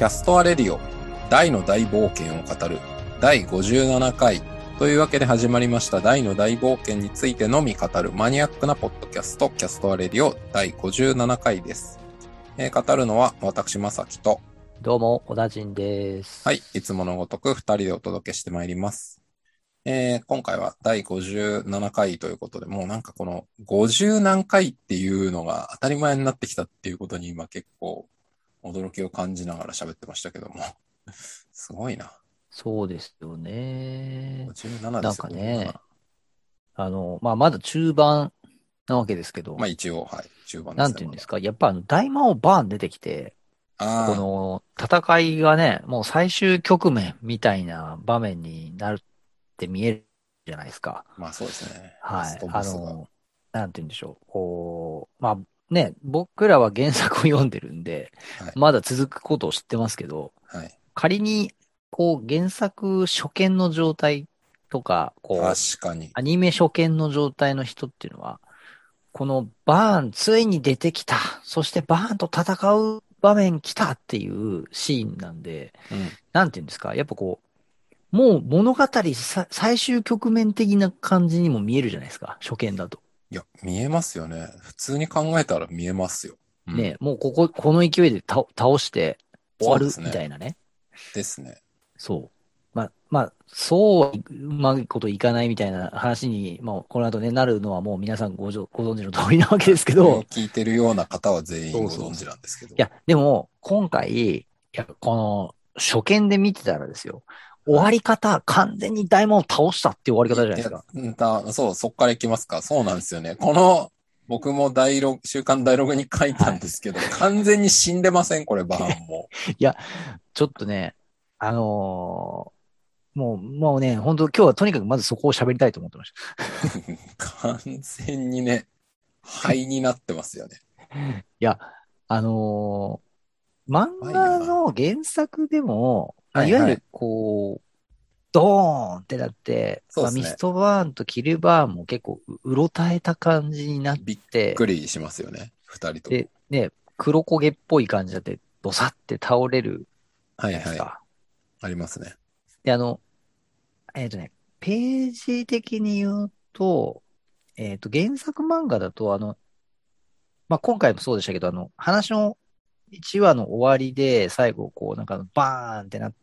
キャストアレディオ大の大冒険を語る第57回というわけで始まりました大の大冒険についてのみ語るマニアックなポッドキャストキャストアレディオ第57回です。語るのは私まさきとどうも小田陣です。 はい、いつものごとく2人でお届けしてまいります。今回は第57回ということで、もうなんかこの50何回っていうのが当たり前になってきたっていうことに今結構驚きを感じながら喋ってましたけどもすごいな。 そうですよね。 57ですよ、 なんか 57。 ね、まだ中盤なわけですけど、 まあ一応、はい、中盤でなんすね、まだ。 ていうんですか、やっぱ大魔王バーン出てきて、こあの戦いがね、もう最終局面みたいな場面になるって見えるじゃないですか。 まあそうですね。ラスはい。 トボスが。 なんていうんでしょう。僕らは原作を読んでるんで、 はい、 まだ続くことを知ってますけど、 はい。 仮に、原作初見の状態とか、 確かに。 アニメ初見の状態の人っていうのは、このバーン、ついに出てきた。そしてバーンと戦う場面来たっていうシーンなんで、 うん。 なんていうんですか、やっぱもう物語最終局面的な感じにも見えるじゃないですか、初見だと。 いや、見えますよね。普通に考えたら見えますよ。うん。 ね、もうこの勢いで倒して終わるそうですね。 みたいなね。 ですね。 そう。そうはうまいこといかないみたいな話に、もうこの後ね、なるのはもう皆さんご存知の通りなわけはい。 ですけど、 これを聞いてるような方は全員ご存知そうそうそう。 なんですけど。 いや、でも、今回、いや、この、初見で見てたらですよ、終はい。 わり方、完全に大門を倒したっていう終わり方じゃないですか。 そう、そっから行きますか。そうなんですよね。この、僕も週刊ダイログに書いたはい。 んですけど、完全に死んでませんこれ、バーンも。 いや、ちょっとね、あのもうね、本当今日はとにかくまずそこを喋りたいと思ってまし完全にね、灰になってますよね。 た。いや、あの漫怖いよな。 画の原作でも、いわゆるはいはい。 ドーンってなって、ミスそうですね。 トバーンとキルバーンも結構うろたえた感じになっびって、 くりしますよね。二人とも。 で、ね、黒焦げっぽい感じだって、ドサって倒れるはいはい。 じゃないですか。 ありますね。 で、ページ的に言うと、原作漫画だと、今回もそうでしたけど、話の1話の終わりで、最後、なんかバーンってなって、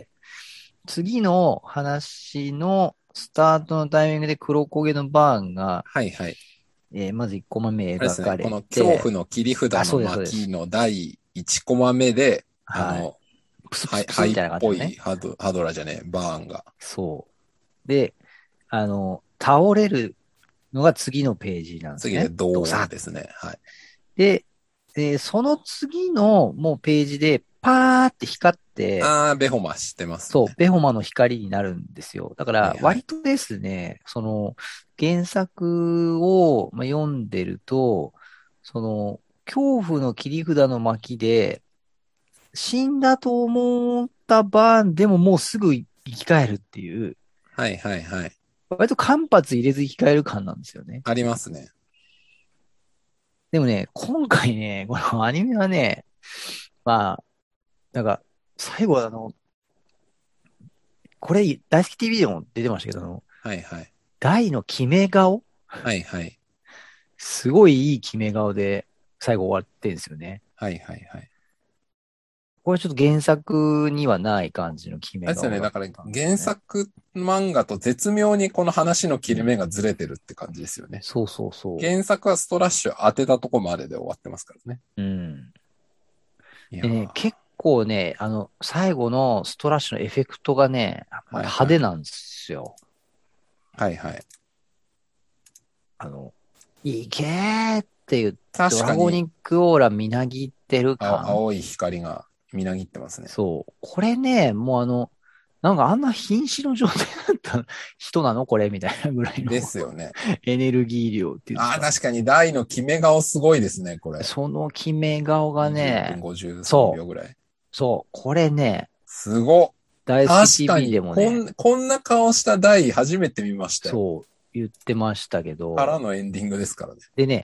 次の話のスタートのタイミングで黒焦げのバーンが、 はいはい。 まず1コマ目あれですね。 描かれこの恐て、 怖の切り札あ、 のそうです、そうです。 巻の第1コマ目で、 はい。プスプスプス灰っみたいな感じのね。 ぽいハドラーじゃねえ、バーンが。 そう。で、倒れるのが次のページなんです次でね。 ドーンドサッ。 ですね。はい。 で、その次のもうページでパーって光って、 ベホマ知ってますそう、 ね。 ベホマの光になるんですよ。だから、 はいはい。 割とですね、原作を、読んでると、恐怖の切り札の巻で、死んだと思ったバーンでももうすぐ生き返るっていう、 はいはいはい。 割と間髪入れず生き返る感なんですよね。 ありますね。 でもね、今回ね、このアニメはね、まあ、なんか、最後これ、大好き TV でも出てましたけど、 はいはい。 大の決め顔はいはい。 すごいいい決め顔で最後終わってるんですよね。 はいはいはい。 これちょっと原作にはない感じの決めあれですよね。 顔だっだからたんです原ね。 作漫画と絶妙にこの話の切れ目がずれてるって感じですよね。 そうそうそ原作はストラッシュ当てたとこまでで終わってますからね。 う。うん。 いやでね、 ー、 結構ね、最後のストラッシュのエフェクトがね、やっぱりはいはい。 派手なんですよ。 はいはい。 あの、いけーっていうド確かに、 ラゴニックオーラみなぎってる感。 青い光がみなぎってますね。 そう。これね、もうなんかあんな瀕死の状態だった人なのこれみたいなぐらいのですよね。 エネルギー量っていうんですか。 確かに大の決め顔すごいですね、これ。 その決め顔が 20分ね、 53 そう、 秒ぐらい。 そう、これね、 すごっ。 大好き確か TV に、 でもね、 こんな顔した大初めて見ましたよ。 そう言ってましたけど、 からのエンディングですからね。 でね、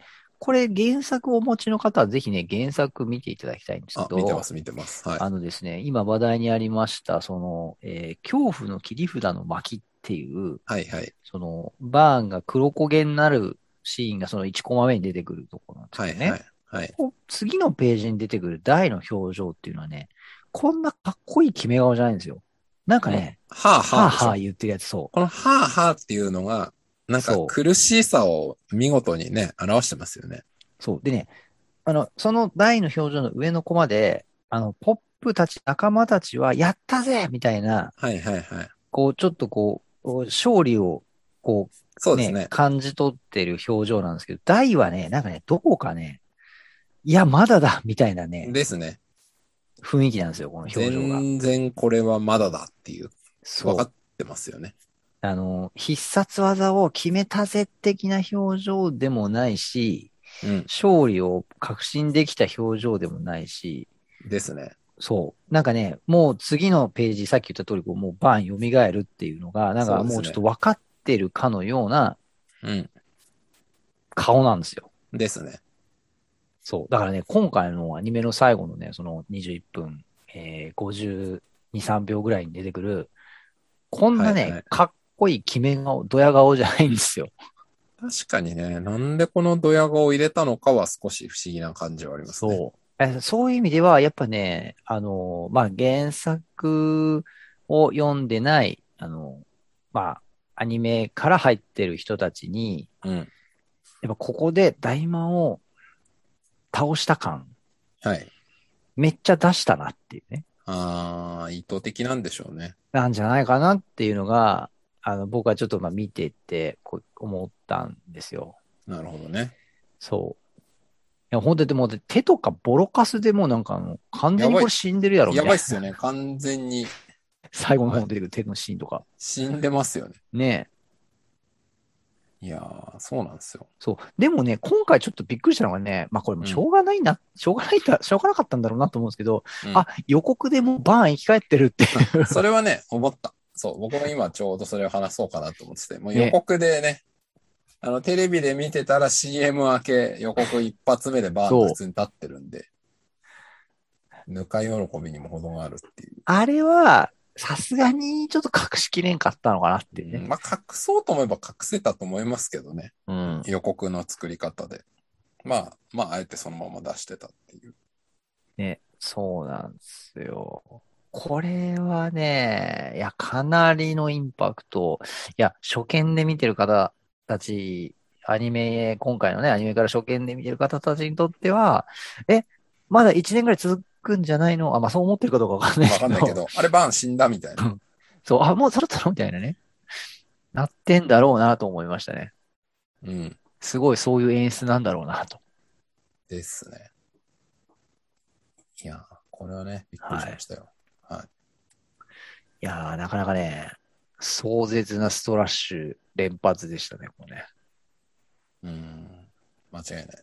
これ原作をお持ちの方はぜひね、原作見ていただきたいんですけあ、見てまど、 す、見てます。はい。 あのですね、今話題にありました、その、恐怖の切り札の巻っていう、 はい、はい。 その、バーンが黒焦げになるシーンがその1コマ目に出てくるところなんですはい、 けどね。 はい、はい。 次のページに出てくる大の表情っていうのはね、こんなかっこいい決め顔じゃないんですよ。なんかこの、 ね、 はあははああでしょ。 はあ言ってるやつ、そう。 このはあはあっていうのが、なんかそう。 苦しさを見事にね、表してますよね。 そう。でね、その大の表情の上のコマで、ポップたち、仲間たちは、やったぜみたいな、 はい、はい、はい。 こう、ちょっとこう、勝利を、こう、ね、 そうですね。 感じ取ってる表情なんですけど、大はね、なんかね、どこかね、いや、まだだみたいなね、 ですね。 雰囲気なんですよ、この表情が。 全然これはまだだっていう、分かっそう。 てますよね。 必殺技を決めたぜ的な表情でもないし、 うん。 勝利を確信できた表情でもないし、 ですね。 そう。なんかね、もう次のページ、さっき言った通り、こうもうバーン蘇るっていうのが、なんかもうちょっそうですね。 と分かってるかのようなうん。 顔なんですよ。 ですね。 そう。だからね、今回のアニメの最後のね、その21分、52、3秒ぐらいに出てくる、こんなね、 はいはい。 かっこいい決め顔、ドヤ顔じゃないんですよ。 確かにね、なんでこのドヤ顔を入れたのかは少し不思議な感じはありますね。 そう。そういう意味では、やっぱね、まあ、原作を読んでない、まあ、アニメから入ってる人たちに、 うん。 やっぱここで大魔を倒した感、 はい。 めっちゃ出したなっていうね。 意図的なんでしょうね。 なんじゃないかなっていうのが、僕はちょっとまあ見てて、こう思ったんですよ。 なるほどね。 そう。いや、本当にでも手とかボロカスでもうなんか完全にやばい。 これ死んでるやろみやたいな。 ばいっすよね。完全に、 最後のはい。 方に出てくる手のシーンとか。 死んでますよね。 ねえ。 いやー、そうなんですよ。 そう。でもね、今回ちょっとびっくりしたのがね、まあこれもうん。 しょうがないな、しょうがないんだ、しょうがなかったんだろうなと思うんですけど、 うん。 あ、予告でもうバーン生き返ってるっていそうれはね、思った。そう、僕も今ちょうどそれを話そうかなと思ってて、もう予ね。 告でね、テレビで見てたら CM 明け予告一発目でバーンと普そう。 通に立ってるんで、ぬか喜びにも程があるっていう。 あれは、さすがにちょっと隠しきれんかったのかなっていうね。 うん、まあ、隠そうと思えば隠せたと思いますけどね。 うん。 予告の作り方で。まあ、あえてそのまま出してたっていう。 ね。そうなんですよ。これはね、いや、かなりのインパクト。いや、初見で見てる方たち、今回のね、アニメから初見で見てる方たちにとっては、え、まだ1年ぐらい続くんじゃないのあ、まあそう思ってるかどうかわかんないわかけど、 んないけど、あれバーン死んだみたいな。 うんそう、あ、もうそろそろみたいなね、なってんだろうなと思いましたね。 うん。 すごいそういう演出なんだろうなと。 ですね。いやー、これはね、びっくりはい。 しましたよ。はいやー、なかなかね、壮絶なストラッシュ連発でしたね、これね。 い。間違いない。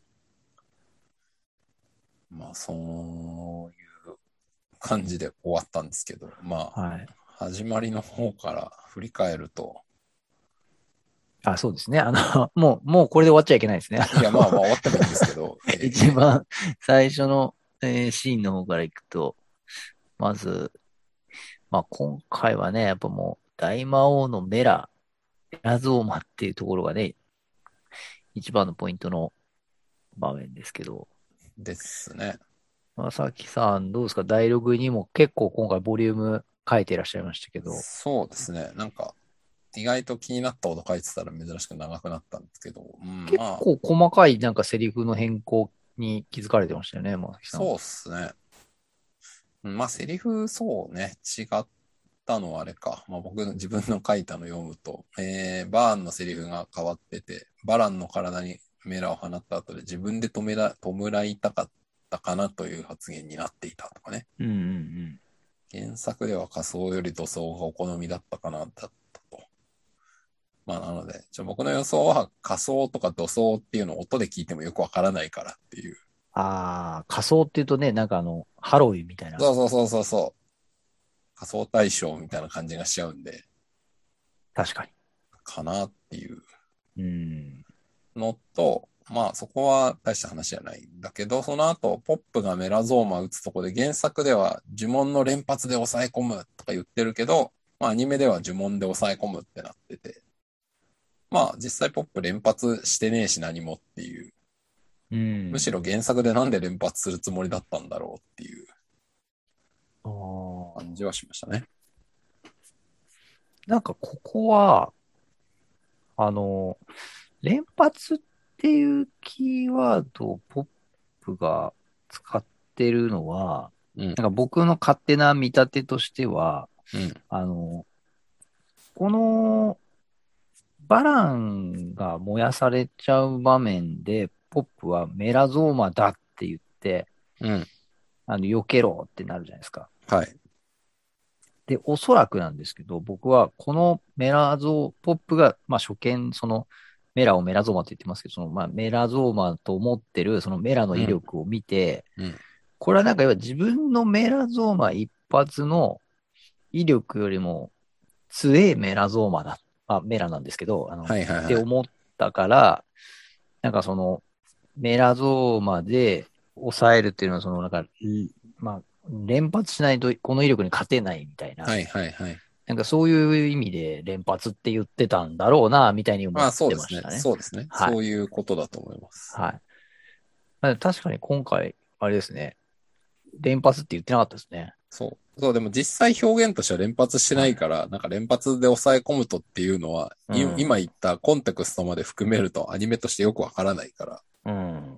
まあ、そういう感じで終わったんですけど、まあ、 はい。 始まりの方から振り返ると、 あ、そうですね。もうこれで終わっちゃいけないですね。 いや、まあまあ終わってもいいんですけど、 一番最初の、シーンの方からいくと、まず、まあ今回はね、やっぱもう大魔王のメラゾーマっていうところがね、一番のポイントの場面ですけど、 ですね。 まさきさんどうですか？第6にも結構今回ボリューム書いていらっしゃいましたけど、 そうですね。なんか、意外と気になったこと書いてたら珍しく長くなったんですけど、 結まあ、 構細かいなんかセリフの変更に気づかれてましたよね、まさきさん。 そうっすね。まあ、セリフ、そうね、違ったのはあれか。まあ、僕の自分の書いたの読むと、バーンのセリフが変わってて、バランの体にメラを放った後で自分で弔いたかったかなという発言になっていたとかね。 うんうん原作では仮想より土葬がお好みだったかな、だったと。まあ、なので、僕の予想は仮想とか土葬っていうのを音で聞いてもよくわからないからっていう。 ああ、仮装っていうとね、なんかハロウィンみたいな。 そうそうそうそうそう。仮想対象みたいな感じがしちゃうんで、 確かに。 かなっていううん。 のと、 まあそこは大した話じゃないんだけど、その後、ポップがメラゾーマ打つとこで原作では呪文の連発で抑え込むとか言ってるけど、まあアニメでは呪文で抑え込むってなってて、まあ実際ポップ連発してねえし何もっていう、 うん。 むしろ原作でなんで連発するつもりだったんだろうっていうあー感じはしましたね。 なんかここは、あの、連発っていうキーワードをポップが使ってるのは、 うん、 なんか僕の勝手な見立てとしては、 うん、 あの、このバランが燃やされちゃう場面で、ポップはメラゾーマだって言って、 うん、 避けろってなるじゃないですか。 はい、 で、おそらくなんですけど、僕はこのメラゾー、ポップが、まあ初見、そのメラをメラゾーマって言ってますけど、そのまあメラゾーマと思ってるそのメラの威うん、 力を見て、 うん、 これはなんか要は自分のメラゾーマ一発の威力よりも強えメラゾーマだ。メラなんですけど、 はいはいはい。 って思ったから、なんかそのメラゾーマで抑えるっていうのは、そのなんか、まあ、連発しないとこの威力に勝てないみたいな、 はいはいはい。 なんかそういう意味で連発って言ってたんだろうな、みたいに思っまあそうですね。 てましたね。 そうですね。 はい。 そういうことだと思います。 はい。まあ確かに今回、あれですね。連発って言ってなかったですね。 そう。そう、でも実際表現としては連発してなはい。 いから、なんか連発で抑え込むとっていうのは、 うん。 今言ったコンテクストまで含めるとアニメとしてよくわからないから、 うん。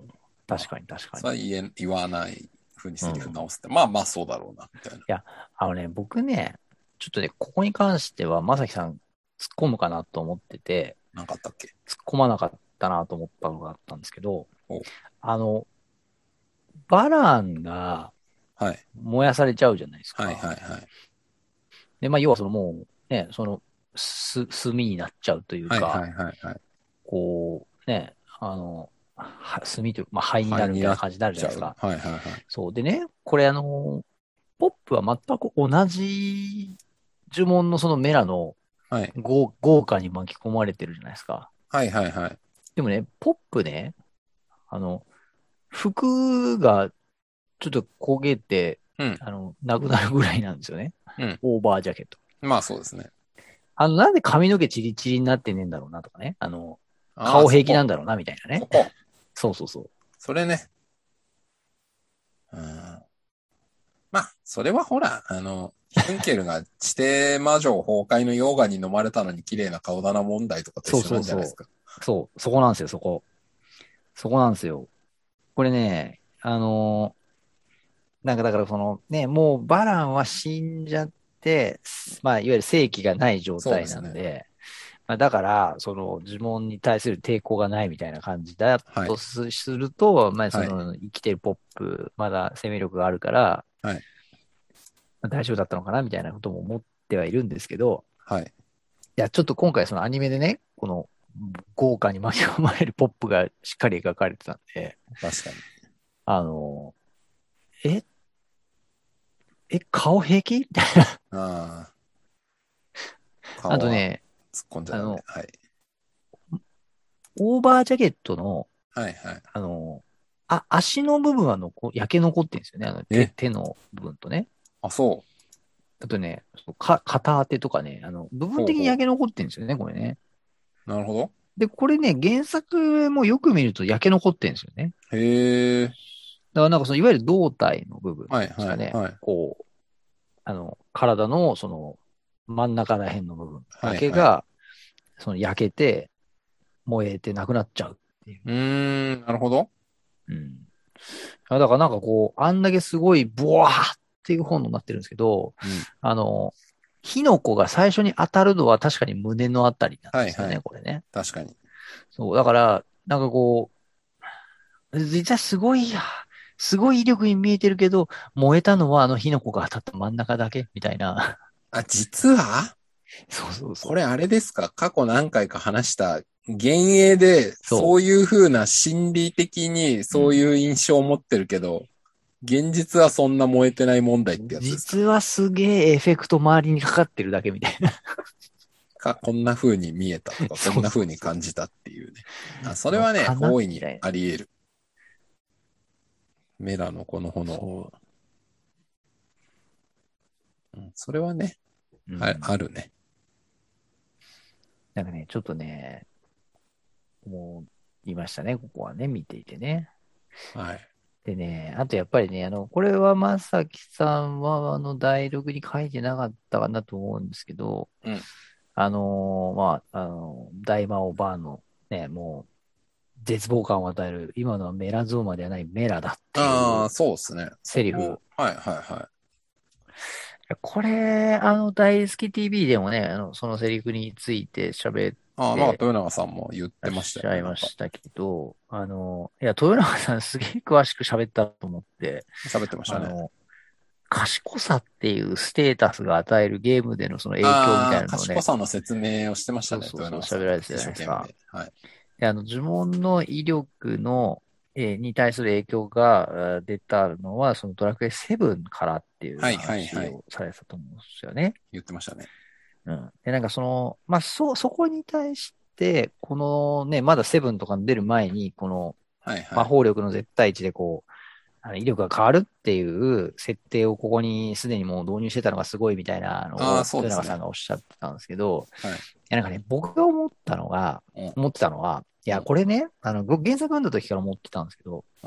まあ、 確かに確かに。 それは言わない風にセリフうん。い直すって、まあまあそうだろうな、みたいな。 や、僕ね、ちょっとね、ここに関しては、まさきさん突っ込むかなと思ってて、 なんかあったっけ？ 突っ込まなかったなと思ったのがあったんですけど、 お、 あの、バランがはい。 燃やされちゃうじゃないですはいか。 はいはい。 で、まあ、要はそのもう、ね、炭になっちゃうというか、 はいはいはいはい。 こう、ね、炭というか、まあ、灰になるみ肺になったいな感じになるじゃちゃう。 ないですか。 はいはいはい。 そう。でね、これポップは全く同じ呪文のそのメラのはい。 豪華に巻き込まれてるじゃないですか。 はいはいはい。 でもね、ポップね、あの、服がちょっと焦げて、 うん。 なくなるぐらいなんですよね。 うん。 オーバージャケット。 まあそうですね。 なんで髪の毛チリチリになってねえんだろうなとかね。 ああ、 顔そこ。 平気なんだろうなみたいなね。 そこ。 そうそうそう。 それね。うん。まあ、それはほら、ヒュンケルが地底魔女崩壊の溶岩に飲まれたのに綺麗な顔だな問題とかと一そう緒なそうそんじゃないですか。 う。そう、そこなんですよ、そこ。そこなんですよ。これね、なんかだからそのね、もうバランは死んじゃって、まあ、いわゆる生気がない状態そうですね。 なんで、まあ、だから、その呪文に対する抵抗がないみたいな感じだはい。 とすると、まあ、そはい。 の生きてるポップ、まだ生命力があるから、 はい。 まあ大丈夫だったのかなみたいなことも思ってはいるんですけど、 はい。 いや、ちょっと今回そのアニメでね、この豪華に巻き込まれるポップがしっかり描かれてたんで、 確かに。 あの、え、顔平気みたいな。 ああ、 あ顔はとね、 突っ込んじゃダメ。 あの、 はい。 オーバージャケットの、 はいはい。 足の部分は焼け残ってるんですよね。 え、 手の部分とね。 あ、そう。 あとね、片当てとかね、部分的にほうほ焼け残ってるんですよね、これね。 う。なるほど。 で、これね、原作もよく見ると焼け残ってるんですよね。 へえ。 だからなんかその、いわゆる胴体の部分はいですかね。 はいはい。 こう、体のその、真ん中ら辺の部分だはいはい。 けが、その焼けて、燃えてなくなっちゃうっていう。 なるほど。 うん。だからなんかこう、あんだけすごい、ブワーっていう本になってるんですけど、 うん。 あの、火の粉が最初に当たるのは確かに胸のあたりなんですよね、 はいはい。 これね。 確かに。 そう、だから、なんかこう、実はすごい威力に見えてるけど、燃えたのはあの火の粉が当たった真ん中だけみたいな。 あ、実はそうそうそう。 これあれですか？過去何回か話した幻影でそそういう風な心理的にう。うん。 そういう印象を持ってるけど、現実はそんな燃えてない問題ってやつですか？ 実はすげえエフェクト周りにかかってるだけみたいな。 こんな風に見えたとか、こんな風に感じたっていうね。それはね、 かな大いにみたいな。 あり得る。メラのこの炎。 そそれはね、 う。 あるね。 なんかね、ちょっとね、もう、言いましたね、ここはね、見ていてね。 はい。 でね、あとやっぱりね、これはまさきさんは、第6に書いてなかったかなと思うんですけど、 うん。 大魔王バーンのね、もう、絶望感を与える、今のはメラゾーマではないメラだっていああ、 うそうですね。そセリフ。 こ、はいはいはい。 これ、大好き TV でもね、そのセリフについて喋っああ、なんかて豊永さんも言ってらっましたよね、 しゃいなんか。 ましたけど、いや、豊永さんすげえ詳しく喋ったと思って、 喋ってましたね。 あの、賢さっていうステータスが与えるゲームでのその影響みたああ、 いなのをね、 賢さの説明をしてましたね、 そうそうそう、 豊永さんが。 喋られてた一じゃないですか。 生懸命。はい。 で、呪文の威力の、に対する影響が出たのは、そのドラクエ7からっていうはいはいはい。 話をされてたと思うんですよね。 言ってましたね。 うん。で、なんかまあ、そこに対して、このね、まだセブンとかに出る前に、この魔はいはい。 法力の絶対値でこう、威力が変わるっていう設定をここにすでにもう導入してたのがすごいみたいなのああ、 を豊そうですね。 永さんがおっしゃってたんですけど、 はい。 いやなんかね、僕がうん。 思ってたのは、いや、 うん。 これね、僕原作読んだ時から思ってたんですけど、 うん。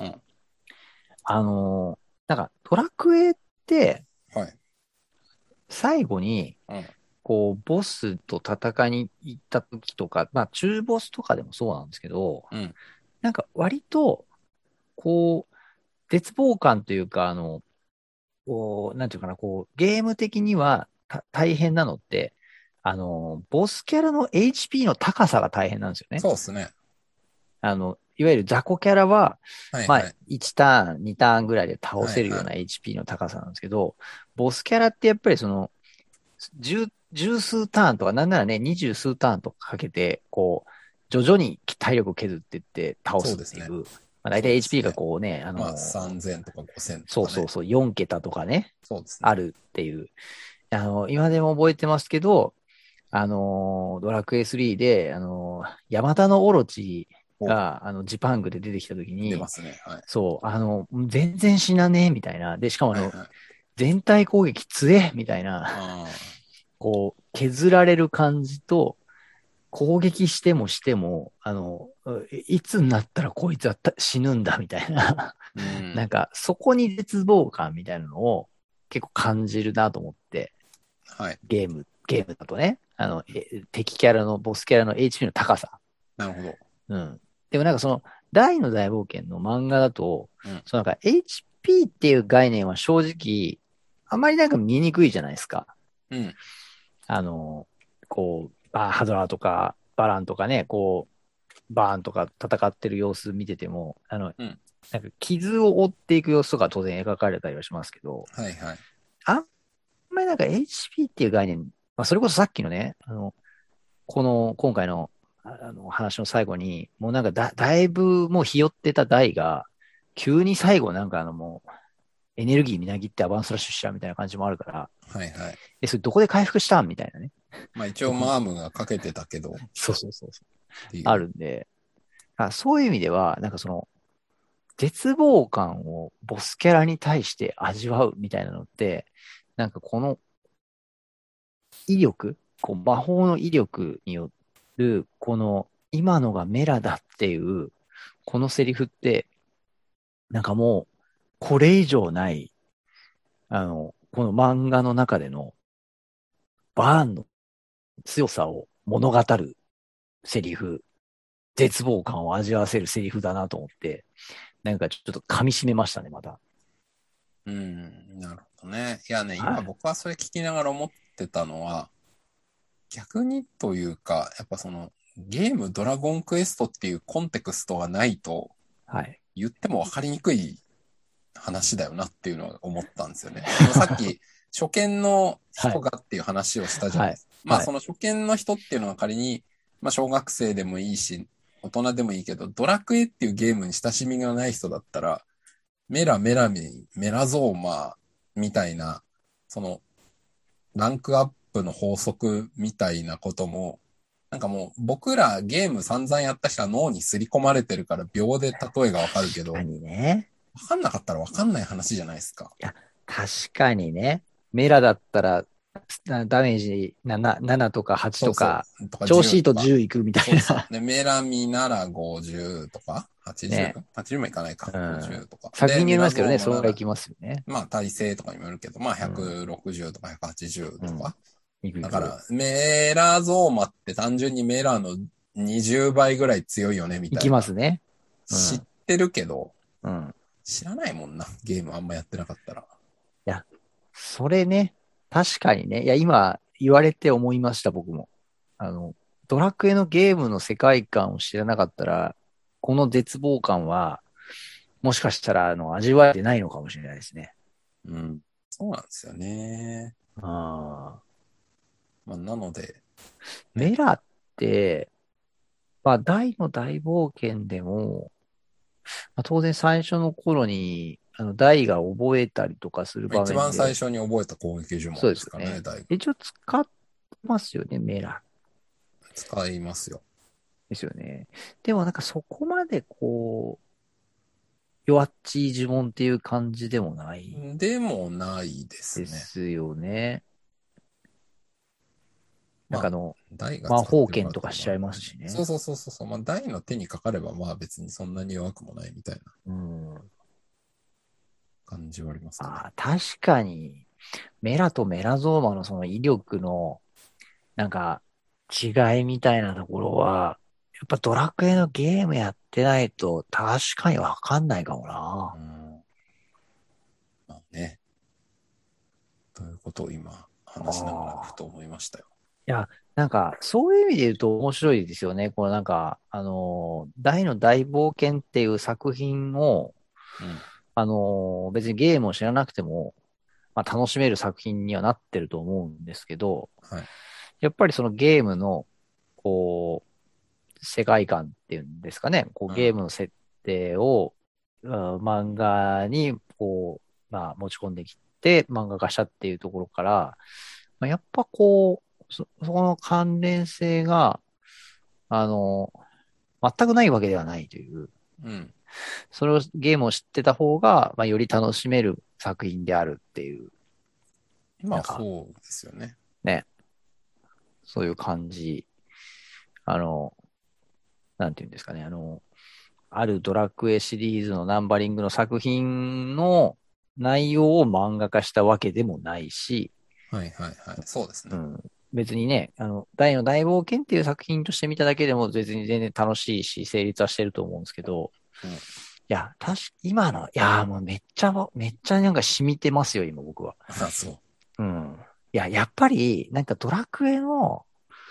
なんかドラクエってはい。 最後に、 うん。 こう、ボスと戦いに行った時とか、まあ中ボスとかでもそうなんですけど、 うん。 なんか割と、こう、絶望感というか、こう、なんていうかな、こう、ゲーム的には大変なのって、ボスキャラの HP の高さが大変なんですよね。 そうですね。 いわゆる雑魚キャラは、まあ、 はいはい。 1ターン、2ターンぐらいで倒せるようなはいはい。 HP の高さなんですけど、ボスキャラってやっぱり十数ターンとか、なんならね、二十数ターンとかかけて、こう、徐々に体力を削っていって倒すそうですね。 っていう、まあ、大体そうです HP がね。 こうね、 まあ、3000とか5000とかね。 そうそうそう、4桁とかね、 そうですね。 あるっていう。今でも覚えてますけど、ドラクエ3で、ヤマタノオロチお、 が、ジパングで出てきたときに、 出ますね。はい。 そう、全然死なねえ、みたいな。で、しかもはいはい。 全体攻撃強え、みたいな。 あこう、削られる感じと、攻撃してもしても、いつになったらこいつは死ぬんだ、みたいな。 ー、うなんん。 か、そこに絶望感みたいなのを結構感じるなと思って、 はい。 ゲームだとね、敵キャラの、ボスキャラの HP の高さ。 なるほど。 うん。でもなんか大の大冒険の漫画だと、 うん。 なんか HP っていう概念は正直、あまりなんか見えにくいじゃないですか。 うん。 あの、こう、ハドラーとか、バランとかね、こう、バーンとか戦ってる様子見てても、 うん。 なんか傷を負っていく様子とか当然描かれたりはしますけど、 はいはい。 あんまりなんか HP っていう概念、まあ、それこそさっきのね、今回の、話の最後に、もうなんかだいぶもうひよってた台が、急に最後なんかもう、エネルギーみなぎってアバンスラッシュしちゃうみたいな感じもあるから、 はいはい。 それどこで回復したんみたいなね。 まあ一応マームがかけてたけど、っそうそうそうそう。あていう。 るんで、そういう意味では、なんか絶望感をボスキャラに対して味わうみたいなのって、なんかこの威力、こう魔法の威力による、この今のがメラだっていう、このセリフって、なんかもう、これ以上ない、この漫画の中でのバーンの強さを物語るセリフ、絶望感を味わわせるセリフだなと思って、なんかちょっと噛み締めましたね、また。 うん。なるほどね。いやね、 はい。 今僕はそれ聞きながら思ってたのは、逆にというか、やっぱゲームドラゴンクエストっていうコンテクストがないとはい。 言っても分かりにくい話だよなっていうのを思ったんですよね。そのさっき初見のはい。 人がっていう話をしたじゃないはい。 ですか。まあはい。 その初見の人っていうのは仮に、まあ小学生でもいいし、大人でもいいけど、ドラクエっていうゲームに親しみがない人だったら、メラメラミ、メラゾーマみたいな、そのランクアップの法則みたいなことも、なんかもう僕らゲーム散々やった人は脳に刷り込まれてるから秒で例えがわかるけど、わ何ね。 かんなかったらわかんない話じゃないですか。 いや、確かにね。メラだったら、ダメージ7とか8 そうそとか、 う。とか調子いいと 10とか。 10いくみたいそうそう。 な。 で、メラミなら50とかね。 80?80 もいかないか。 うん。 50とか。で、 作品によメラゾりますけどね、 ーマなら、 そのぐらいいきますよね。 まあ体勢とかにもよるけど、まあうん。 160とか180 うん。 とか。 いくいく。 だから、メラゾーマって単純にメラの20倍ぐらい強いよね、みいきたいな。 ますね。う知っん。 てるけど、 うん。 知らないもんな。ゲームあんまやってなかったら。 いや、それね、確かにね。いや、今言われて思いました、僕も。あの、ドラクエのゲームの世界観を知らなかったら、この絶望感は、もしかしたら、味わえてないのかもしれないですね。 うん。そうなんですよね。 ああ。 まあ、なので、ね。 メラって、まあ、大の大冒険でも、まあ、当然最初の頃に、大が覚えたりとかする場一番最面で、 初に覚えた攻撃呪そう文ですからね、 ですよね。 大悟。 一応使ってますよね、メラ。 使いますよ。 ですよね。でもなんかそこまで弱っちい呪文っていう感じでもないでもないですね。 ですよね。なんまあ、 か大が魔使ってるからっ法剣とかていうのもあるけど。 しちゃいますしね。 そうそうそうそう。まあ、大の手にかかれば、まあ別にそんなに弱くもないみたいなうん。 感じはありますかね。 ああ、確かに、メラとメラゾーマのその威力の、なんか、違いみたいなところは、やっぱドラクエのゲームやってないと確かにわかんないかもな。 うん。まあね。ということを今、話しながらふああ。 と思いましたよ。 いや、なんか、そういう意味で言うと面白いですよね。このなんか、大の大冒険っていう作品を、 うん。 別にゲームを知らなくても、まあ、楽しめる作品にはなってると思うんですけど、 はい。 やっぱりそのゲームの、こ世界観っていうんですかね、 うん。 ゲームの設定を、漫画に、まあ、持ち込んできて、漫画化したっていうところから、まあ、やっぱそこの関連性が、あの、全くないわけではないという、 うん。 それをゲームを知ってた方が、まあ、より楽しめる作品であるっていう、 まあなんかそうですよね。 ね、そういう感じ、あの、なんていうんですかね、あるドラクエシリーズのナンバリングの作品の内容を漫画化したわけでもないし、 はいはいはい。そうですね。 うん、別にね、大の大冒険っていう作品として見ただけでも別に全然楽しいし、成立はしてると思うんですけど、 うん。 いや、今の、いや、もうめっちゃなんか染みてますよ、今僕は。 あ、そうん。いや、やっぱり、なんかドラクエの、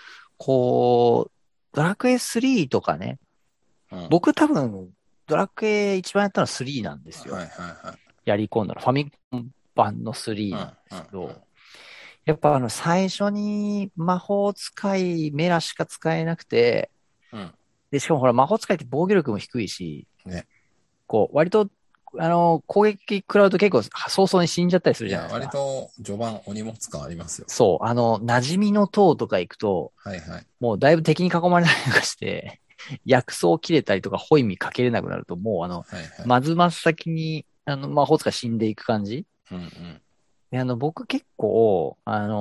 ドラクエ3とかね、 う。うん。 僕多分、ドラクエ一番やったのは3なんですよ。 はいはいはい。 やり込んだの。ファミコン版のうん 3なんですけうんど、やっぱ最初に魔法使いメラしか使えなくて、 うん。うん。 で、しかもほら魔法使いって防御力も低いし、 ね。 割と、攻撃食らうと結構早々に死んじゃったりするいや、 じゃないですか。 割と序盤お荷物感ありますよ。 そう、馴染みの塔とか行くと、 はいはい。 もうだいぶ敵に囲まれたりとかして、薬草切れたりとかホイミかけれなくなると、もうはいはい。 まず真っ先に、魔法使い死んでいく感じうんうん。 で、僕結構、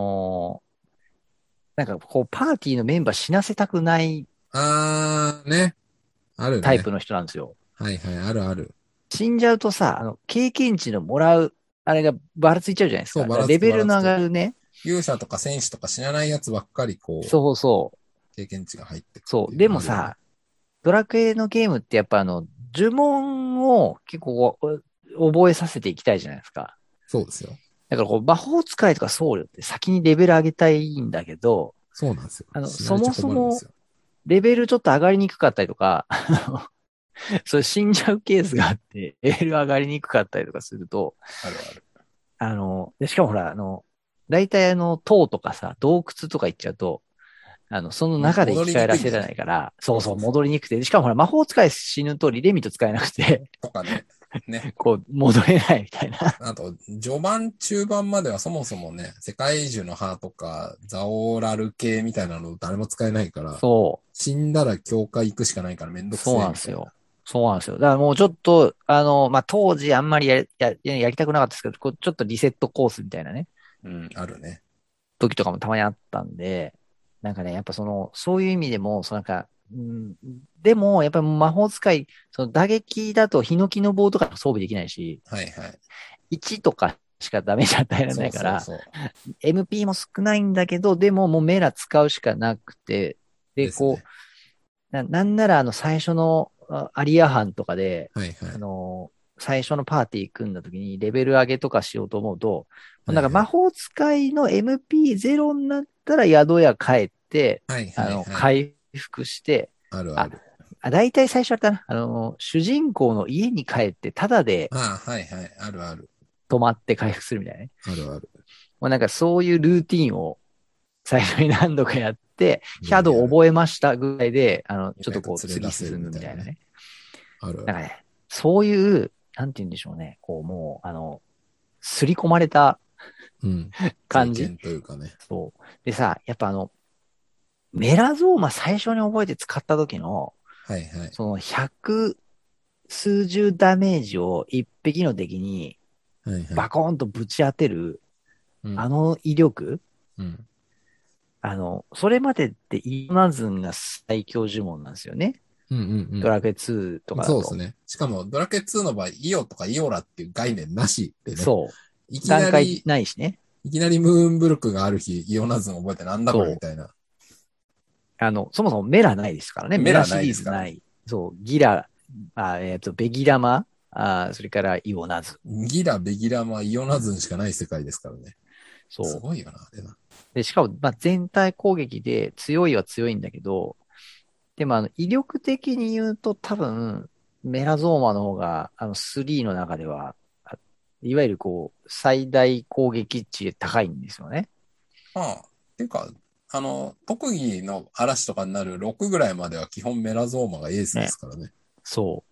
なんかパーティーのメンバー死なせたくないあーね。あるね。 タイプの人なんですよ。 はいはい。あるある。 死んじゃうとさ、経験値のもらう、あれがばらついちゃうじゃないですか。 そう、 だからばらつくレベルの上ばらつく。 がるね。 勇者とか戦士とか知らないやつばっかりこう、 そうそう。 経験値が入ってくってそう。 いうのあるよね。 でもさ、ドラクエのゲームってやっぱ呪文を結構覚えさせていきたいじゃないですか。 そうですよ。 だから魔法使いとか僧侶って先にレベル上げたいんだけど、 そうなんですよ。死なそもれちゃそも困るんですよ。 レベルちょっと上がりにくかったりとか、それ死んじゃうケースがあって、レベル上がりにくかったりとかすると、 あるある。 でしかもほら、大体塔とかさ、洞窟とか行っちゃうと、その中で生戻りき返らせられにくいんだよね。 ないから、そうそう、 そうそうそう。 戻りにくくて、しかもほら、魔法使い死ぬとリレミット使えなくて、 とかね。 ね。 こう、戻れないみたいな。 あと、序盤、中盤まではそもそもね、世界樹の葉とか、ザオラル系みたいなの誰も使えないから、 そう。 死んだら教会行くしかないからめんどくそうせえみたいな。 なんですよ。そうなんですよ。だからもうちょっと、まあ、当時あんまりやりたくなかったですけど、こうちょっとリセットコースみたいなね、 うん、あるね。 時とかもたまにあったんで、なんかね、やっぱそういう意味でも、でも、やっぱり魔法使い、その打撃だとヒノキの棒とか装備できないし、 はいはい。 1とかしかダメージ与えられなそういから、 そうそ MP も少ないんだけど、でももうメラ使うしかなくて、 う。 で、 ですね。 なんなら最初のアリア班とかで、 はいはい。 最初のパーティー組んだ時にレベル上げとかしようと思うと、なんか魔はいはい。 法使いの MP0 になったら宿屋帰って、 はいはいはい。 回復して、あ、 あるある。 だいたい最初あれかな、主人公の家に帰って、タダでああ、はいはい。あるある。 泊まって回復するみたいなね。 あるある。 もうなんかそういうルーティンを最初に何度かやって、シャドウやるやる。 覚えましたぐらいで、ちょっようやとこうく連れ出せる次進むみたいなね。 みたいなね。 あるある。 なんかね、そういう、なんて言うんでしょうね。こうもう、刷り込まれたうん。経感じ。 験というかね。 そう。でさ、やっぱメラゾーマ最初に覚えて使った時の、 はいはい。 その百数十ダメージを一匹の敵にはいはい。 バコーンとぶち当てる、 うん。 あの威力、 うん。 それまでってイオナズンが最強呪文なんですよね。 うんうんドラクエ2とうん。 かだと。 そうですね。しかも、ドラケ2の場合、イオとかイオラっていう概念なしでね。 そいう。 き段階なり、 ないしね。 いきなりムーンブルクがある日、イオナズン覚えてなんだこれみそう。 たいな。 そもそもメラないですからね。メメラなラシリいですからね。 ーズない。そう。ギラ、ベギラマ、それからイオナズ。 ギラ、ベギラマ、イオナズンしかない世界ですからね。すそごいよな、あれな。 う。で、しかも、まあ、全体攻撃で強いは強いんだけど、でも威力的に言うと多分、メラゾーマの方が、3の中では、いわゆるこう、最大攻撃値で高いんですよね。 まあ、ていうか、特技の嵐とかになる6ぐらいまでは基本メラゾーマがエースでね。 すからね。 そう。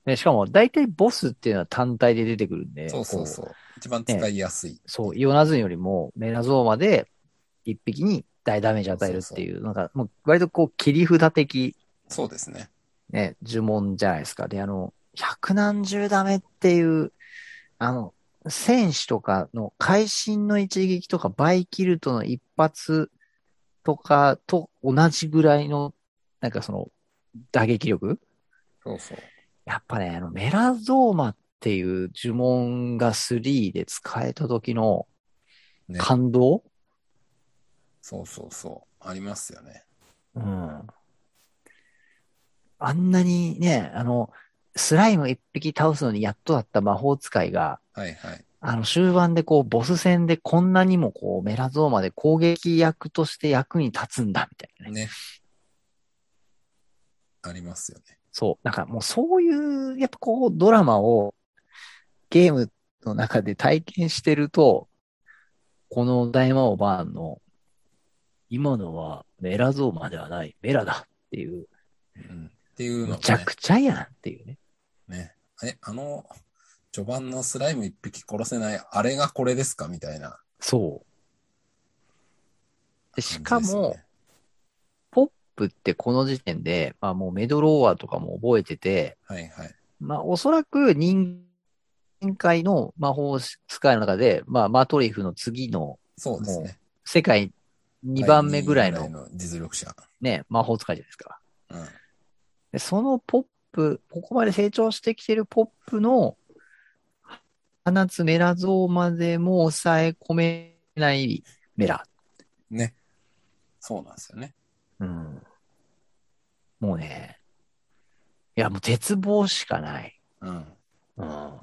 で、しかも、大体ボスっていうのは単体で出てくるんで、 そうそうこそう。一番う、ね、 使いやすいってそう、 いう。 イオナズンよりもメラゾーマで一匹に大ダメージそう与えそうそう。 るっていう、なんかもう割とこう切り札的そうですね。 ね、呪文じゃないですか。で、百何十ダメっていう、戦士とかの会心の一撃とかバイキルトの一発とかと同じぐらいの、なんか打撃力。 そうそやっぱね、メラゾーマっていう呪文が3で使えた時のう。ね。 感動。 そうそうそう。ありますよね。 うん。あんなにね、スライム一匹倒すのにやっとだった魔法使いが、 はいはい。 終盤でこう、ボス戦でこんなにもこう、メラゾーマで攻撃役として役に立つんだ、みたいなね。 ね。ありますよね。 そう。なんかもうそういう、やっぱこう、ドラマをゲームの中で体験してると、この大魔王バーンの、今のはメラゾーマではない、メラだっていう、 うん。っていうむのがね。 ちゃくちゃやんっていうね。 ね。序盤のスライム一匹殺せない、あれがこれですかみたいなそう。で、し感じかも、 ですよね。 ポップってこの時点で、まあもうメドローアとかも覚えてて、 はいはい。 まあおそらく人間界の魔法使いの中で、まあマトリフの次の、もそうですね。 う世界2 第番目ぐ 2位らいのぐらいの実力者。 ね、魔法使いじゃないですか。 うん。 で、そのポップ、ここまで成長してきてるポップの放つメラゾーマでも抑え込めないメラ。 ね。そうなんですよね。 うん。もうね、いやもう絶望しかない。 うん。 うん。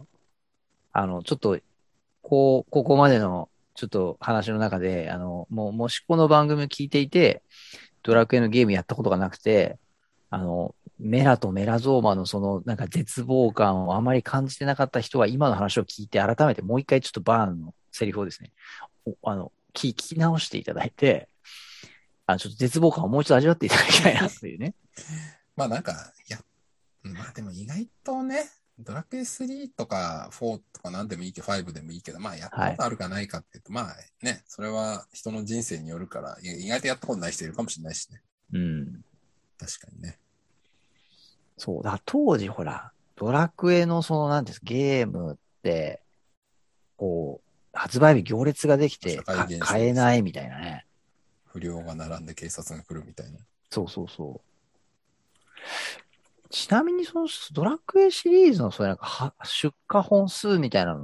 ちょっとここまでのちょっと話の中で、もしこの番組を聞いていて、ドラクエのゲームやったことがなくて、メラとメラゾーマのなんか絶望感をあまり感じてなかった人は今の話を聞いて改めてもう一回ちょっとバーンのセリフをですね、聞き直していただいて、ちょっと絶望感をもう一度味わっていただきたいなというね。 まあなんか、まあでも意外とね、 ドラクエ3とか4とか何でもいいけど、5でもいいけど、まあやったはい。 ことあるかないかっていうと、まあね、それは人の人生によるから、意外とやったことない人いるかもしれないしね。 うん。 確かにね。 そう。だから当時ほら、ドラクエのその、なんですゲームって、こう、発売日行列ができて社会現買象ですね。 えないみたいなね。 不良が並んで警察が来るみたいな。 そうそうそう。ちなみにそのドラクエシリーズのそれなんか出荷本数みたいなのって、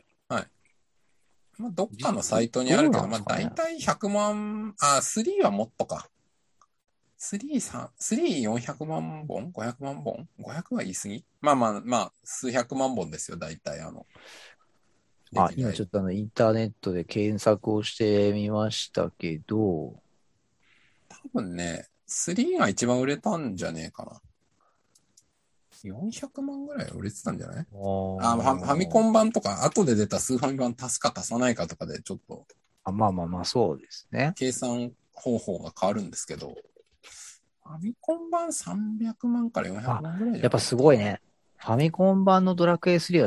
はい。まあ、どっかのサどイトにあどうるけど、まあ、 なんですかね。 大体100万、3はもっとか。3、400万本 ?500 万本 ?500 は言い過ぎまあまあまあ、数百万本ですよ、大体、歴代。 今ちょっとインターネットで検索をしてみましたけど、 多分ね、3が一番売れたんじゃねえかな。400万ぐらい売れてたんじゃないファミコン版とか、後で出たスーファミ版足すか足さないかとかで、ちょっと、 まあまあまあ、そうですね。 計算方法が変わるんですけど、ファミコン版300万から400 あ、 万ぐらいじゃやっぱなかったかな。 すごいね。ファミコン版のドラクエ3は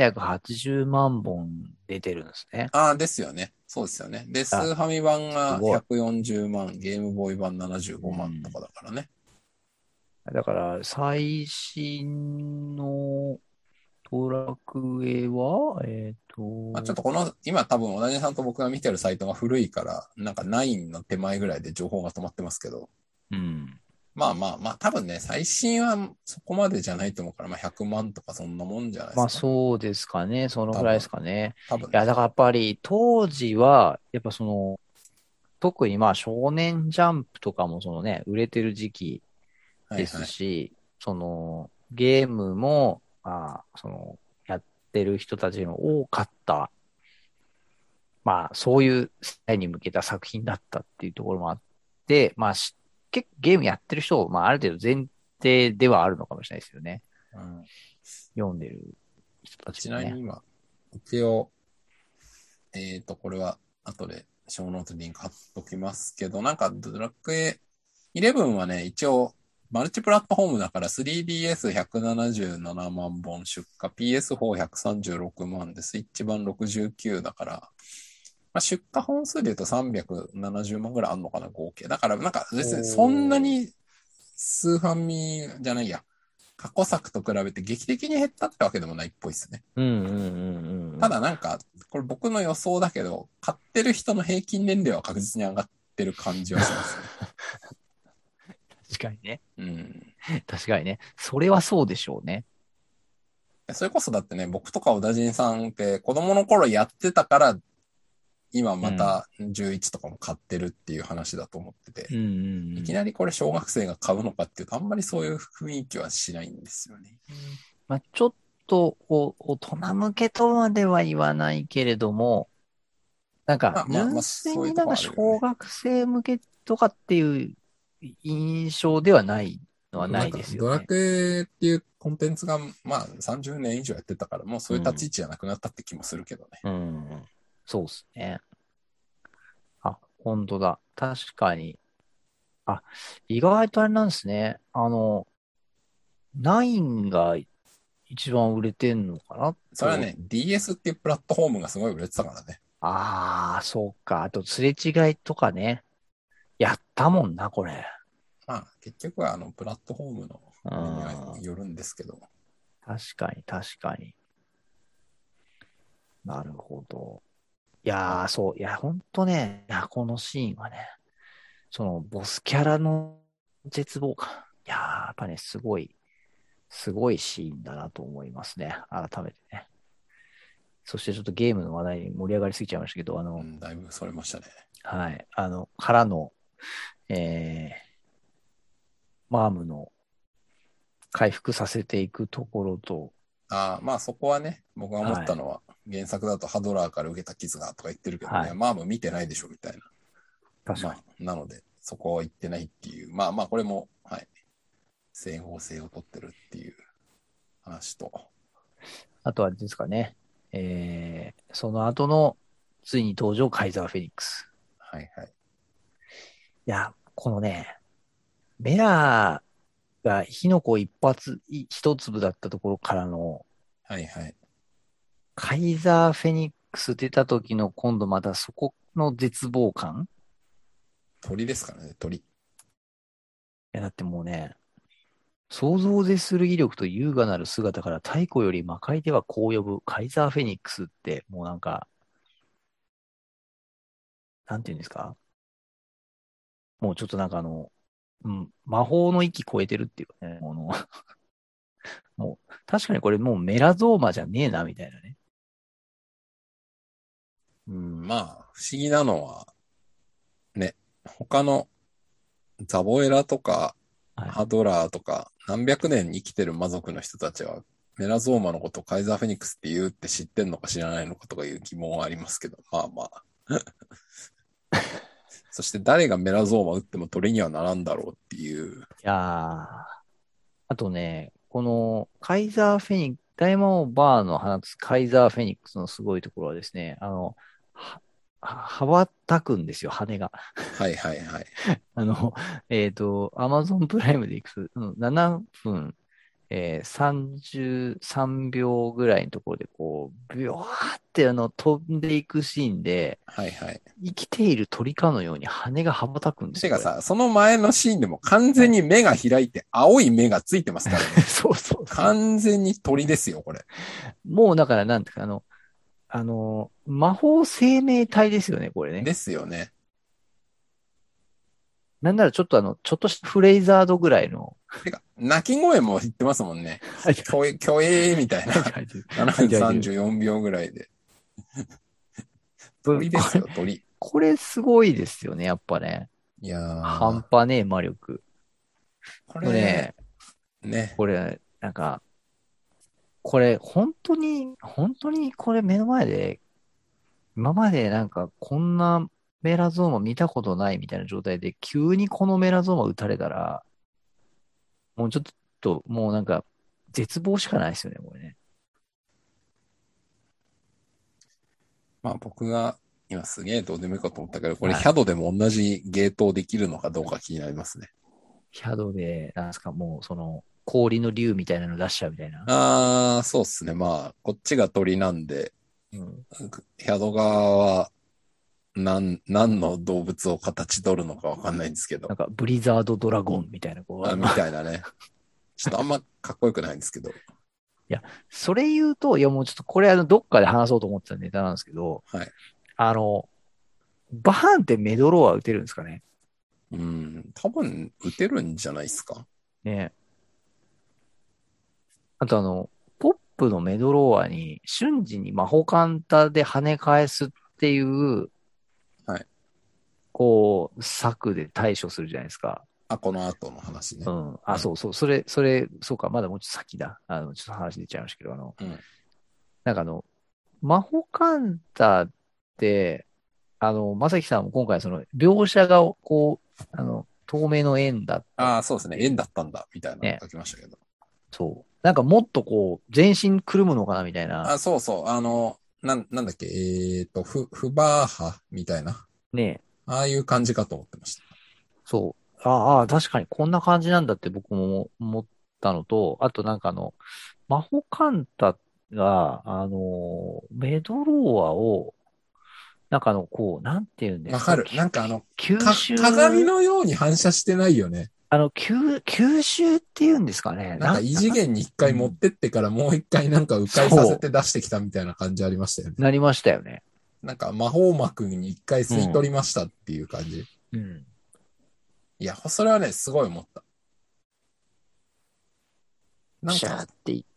380万本出てるんですね。 ですよね。そうですよね。で、スあ、 ーファミ版がすごい。 140万、ゲームボーイ版75 うん。 万とかだからね。 だから、最新のドラクエは、 まあ、ちょっと今多分、小田さんと僕が見てるサイトが古いから、なんか9の手前ぐらいで情報が止まってますけど、 うん。 まあまあまあ、多分ね、最新はそこまでじゃないと思うから、まあ100万とかそんなもんじゃないでまあすか。 そうですかね。そのぐらいです多分、 かね。いや、 多分ね。 だからやっぱり当時は、やっぱその、特にまあ少年ジャンプとかもそのね、売れてる時期ですはいはい。 し、その、ゲームも、やってる人たちの多かった、まあ、そういう世代に向けた作品だったっていうところもあって、まあ、結構ゲームやってる人、まあ、ある程度前提ではあるのかもしれないですよね。 うん、 読んでる人たちちもね。 なみに今、一応、これは後で小ノートにリンク貼っときますけど、なんかドラクエ11はね、一応、マルチプラットフォームだから 3DS177 万本出荷、PS4136 万で、スイッチ版69だから、まあ、出荷本数で言うと370万ぐらいあんのかな、合計。だから、なんか別にそんなおー。 にスーファミじゃないや。過去作と比べて劇的に減ったってわけでもないっぽいですね。 うんうんうんうんうたん。 だなんか、これ僕の予想だけど、買ってる人の平均年齢は確実に上がってる感じはしますね。 確かにね。 うん。 確かにね。それはそうでしょうね。 それこそだってね、僕とか小田人さんって子供の頃やってたから、今うん。 また11とかも買ってるっていう話だと思ってて、 うんうんうん。 いきなりこれ小学生が買うのかっていうと、あんまりそういう雰囲気はしないんですよね。 まあ、ちょっと、大人向けとまでは言わないけれども、なんか、 まあまあまあ、 純粋そういうとこになんかあるよね。 小学生向けとかっていう印象ではないのはないなんか、ドラですよね。 クエっていうコンテンツが、まあ30年以上やってたから、もうそういう立ち位うん。 置じゃなくなったって気もするけどね。 うん。そうですね。本当だ。確かに。あ、意外とあれなんですね。ナインが一番売れてんのかなと。 それはね、DS っていうプラットフォームがすごい売れてたからね。 ああ、そうか。あと、すれ違いとかね。やったもんな、これ。 まあ、結局はプラットフォームのうあれにはん。 よるんですけど。 確かに、確かに。なるほど。いまあ、 やー、そう。いや、ほんとね、いや、このシーンはね、その、ボスキャラの絶望感。いやー、やっぱね、すごいシーンだなと思いますね。改めてね。そしてちょっとゲームの話題に盛り上がりすぎちゃいましたけど、 うん、だいぶそれましたね。 はい。からの、えマームの回復させていくところと、 まあそこはね、僕が思っはい。 たのは、原作だとハドラーから受けた傷がとか言ってるけど、いや、 はい。 マーム見てないでしょ、みたいな。 確かに。 まあ、なので、そこは言ってないっていう。まあまあ、これも、はい。整合性をとってるっていう話と。 あとはですかね。その後の、ついに登場、カイザー・フェニックス。 はいはい。 いや、このね、メラが、火の粉一粒だったところからの、 はいはい。 カイザーフェニックス出た時の今度またそこの絶望感。 鳥ですからね、鳥。 いや、だってもうね、想像を絶する威力と優雅なる姿から太古より魔界ではこう呼ぶカイザーフェニックスって、もうなんか、なんて言うんですか？もうちょっとなんかうん、魔法の域超えてるっていうかね、もう、確かにこれもうメラゾーマじゃねえな、みたいなね。 うん、まあ、不思議なのは、ね、他のザボエラとか、 はい。 ハドラーとか、何百年生きてる魔族の人たちは、メラゾーマのことをカイザーフェニックスって言うって知ってんのか知らないのかとかいう疑問はありますけど、まあまあ。そして誰がメラゾーマ打っても鳥にはならんだろうっていう。 いやー、あとね、このカイザーフェニックス、大魔王バーの放つカイザーフェニックスのすごいところはですね、羽ばたくんですよ、羽が。 はいはいはい。 あの、アマゾンプライムでいくと、7分、33秒ぐらいのところで、こう、ビョワーって飛んでいくシーンで、 はいはい。 生きている鳥かのように羽が羽ばたくんですよ、これ。 てかさ、その前のシーンでも完はい。 全に目が開いて青い目がついてますからね。 そうそうそう。 完全に鳥ですよ、これ。 もうだから、なんていうか、魔法生命体ですよね、これね。 ですよね。 なんならちょっとちょっとしたフレイザードぐらいの、 てか、鳴き声も言ってますもんね。 書いてキョエ、キョエーみたいな。 書いてる。 7分書いてる、書いてる。 34秒ぐらいで。 これ、これ、 鳥ですよ、鳥。 これすごいですよね、やっぱね。 いやー、 半端ねえ魔力。 こでもれ、 ね、 ね。 これ、なんか、これ、本当にこれ目の前で、今までなんかこんなメラゾーマ見たことないみたいな状態で、急にこのメラゾーマ撃たれたら、もうちょっと、もうなんか、絶望しかないですよね、これね。 まあ僕が今すげえどうでもいいかと思ったけど、これはい。 ヒャドでも同じゲートできるのかどうか気になりますね。 シャドウで、なんですか、もう氷の竜みたいなの出しちゃうみたいな。 そうっすね。まあ、こっちが鳥なんで、 うん。 ヒャド側は何の動物を形取るのかわかんないんですけど。 なんか、ブリザードドラゴンみたいな、こう、 みたいなね。ちょっとあんまかっこよくないんですけど。 いや、それ言うと、いやもうちょっとこれどっかで話そうと思ってたネタなんですけど、 はい。 あの、バーンってメドローは打てるんですかね？ うん、多分打てるんじゃないですか。 ね。あとポップのメドローアに瞬時に魔法カンタで跳ね返すっていう、 はい。 こう、策で対処するじゃないですか。 あ、この後の話ね。 うん。あ、 うん。 そうそう。そうか。まだもうちょっと先だ。ちょっと話出ちゃいましたけど、 うん。 なんか魔法カンタって、まさきさんも今回描写が、こう、透明の円だったっそうですね。 ていう、 縁だったんだ、みたいなのね。 書きましたけど。 そう。なんかもっとこう、全身くるむのかなみたいな、 そうそう。なんだっけ、フバーハみたいな。 ね。 ああいう感じかと思ってました。 そう。ああ、確かにこんな感じなんだって僕も思ったのと、あとなんか魔法カンタが、メドローアを、なんかこう、なんて言うんですか、 わかる。なんか吸収、 鏡のように反射してないよね。 吸収っていうんですかね。 なんか異次元に一回持っうん。 てってからもう一回なんか迂回させそて出してきたみたいな感じありましたよね。 う、なりましたよね。 なんか魔法膜に一回吸いうん。 取りましたっていう感じ。 うん。 いや、それはね、すごい思った。なプシャーんかって言って、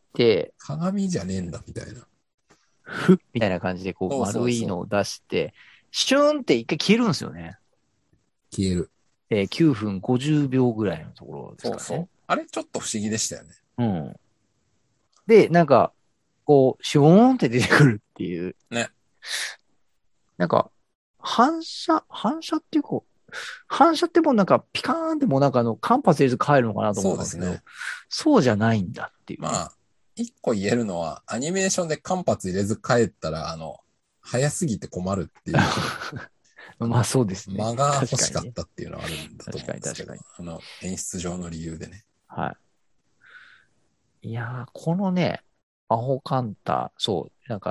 鏡じゃねえんだみたいな。 ふっみたいな感じでこうそうそうそう。 丸いのを出して、シューンって一回消えるんですよね。 消える。 9分50秒ぐらいのところですからね。 そうそう。あれちょっと不思議でしたよね。 うん。で、なんか、こう、シューンって出てくるっていう。 ね。 なんか、反射っていうか、反射ってもうなんかピカーンってもうなんか間髪入れず帰るのかなと思ったんですけど、 そうですね。 そうじゃないんだっていうね。 まあ、一個言えるのは、アニメーションで間髪入れず帰ったら、早すぎて困るっていう、 まあそうですね。 間が欲しかっ確かにね。 たっていうのはあるんだと確か思うんですけど、 に確かに。 演出上の理由でね。 はい。いやー、このね、アホカンタ、そう、なんか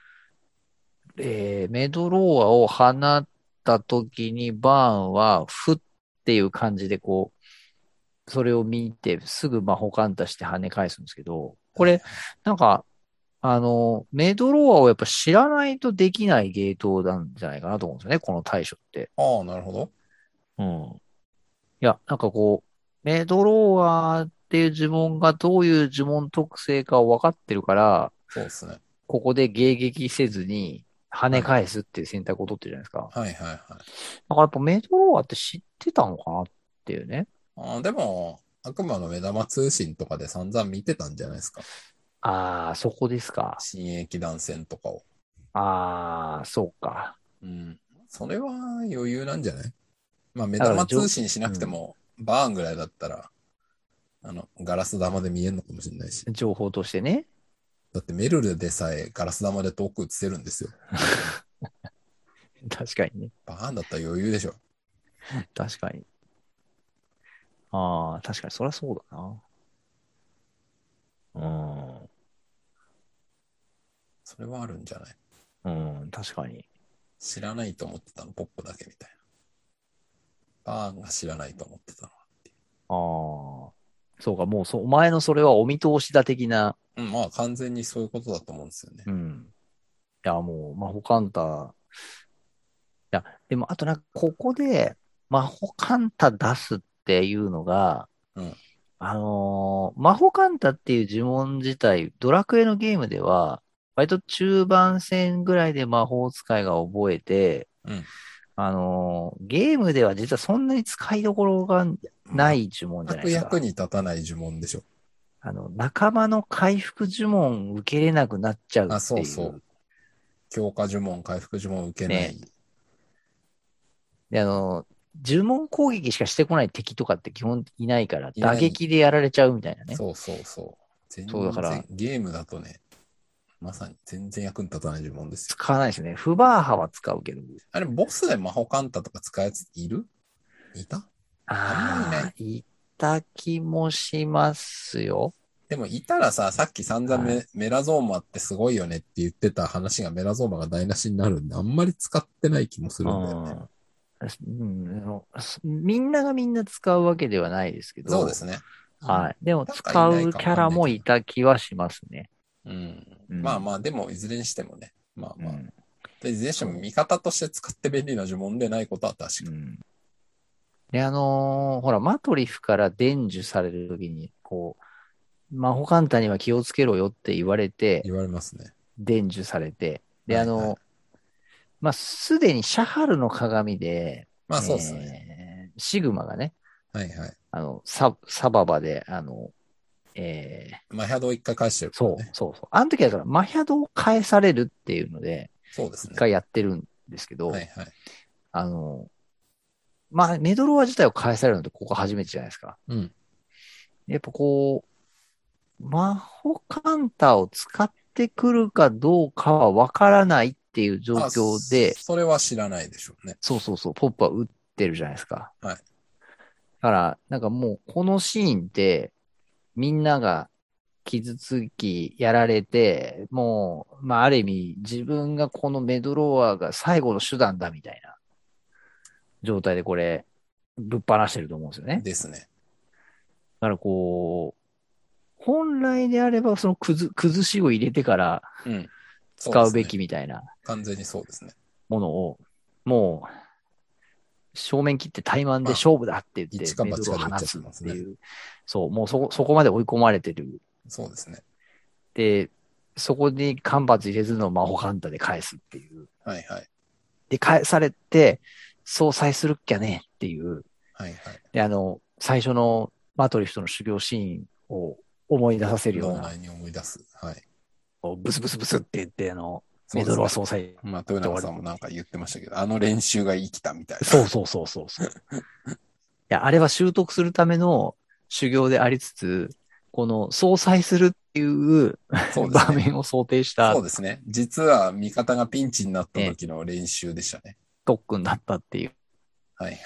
メドローアを放った時にバーンは、ふっていう感じでこう、それを見て、すぐ魔法カンタして跳ね返すんですけど、こはい。 れ、なんか、メドローアをやっぱ知らないとできないゲートなんじゃないかなと思うんですよね、この対処って。 ああ、なるほど。 うん。いや、なんかこう、メドローアっていう呪文がどういう呪文特性かを分かってるから、 そうですね。 ここで迎撃せずに跳ねはい。 返すっていう選択を取ってるじゃないですか。 はいはいはい。 だからやっぱメドローアって知ってたのかなっていうね。 ああ、でも、悪魔の目玉通信とかで散々見てたんじゃないですか。 ああ、そこですか。 新駅断線とかを。 ああ、そうか。 うん。それは余裕なんじゃない？まあ、目だから、 玉通信しなうん、 くても、バーンぐらいだったら、ガラス玉で見えるのかもしれないし。 情報としてね。 だってメルルでさえガラス玉で遠く映せるんですよ。 確かにね。 バーンだったら余裕でしょ。 確かに。ああ、確かに、そりゃそうだな。うん。 それはあるんじゃない？ うん、確かに。 知らないと思ってたの、ポップだけみたいな。バーンが知らないと思ってたの。 ああ。そうか、もうお前のそれはお見通しだ的な。 うん、まあ完全にそういうことだと思うんですよね。 うん。いや、もう、魔法カンタ。いや、でも、あとなんか、ここで、魔法カンタ出すっていうのが、 うん。 魔法カンタっていう呪文自体、ドラクエのゲームでは、割と中盤戦ぐらいで魔法使いが覚えて、 うん。 ゲームでは実はそんなに使いどころがない呪文じゃない全く役ですか。 に立たない呪文でしょ。 仲間の回復呪文受けれなくなっちゃうっあ、そうそう。 ていう。 強化呪文、回復呪文受けなね。 い。 で、呪文攻撃しかしてこない敵とかって基本いないから、打いない。 撃でやられちゃうみたいなね。 そうそうそう。 そうだから、 全然、ゲームだとね、まさに全然役に立たない呪文ですよ。 使わないですね。フバーハは使うけど。 あれ、ボスで魔法カンタとか使うやついた？あんまいない。 ああ、いた気もしますよ。 でもいたらさ、さっき散々 はい。 メラゾーマってすごいよねって言ってた話がメラゾーマが台無しになるんで、あんまり使ってない気もすうるんだよね。 ん。うん、みんながみんな使うわけではないですけど、 そうですね。 はい。でもなんかい使ないかわうキャラかんないけど。 もいた気はしますね。 うん。 うん。 まあまあ、でもいずれにしてもね。まあまあ。 うん。 でいずれにしてもそ味方として使って便利な呪文でないことは確う。うか。 ん。で、ほら、マトリフから伝授されるときに、こう、魔法カンタには気をつけろよって言われて、 言われますね。 伝授されて、で、 はいはい。 まあ、すでにシャハルの鏡で、 まあそうですね。 シグマがね、 はいはい。 サババで、 まあ、100を一回返してるからね。 そうそうそう。あの時はだから、マヒャドを返されるっていうので、 そうですね。 一回やってるんですけど、 はいはい。 あの、まあ、メドロワ自体を返されるのってここ初めてじゃないですか。 うん。 やっぱこう、魔法カンタを使ってくるかどうかはわからないっていう状あ、 況で、 それは知らないでしょうね。 そうそうそう、ポップは打ってるじゃないですか。 はい。 だから、なんかもう、このシーンって、みんなが傷つき、やられて、もう、まあ、ある意味、自分がこのメドロワーが最後の手段だみたいな状態でこれ、ぶっ放してると思うんですよね。 ですね。 だからこう、本来であれば、その崩しを入れてからうん。そうで使うべすね。 きみたいな完全にそうですね。 ものを、もう、正面切って怠慢まあ、 で勝負だって言って、 一かメドロを八かで打っちゃっ放すってますね。 ていう、そう、もうそこまで追い込まれてる。 そうですね。 で、そこに間髪入れずの魔法カンタで返すっていう。 はいはい。 で、返されて、相殺するっきゃねっていう。 はいはい。 で、最初のマトリフとの修行シーンを思い出させるような、 脳内に思い出す。はい。 こうブスブスブスって言って、メドロはそうですね。 総裁でまあ、豊終わる。 永さんもなんか言ってましたけど、あの練習が生きたみたいな。 そうそうそうそうそう。いや、あれは習得するための修行でありつつ、この相殺するっていうそうですね。 場面を想定したそうですね。実は味方がピンチになったね、 時の練習でしたね。 特訓だったっていう。 はいはい。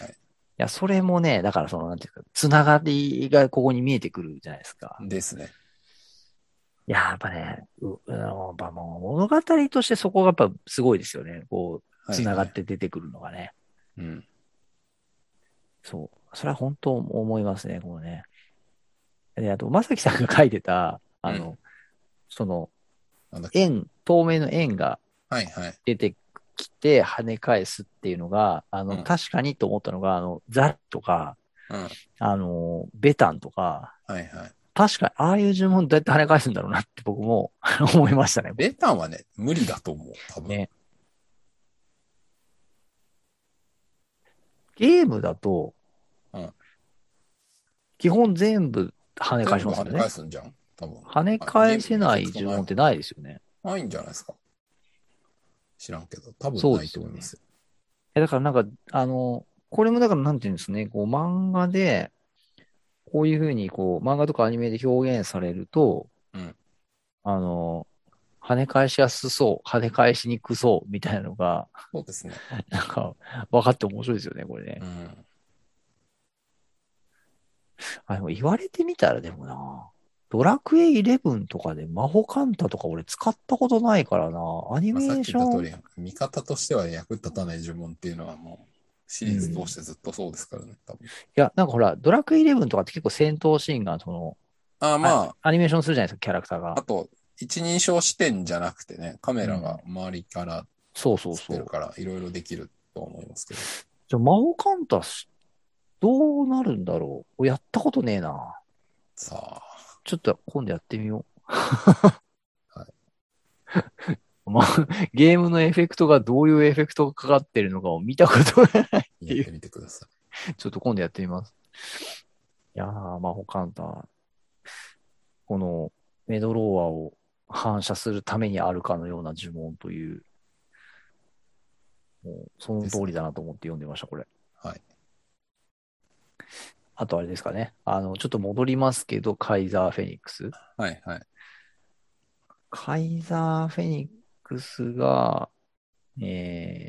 や、それもね、だからその、なんていうか、つながりがここに見えてくるじゃないですか。 ですね。 いや、やっぱね、やっぱもう物語としてそこがやっぱすごいですよね。こう、つながはいはい。 って出てくるのがね。 うん。 そう。それは本当思いますね、こうね。で、あと、まさきさんが書いてた、 うん。 その、 なんだっけ。 透明の円がはいはい。 出てきて跳ね返すっていうのが、 うん。 確かにと思ったのが、ザルとか、 うん。 ベタンとか、 はいはい。 確かにああいう呪文どうやって跳ね返すんだろうなって僕も思いましたね。 ベタンはね、無理だと思う。多分。 ね。ゲームだと、 うん。 基本全部跳ね返し全部跳ねますよね。 返すんじゃん多分。 跳ねまあ、ゲー返せムにエフェクない呪文ってトないもん。 ないですよね。 ないんじゃないですか。知らんけど。多分そうないですよね。 と思いますよ。 だからなんか、これもだからなんていうんですね、こう漫画で、こういうふうにこう漫画とかアニメで表現されると、 うん。 あの、跳ね返しやすそう、跳ね返しにくそうみたいなのが、 そうですね。 なんか分かって面白いですよね、これね。 うん。 でも言われてみたらでもな、ドラクエ11とかで魔法カンタとか俺使ったことないからな、アニまあ、さっメーション、 き言った通り、味方としては役立たない呪文っていうのはもう、シリーズ通うん。いしてずっとそうですからね、多分。 や、なんかほら、ドラクエ11とかって結構戦闘シーンが、 ああ、まアニメーションするじゃないですか、キャラクターあ、 が。 あと、一人称視点じゃなくてね、カメラがうん。 周りからそうそうそう。 映ってるから、いろいろできると思いますけど。 じゃあ、魔法カンタどうなるんだろう。やったことねえな。 さあ、 ちょっと今度やってみよはい。 う。ゲームのエフェクトがどういうエフェクトがかかってるのかを見たことがないっていう。 やってみてくださちょっと今度やってみます。いやー、魔法カンタ。このメドローアを反射するためにあるかのような呪文という、もうそい。ですね。 の通りだなと思って読んでました、これ。 はい。 あとあれですかね。ちょっと戻りますけど、カイザー・フェニックス。 はい、はい。 カイザー・フェニックスが、え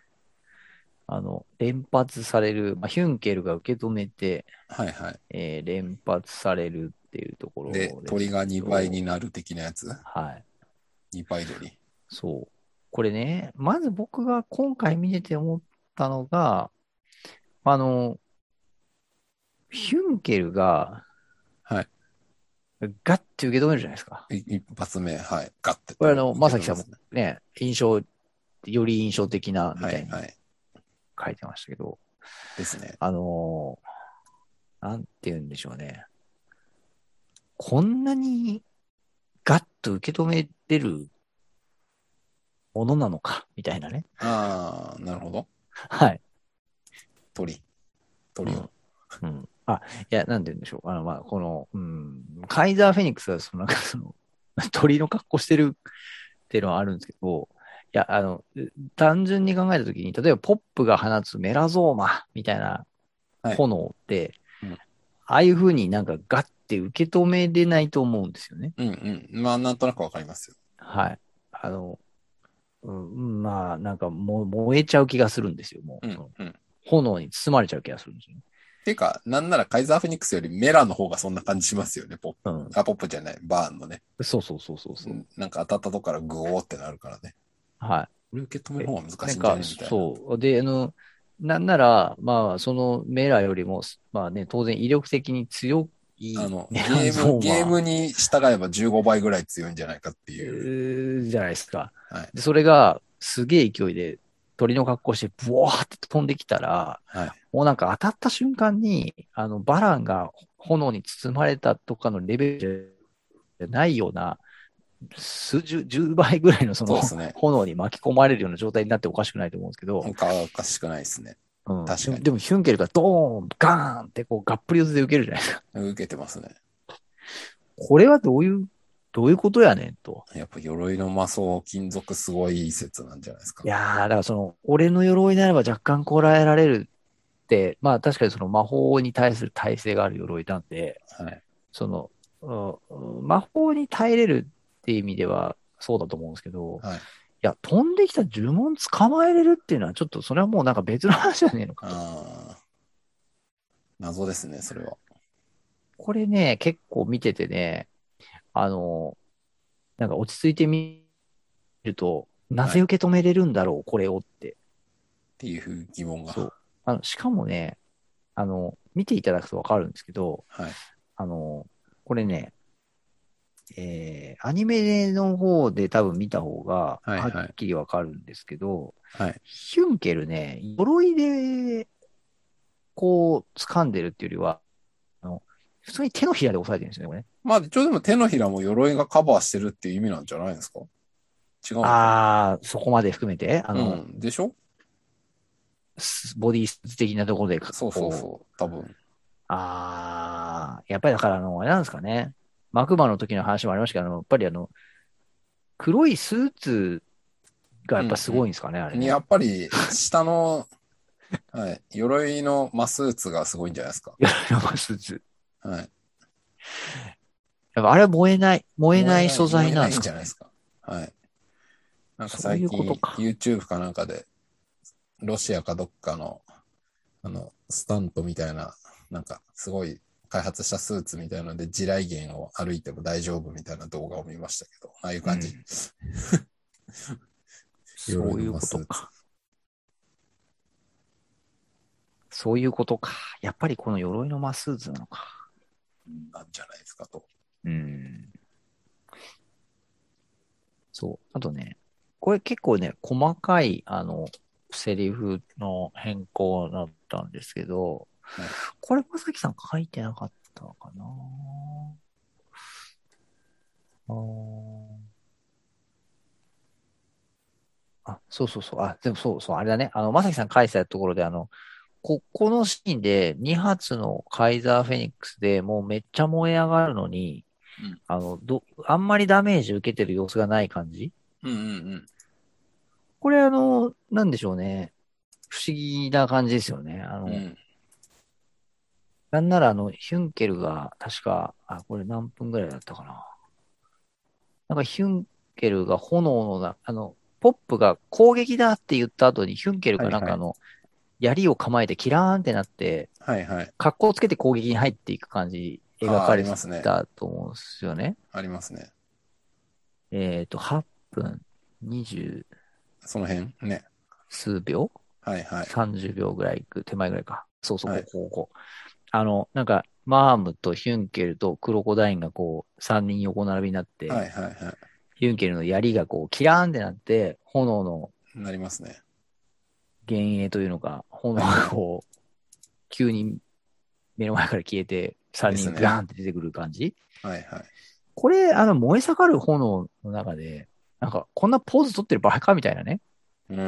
連発される、まあ、ヒュンケルが受け止めて、 はい、はい。 連発されるっていうとこで、 ろですけ鳥が2倍にど、 なる的なやつ。 はい。 2倍鳥。 そう。これね、まず僕が今回見てて思ったのが、あの、ヒュンケルがはい。 ガッて受け止めるじゃないですか。 一発目、はい。ガッてこれまさきさんも受け止めますね。 ね、より印象的なみはい、 たいにはい。 書いてましたけど、 ですね。 あの、なんて言うんでしょうね。こんなにガッと受け止めれるものなのか、みたいなね。 ああ、なるほど。 はい。 鳥。鳥を。 うん。うん。いや、なんて言うんでしょう。まあ、カイザー・フェニックスが、鳥の格好してるっていうのはあるんですけど、いや、単純に考えたときに、例えばポップが放つメラゾーマみたいなはい。 炎って、 うん、 ああいう風になんかガッて受け止めれないと思うんですよね。 うん、うん。まあ、なんとなくわかりますよ。 はい。まあ、なんかもう燃えちゃう気がするんですよ。もう、 うん、うん。 炎に包まれちゃう気がするんですよね。 てか、なんならカイザーフェニックスよりメラの方がそんな感じしますよね、ポップ。 うん。 あ、ポップじゃない、バーンのね。 そうそうそうそうそう。 なんか当たったとこからグオーってなるからね。 はこれ受け止めい。 る方が難しいんじゃなんか、 ねみたいな。 そう。で、なんなら、まあ、そのメラよりも、まあね、当然威力的に強いメラゾーゲームマに従えば15倍ぐらい強いんじゃないかっていう。 じゃないですか。 はい。 で、それがすげえ勢いで鳥の格好してブワーって飛んできたら、 はい。 もうなんか当たった瞬間に、バランが炎に包まれたとかのレベルじゃないような、十倍ぐらいのそのそうですね。 炎に巻き込まれるような状態になっておかしくないと思うんですけど、 おかしくないですね。 うん。 確かに。 でもヒュンケルがドーン、ガーンってこうがっぷり四つで受けるじゃないですか。 受けてますね。 これはどういうことやねんと。 やっぱ鎧の魔装金属すごいいい説なんじゃないですか。 いやー、だから俺の鎧ならば若干こらえられるって、まあ確かにその魔法に対する耐性がある鎧なんで、 はい。 その、魔法に耐えれるっていう意味ではそうだと思うんですけど、 はい。 いや、飛んできた呪文捕まえれるっていうのはちょっとそれはもうなんか別の話じゃねえのかと。 ああ。 謎ですね、それは。 これね、結構見ててね、あの、なんか落ち着いてみると、なはい。っぜ受け止めれるんだろう、これをって。 ていう疑問が。 そう。しかもね、見ていただくとわかるんですけど、 はい。 あの、これね、アニメの方で多分見た方がはっはいはい。 きりわかるんですけど、 はい。 ヒュンケルね、鎧でこう掴んでるっていうよりは、普通に手のひらで押さえてるんですよね、これね。 まあ、一応でも手のひらも鎧がカバーしてるっていう意味なんじゃないですか？違うのかな？ ああ、そこまで含めて、 うん。でしょ？ ボディスーツ的なところで、 そうそうこう、 そう。多分。 やっぱりだからあれなんですかね。マクマの時の話もありましたけど、やっぱり黒いスーツがやっぱすごうんいんですかね、あれうん。 ね。 やっぱり、下の、はい。鎧のマスーツがすごいんじゃないですか。 いや、スーツ。 はい。 やっぱあれは燃えない素燃えないん材なんですかね。 じゃないですか。はい。なんかそういうこと最近、 か。 YouTube かなんかで、ロシアかどっかの、スタントみたいな、なんか、すごい開発したスーツみたいなので、地雷原を歩いても大丈夫みたいな動画を見ましたけど、ああいう感じ。 うん。そういう鎧のマことか。 スーツ。 そういうことか。やっぱりこの鎧のマスーツなのか。 なんじゃないですかと。 うん。そう。あとね、これ結構ね、細かい、セリフの変更だったんですけど、 はい。 これ、まさきさん書いてなかったのかな。そうそうそう。でもそうそう、あれだね。まさきさん書いてたところで、このシーンで2発のカイザーフェニックスでもうめっちゃ燃え上がるのに、 うん。 あんまりダメージ受けてる様子がない感じ。 うんうんこれなんでしょうね。不思議な感じですよね。 うん。うん。 なんならヒュンケルが、確か、これ何分ぐらいだったかな。なんかヒュンケルが炎のな、ポップが攻撃だって言った後にヒュンケルがなんはいはい。 か槍を構えてキラーンってなって、 はいはい。 格好つけて攻撃に入っていく感じ描あかれてりますね。 たと思うんですよね。 ありますね。 8分20 その辺ね。 数秒はいはい。 ?30 秒ぐらい行く、手前ぐらいか。そうそう、 はい。 ここ。なんか、マームとヒュンケルとクロコダインがこう、3人横並びになって、 はいはいはヒュンケルの槍がこう、キラーンってなって、炎のい。なりますね。 幻影というのか、炎はいはい。 がこう、急に目の前から消えて、3人ビャーですね。 ンって出てくる感じ。 はいはい。 これ、燃え盛る炎の中で、なんか、こんなポーズ取ってる場合かみたいなね。 うん。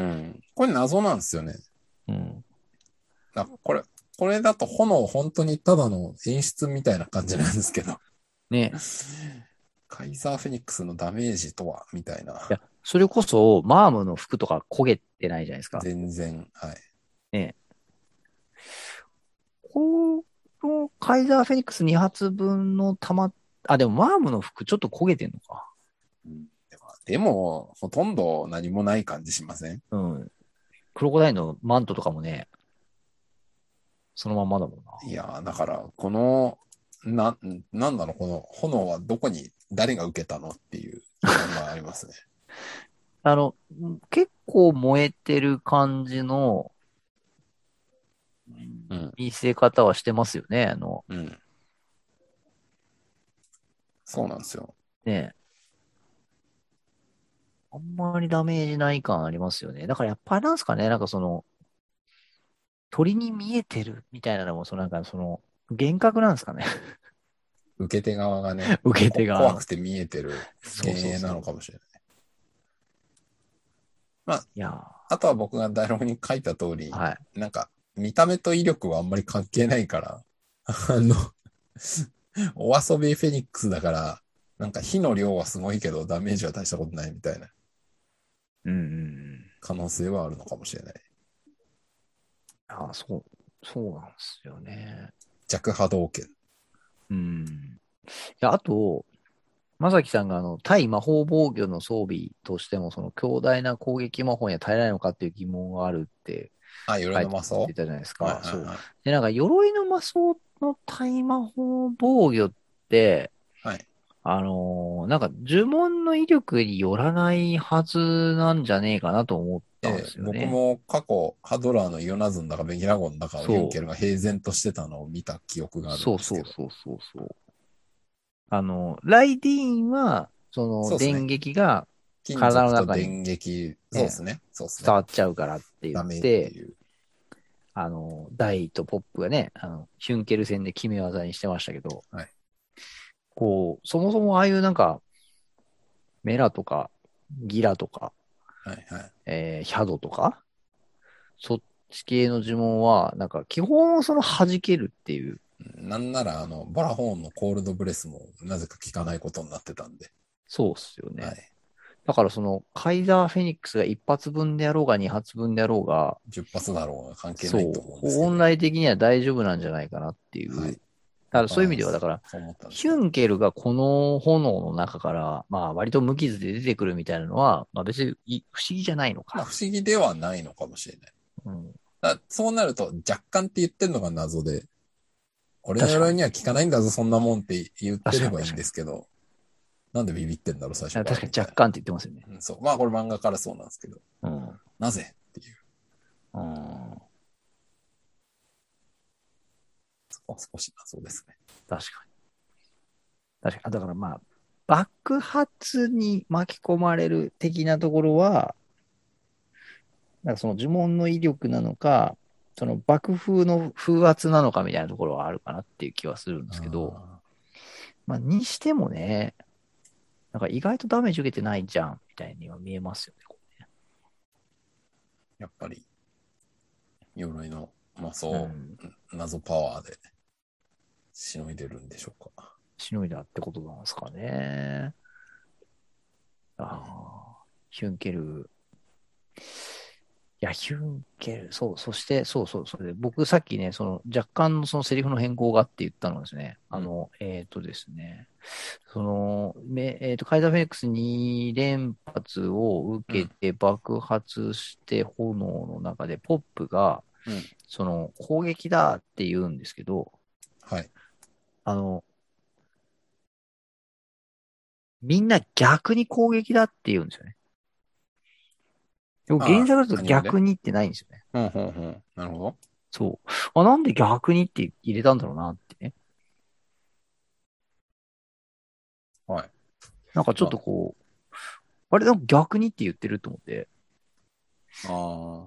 これ謎なんですよね。 うん。 これだと炎本当にただの演出みたいな感じなんですけど。 ね。 カイザーフェニックスのダメージとはみたいな。 いや、それこそ、マームの服とか焦げてないじゃないですか。 全然、はい。 ね。このカイザーフェニックス2発分の弾、でもマームの服ちょっと焦げてんのか。 うん、でも、ほとんど何もない感じしません？ うん。クロコダインのマントとかもね、そのまんまだもんな。 いやー、だから、なんだろう、この炎はどこに、誰が受けたのっていう疑問がありますね。 あの、結構燃えてる感じのうん、 見せ方はしてますよね。 うん。そうなんですよ。 ね。あんまりダメージない感ありますよね。だからやっぱりなんですかね。なんか鳥に見えてるみたいなのも、幻覚なんですかね。 受け手側がね、 受け手側の。 怖くて見えてるそう幻影なそうそう。 のかもしれない。まあ、 いやー、 あとは僕が台本に書いた通り、 はい。 なんか、見た目と威力はあんまり関係ないから、の、お遊びフェニックスだから、なんか火の量はすごいけどダメージは大したことないみたいなうんうんうん。 可能性はあるのかもしれない。 そうなんですよね。 弱波動拳。 うん。いや、あと、まさきさんが対魔法防御の装備としても、その強大な攻撃魔法には耐えられるのかっていう疑問があるってあ、鎧の魔装。 ってたじゃないですはいか。そう。 はいはい。 で、なんか、鎧の魔装の対魔法防御って、 はい。 なんか呪文の威力によらないはずなんじゃねえかなと思ったんですよ僕ね。 も過去、ハドラーのイオナズンだかベギラゴンだかをヒュンそう。 ケルが平然としてたのを見た記憶があるんそうですけど。 そうそうそうそう。ライディーンは、その、電そうですね。 撃が金体の属と中に電撃、そうでね、 すね。そうですね。 伝わっちゃうからって言っダメってて、 いう。 ダイとポップがね、ヒュンケル戦で決め技にしてましたけど、 はい。 こう、そもそもああいうなんか、メラとか、ギラとか、 はいはい。 ヒャドとか、そっち系の呪文は、なんか基本その弾けるっていう、 なんなら、ボラホーンのコールドブレスもなぜか効かないことになってたんで。 そうっすよね。 はい。 だからその、カイザーフェニックスが一発分であろうが二発分であろうが、 10発だろうが関係ないとそう、 思うんですけど。 本来的には大丈夫なんじゃないかなっていう。 はい。 だからそういう意味では、だから、 そう思ったんですヒュけど。 ンケルがこの炎の中から、まあ割と無傷で出てくるみたいなのは、まあ別に不思議じゃないのまあ、 か。 不思議ではないのかもしれない。 うん。 そうなると、若干って言ってるのが謎で、俺の確かに。 鎧には効かないんだぞ、そんなもんって言ってればいいん確かに確かに。 ですけど、なんでビビってんだろう、最初から、 確かみたいな。 に若干って言ってますよね。 うん、そう。まあ、これ漫画からそうなんですけど、 うん。 なぜっていう、 うん。 そこは少し謎ですね。 確かに。確かに。だからまあ、爆発に巻き込まれる的なところは、なんかその呪文の威力なのか、その爆風の風圧なのかみたいなところはあるかなっていう気はするんですけど、 あまあ、にしてもね、なんか意外とダメージ受けてないじゃん、みたいには見えますよね。 やっぱり、鎧の魔装、 うん。 謎パワーでしのいでるんでしょうか。 しのいだってことなんですかね。 うん、 ヒュンケル。いや、ヒュンケル、そう、そして、そうそう、それで、僕さっきね、その若干のそのセリフの変更があって言ったのはですね、 うん、 ですね、その、カイザーフェニックス2連発をうん、 受けて爆発して炎の中でポップが、 うん。 その攻撃だって言うんですけど、 はい。 あの、みんな逆に攻撃だって言うんですよね。でも原ああ、 作だとアニメで。 逆にってないんですよね。 うん、うん、うん。なるほど。 そう。なんで逆にって入れたんだろうなってね。 はい。 なんかちょっまとこう、あれ、なんか逆にって言ってると思って、 あ、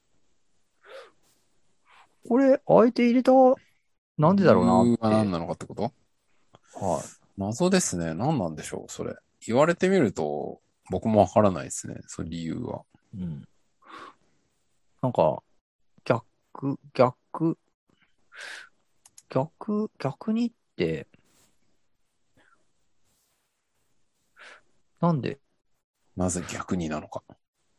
これ、相手入れた、なんで理だろうなっ由は何て。 なのかってこと？ は謎ですね。何なんでしょう、それ。言われてみると、僕もわからないですね。その理由は。 い。うん。なんか、逆、逆、逆にって、なんで、 なぜ逆になのか。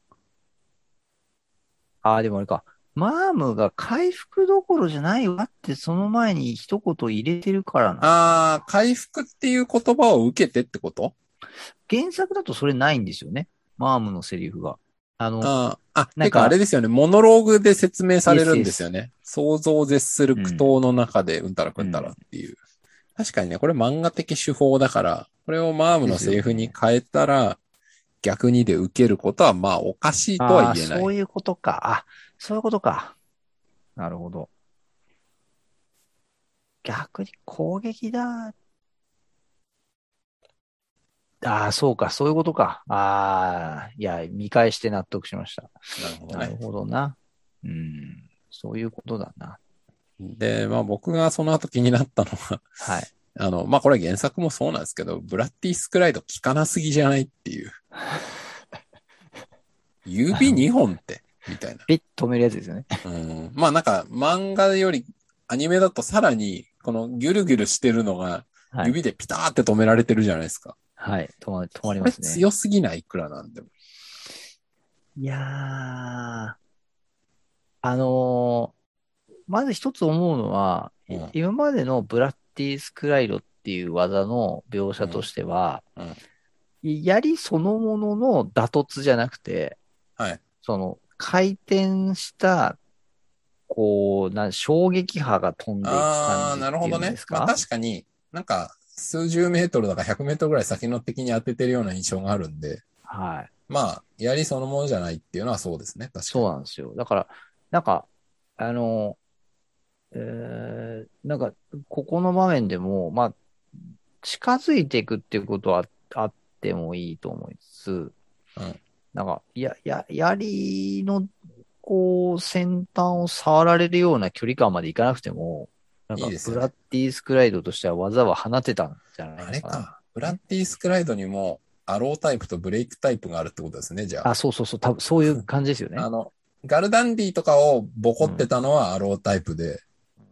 でもあれか。マームが回復どころじゃないわってその前に一言入れてるからなのかな。 ああ、回復っていう言葉を受けてってこと？ 原作だとそれないんですよね。マームのセリフが。 てかあれなんか、 ですよね。モノローグで説明さイエれるんスイエス。 ですよね。想像を絶する苦うん。 闘の中でうんたらくんたらっうん。 ていう。確かにね、これ漫画的手法だから、これをマームですのセリフによね。 変えたら、逆にで受けることはまあおかしいとはああ、 言えない。 そういうことか。そういうことか。なるほど。逆に攻撃だ。そうか、そういうことか。いや、見返して納得しました。 なるほどね。 なるほどな。うん、そういうことだな。 で、まあ僕がその後気になったのは、 はい。 まあこれ原作もそうなんですけど、ブラッディスクライド効かなすぎじゃないっていう。指あの、 2本って、みたいな。 ピッ止めるやつですよね。 うん。まあなんか漫画よりアニメだとさらに、このギュルギュルしてるのがはい。 指でピターって止められてるじゃないですか。 はい。止まりこれますね。 強すぎないいくらなんでも。 いやー、あのまず一つ思うのは、 うん。 今までのブラッディスクライドっていう技の描写とうん。 しては、 うん。 槍そのものの打突じゃなくて、 はい。 その回転したこう、衝撃波が飛んでいく感あー、 じっていうんでなるほどね。まあすか？ 確かになんか数十メートルだか100メートルぐらい先の敵に当ててるような印象があるんで、 はい。 まあ、槍そのものじゃないっていうのはそうですね。確かに。 そうなんですよ。だから、なんか、あの、なんか、ここの場面でも、まあ、近づいていくっていうことはあってもいいと思いつつ、 うん。 なんか、槍の、こう、先端を触られるような距離感までいかなくても、なんか、 いいですよね。 ブラッディスクライドとしては技は放てたんじゃないあのかな。 れか。ブラッね。 ディスクライドにもアロータイプとブレイクタイプがあるってことですね、じゃあ、そうそうそう、多分そういう感じですよね。 あ。ガルダンディとかをボコってうん。 たのはアロータイプで、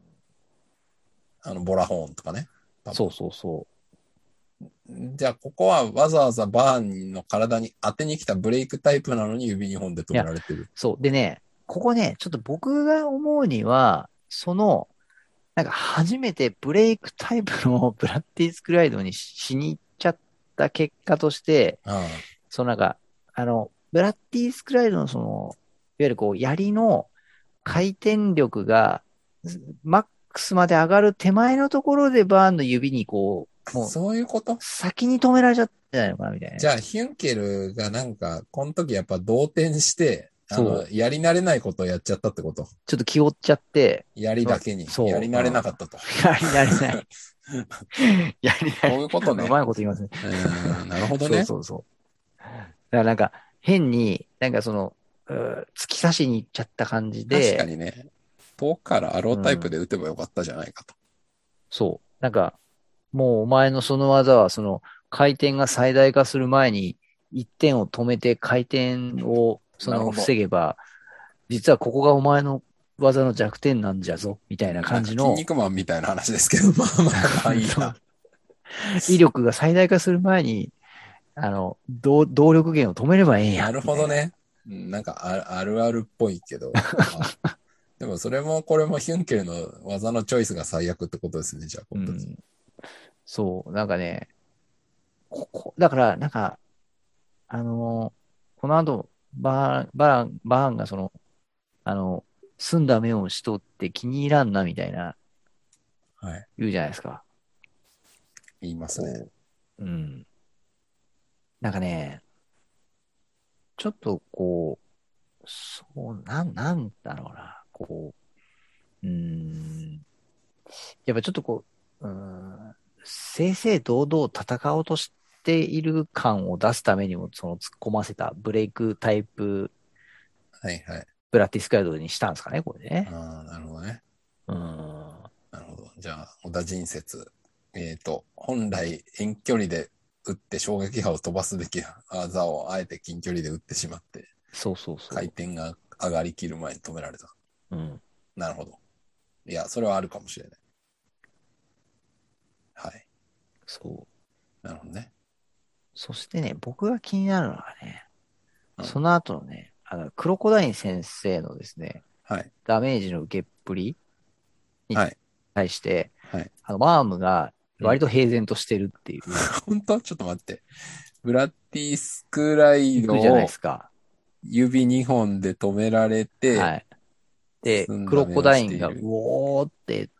ボラホーンとかね。多分。 そうそうそじゃあ、ここはわざわざバーンの体に当てに来たブレイクタイプなのに指2本で止う。いや、 められてる。 そう。でね、ここね、ちょっと僕が思うには、なんか初めてブレイクタイプのブラッディスクライドにしに行っちゃった結果として、 あなんか、ブラッディスクライドのいわゆるこう、槍の回転力が、マックスまで上がる手前のところでバーンの指にこあ、 う、もう、 そういうこと。 先に止められちゃったんじゃないのかな、みたいなね。 じゃあ、ヒュンケルがなんか、この時やっぱ動転して、 そう。 やり慣れないことをやっちゃったってこと。 ちょっと気負っちゃって、 槍だけに。やりそう、 慣れうん。 なかったと。 やり慣れない。やり慣そういうことれ、うね。 まいこと言いますね。 なるほどそうね。 そうそう。だからなんか、変に、なんか突き刺しに行っちゃった感じ確かで、 にね、遠くからアロータイプうん、 で打てばよかったじゃないかと。 そう。なんか、もうお前のその技は、回転が最大化する前に、一点を止めて回転を、 なるほど。 防げば、実はここがお前の技の弱点なんじゃぞ、みたいななん感じの、 か筋肉マンみたいな話ですけど、まあまあまあいいや。 そう、威力が最大化する前に、動力源を止めればええんや、 なるみたいな。 ほどね。なんかあるあるっぽいけど、まあ。でもそれもこれもヒュンケルの技のチョイスが最悪ってことですね、じゃあ、この時。 うん。そう、なんかね、だから、なんか、この後、バーンがあの、澄んだ目をしとって気に入らんな、みたいな、 はい。 言うじゃないですか。 言いますね。 こうん。なんかね、ちょっとなんだろうな。やっぱちょっと正々堂々戦おうとしている感を出すためにも、突っ込ませたブレイクタイプはいはい。 ブラッディスクライドにしたんですかね、これね。 ああ、なるほどね。 うん。 なるほど。じゃあ、小田人説。本来遠距離で打って衝撃波を飛ばすべき技をあえて近距離で打ってしまって、 そうそう回そ転が上がりきる前に止められた。 う。うん。 なるほど。いや、それはあるかもしれない。はい。 そう。 なるほどね。 そしてね、僕が気になるのはね、 うん。 その後のね、クロコダイン先生のですね、 はい。 ダメージの受けっぷりにはい。 対して、 はい。 マームがうん。 割と平然としてるっていう、 本当ちょっと待って。ブラッディスクライ行くじゃないでドをすか。 指2本で止められて、 はい。で、 澄んクロコだ目をダインがうしている。 おーって言って、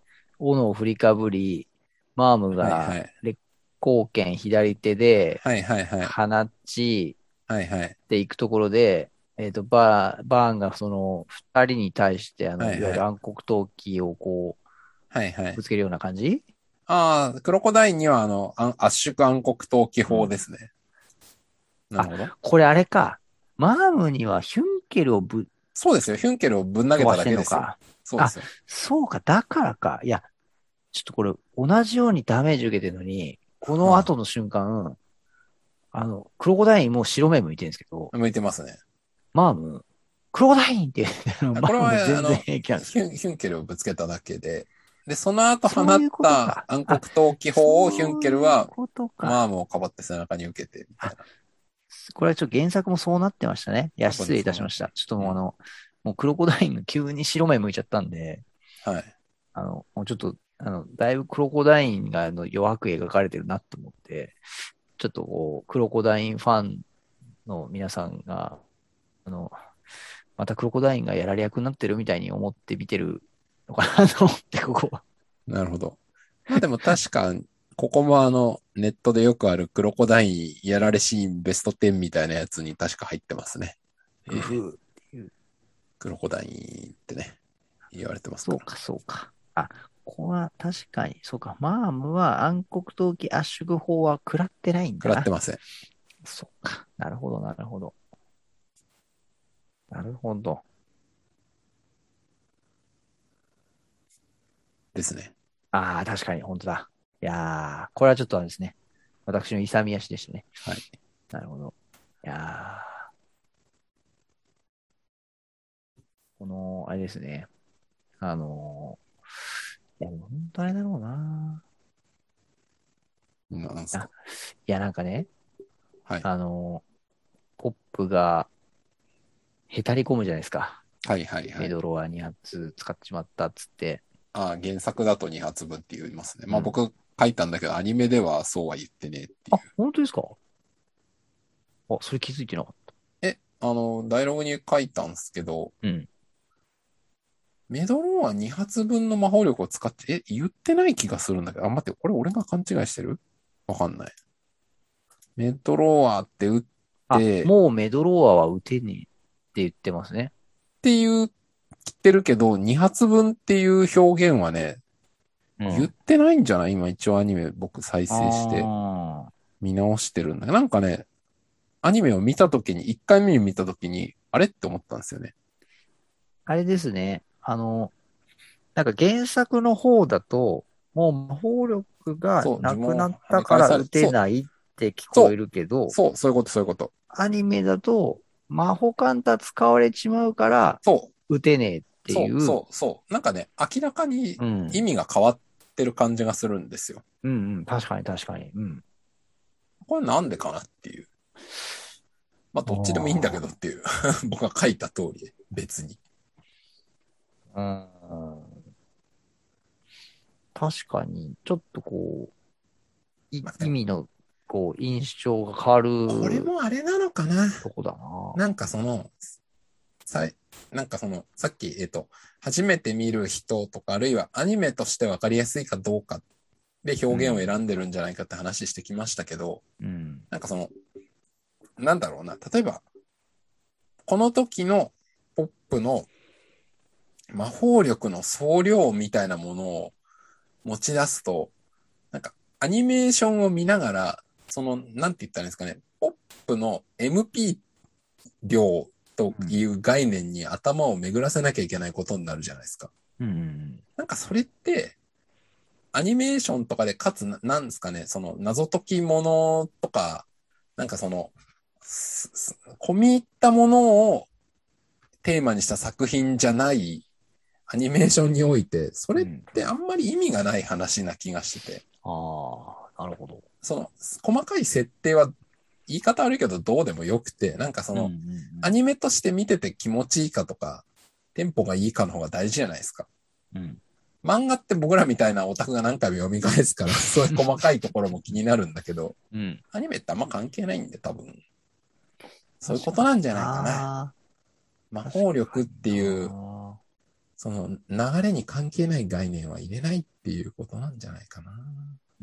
斧を振りかぶり、マームがはいはい。 烈光剣左手ではいはいはい。 放ち、 はいはい。 ていくところで、バーンが二人に対して、いわゆるはいはい。 暗黒闘技をはいはい。 ぶつけるような感じ。 ああ、クロコダインには圧縮暗黒闘技うん。 法ですね。なるあ、 ほど。 これあれか。マームにはヒュンケルをそうですよ。ヒュンケルをぶん投げた飛ばしだけですよ。 てんのか。あ、 そうですよ。 そうか。だからか。いや、ちょっとこれ、同じようにダメージ受けてるのに、このは後の瞬間、クロコダインもう白目向いてるんですけど、 あ、向いてますね。 マーム、クロコダインって言ってマこれは、 ーム全然平気なんですよ。 ヒュンケルをぶつけただけで、で、その後放っそういうことか。 た暗黒あ、 闘技法をヒュンそういうケルは、 ことか。 マームをかばって背中に受けて、みたいあ、 な。 これはちょっと原作もそうなってましたね。いや、 多分失礼いたそうなってる。 しました。ちょっとうん。 もうクロコダインが急に白目向いちゃったんで、 はい。 もうちょっと、だいぶクロコダインが弱く描かれてるなと思って、ちょっとクロコダインファンの皆さんが、あの、 またクロコダインがやられ役になってるみたいに思って見てるのかなと思って、ここは。 なるほど。まあでも確か、ここもネットでよくあるクロコダインやられシーンベスト10みたいなやつに確か入ってますね。 グフーっていう。 クロコダインってね、言われてますから。 そうか、そうか。あ、ここは確かに、そうか。マームは暗黒闘技圧縮法は食らってないんだな。 食らってません。 そうか。なるほど、なるほど。なるほど。 ですね。 ああ、確かに、本当だ。いやー、これはちょっとあれですね。私の勇み足でしたね。 はい。 なるほど。いやこの、あれですね。いや、でも本当あれだろうな。あ、 なんすか。 いや、なんかね、 はい。 あのポップがへたり込むじゃないですか。 はいはいはい。 メドロは2発使ってしまったっつって。 ああ、原作だと2発分って言いますね。 うん。 まあ僕書いたんだけど、アニメではそうは言ってねえっていあ、 う。 本当ですか？あ、それ気づいてなかった。 ダイアログに書いたんですけど、 うん。 メドローア2発分の魔法力を使って、言ってない気がするんだけど、あ、待って、これ俺が勘違いしてるわかんない。メドローアって打っあ、 て、 もうメドローアは撃てねえって言ってますね。 って言ってるけど、2発分っていう表現はね、言っうん。 てないんじゃない？今一応アニメ僕再生してああ。 見直してるんだけど、なんかね、アニメを見たときに、1回目に見たときに、あれって思ったんですよね。 あれですね。なんか原作の方だと、もう魔法力がそう、呪文なくなったから撃跳ね返され、そう、 てないって聞こえそう、 るけど、 そう、そういうこと、そういうこと。 アニメだと魔法カンタ使われちまうからそう、 撃てねえっていそう、 う、 そう、そう。なんかね、明らかにうん。 意味が変わってる感じがするんですよ。 うんうん。確かに確かに。うん。 これなんでかなっていう。まあ、どっちでもいいんだけどっていう。僕が書いた通り、別に。 うん。確かに、ちょっとこう、 まあ、でも、 意味の、印象が変わこれるもあれなのかな。 とこだな。 なんかさい、さっき、初めて見る人とか、あるいはアニメとしてわかりやすいかどうかで表現をうん。 選んでるんじゃないかって話してきましたけど、 うん。 なんかなんだろうな。例えば、この時のポップの魔法力の総量みたいなものを持ち出すと、なんかアニメーションを見ながら、なんて言ったらいいんですかね、ポップの MP 量とうん。 いう概念に頭を巡らせなきゃいけないことになるじゃないですか。 うん。 なんかそれって、アニメーションとかで、かつなんですかね、謎解きものとか、なんか込み入ったものをテーマにした作品じゃないアニメーションにおいて、それっうん。 てあんまり意味がない話な気がしてて、 ああ、なるほど。 細かい設定は言い方悪いけどどうでもよくて、なんかうん。うアん。 ニメとして見てて気持ちいいかとか、テンポがいいかの方が大事じゃないですか。 うん。うん。 漫画って僕らみたいなオタクが何回も読み返すから、そういう細かいところも気になるんだけど、 うん。 アニメってあんま関係ないんで多分、そういう確かにことなんじゃないかな。 な。 魔確法力っかにていう、 な。 その流れに関係ない概念は入れないっていうことなんじゃないかな。 うん。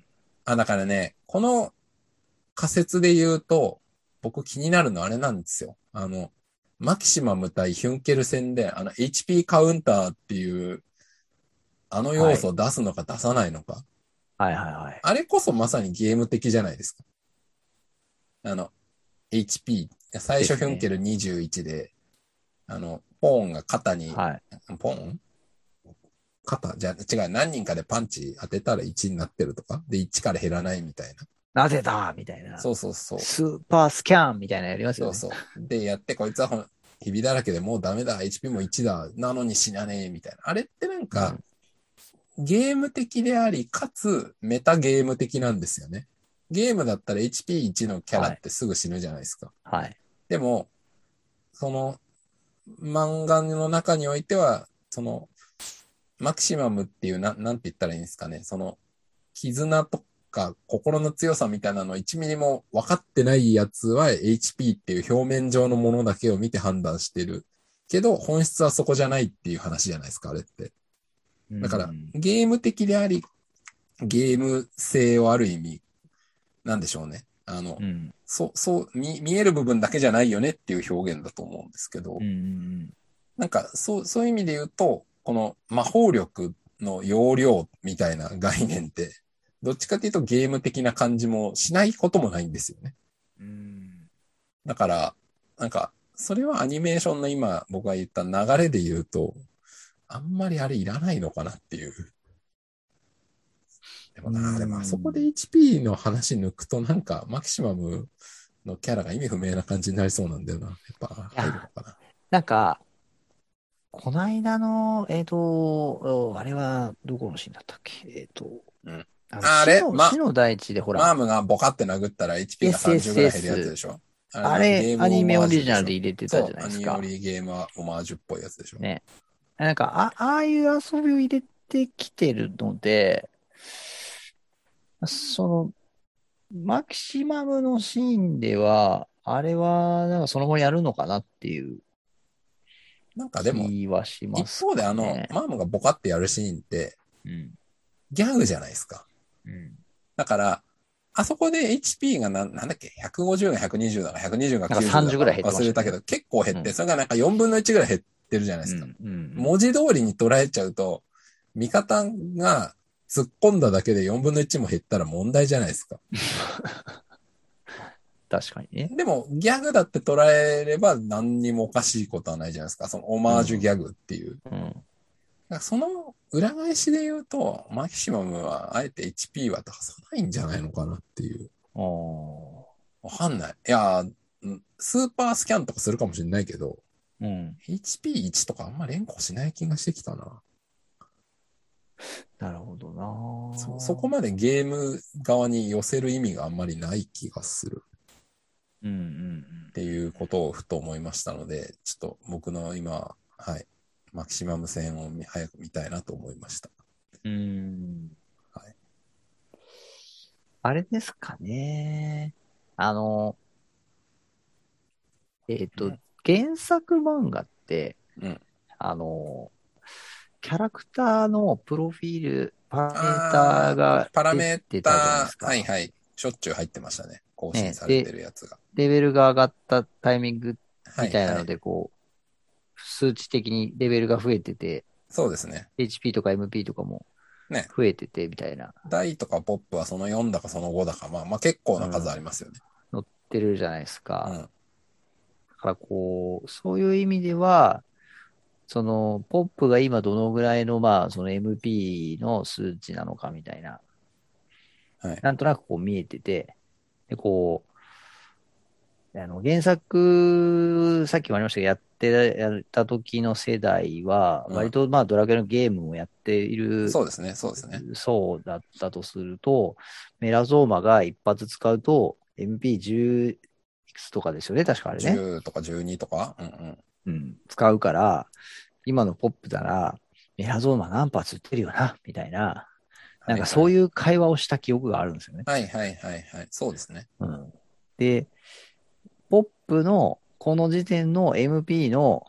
あ、だからね、この仮説で言うと、僕気になるのあれなんですよ。マキシマム対ヒュンケル戦で、HP カウンターっていう、あのはい。 要素を出すのか出さないのか。 はいはいはい。 あれこそまさにゲーム的じゃないですか。HP、最ですね。 初ヒュンケル21で、ポーンが肩に、 はい。 ポーン肩じゃ、違う、何人かでパンチ当てたら1になってるとかで、1から減らないみたいな。 なぜだみたいな。 そうそうそう。 スーパースキャンみたいなのやりますよね。 そうそう。で、やって、こいつはひびだらけでもうダメだ、HP も1だ、なのに死なねえ、みたいな。あれってなんか、 うん。 ゲーム的であり、かつ、メタゲーム的なんですよね。ゲームだったら HP1 のキャラはい。 ってすぐ死ぬじゃないですか。 はい。 でも、その、漫画の中においては、マキシマムっていうなんて言ったらいいんですかね。絆とか心の強さみたいなの1ミリも分かってないやつは HP っていう表面上のものだけを見て判断してる。けど本質はそこじゃないっていう話じゃないですか、あれって。だからゲーム的であり、ゲーム性をある意味、なんでしょうね。見える部分だけじゃないよねっていう表現だと思うんですけど、なんかそういう意味で言うと、この魔法力の容量みたいな概念って、どっちかっていうとゲーム的な感じもしないこともないんですよね。だから、なんか、それはアニメーションの今僕が言った流れで言うと、あんまりあれいらないのかなっていう。でもあそこで HP の話抜くとなんかマキシマムのキャラが意味不明な感じになりそうなんだよな。やっぱ入るのかな。 なんか、この間の、あれはどこのシーンだったっけあれ死の大地でほら。 マームがボカって殴ったら HP が30ぐらい減るやつでしょ。 あれ、アニメオリジナルで入れてたじゃないですか。 そう、アニオリゲームはオマージュっぽいやつでしょ。 ね。なんか、ああいう遊びを入れてきてるので、マキシマムのシーンでは、あれは、なんかその後やるのかなっていうなんかでも、 気はします、ね。 一方でマームがボカってやるシーンって、ギャグじゃないですか。だから、あそこで HP がなんだっけ ?150 が120だか120が90だか 30ぐらい減ってましたね。 忘れたけど、結構減って、それがなんか4分の1ぐらい減ってるじゃないですか。文字通りに捉えちゃうと、味方が突っ込んだだけで4分の1も減ったら問題じゃないですか。 確かにね。 でも、ギャグだって捉えれば何にもおかしいことはないじゃないですか。そのオマージュギャグっていう。その裏返しで言うと、マキシマムはあえて HP は出さないんじゃないのかなっていう。わかんない。いや、スーパースキャンとかするかもしれないけど、HP1 とかあんま連呼しない気がしてきたな。 なるほどな。 そこまでゲーム側に寄せる意味があんまりない気がする。っていうことをふと思いましたので、ちょっと僕の今、はい、マキシマム戦を早く見たいなと思いました。 はい、あれですかね。原作漫画って、キャラクターのプロフィール、パラメーターが出てたじゃないですか。 はいはい。しょっちゅう入ってましたね。更新されてるやつが。 レベルが上がったタイミングみたいなので、数値的にレベルが増えてて、 そうですね。 HP とか MP とかも増えててみたいな。 大とかポップはその4だかその5だか、まあ結構な数ありますよね。 載ってるじゃないですか。だからそういう意味では、ポップが今どのぐらいの、MP の数値なのかみたいな。なんとなく見えてて、で、原作、さっきもありましたけど、やった時の世代は、割とドラクエのゲームをやっている、 そうですね。 そうだったとすると、メラゾーマが一発使うと、MP10 いくつとかですよね、確かあれね。 10とか12とか使うから、今のポップなら、メラゾーマ何発撃ってるよな、みたいな。なんかそういう会話をした記憶があるんですよね。 はい。そうですね。 で、ポップのこの時点の MP の、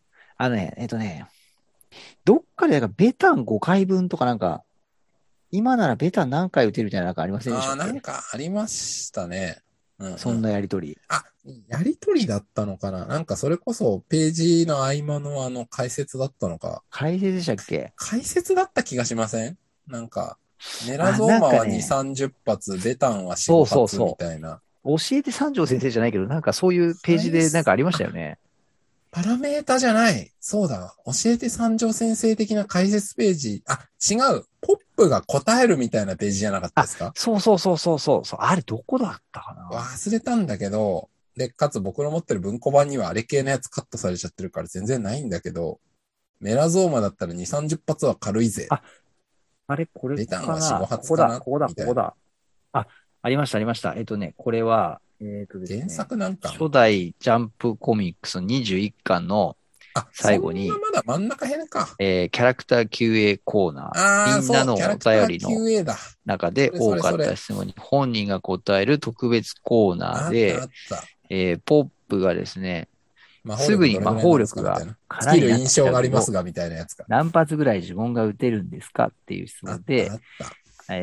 どっかでベタン5回分とかなんか、今ならベタン何回打てるみたいななんかありませんでしたっけ？ なんかありましたね。 そんなやりとり。 やりとりだったのかな？なんかそれこそページの合間の解説だったのか。 解説でしたっけ？ 解説だった気がしません？なんか、メラゾーマは2、30発、ベタンは4、5発みたいな。 教えて三条先生じゃないけど、なんかそういうページでなんかありましたよね。 パラメータじゃない。そうだ。教えて三条先生的な解説ページ。違う。ポップが答えるみたいなページじゃなかったですか？ そう。あれどこだったかな？ 忘れたんだけど、で、かつ僕の持ってる文庫版にはあれ系のやつカットされちゃってるから全然ないんだけど、メラゾーマだったら2、30発は軽いぜ。 あれこれかな？ ベタンは4、5発かな？ ここだ。ありました。これは、 原作なんか初代ジャンプコミックス21巻のあ、そんな最後に、 まだ真ん中辺か。 キャラクター QA コーナー。 ああ、 みんなそう、キャのおラクター便りの QA だ。 中でそれそ多かったれそれ。 質問に本人が答える特別コーナーあったあで、 った。 ポップがですね、 魔法すぐに魔力どれぐらいな法力がんですかみたいな。尽空になっきる印象ちゃうけど、 がありますが、みたいなやつか。 何発ぐらい呪文が打てるんですかっていう質あっ問で、 たあった。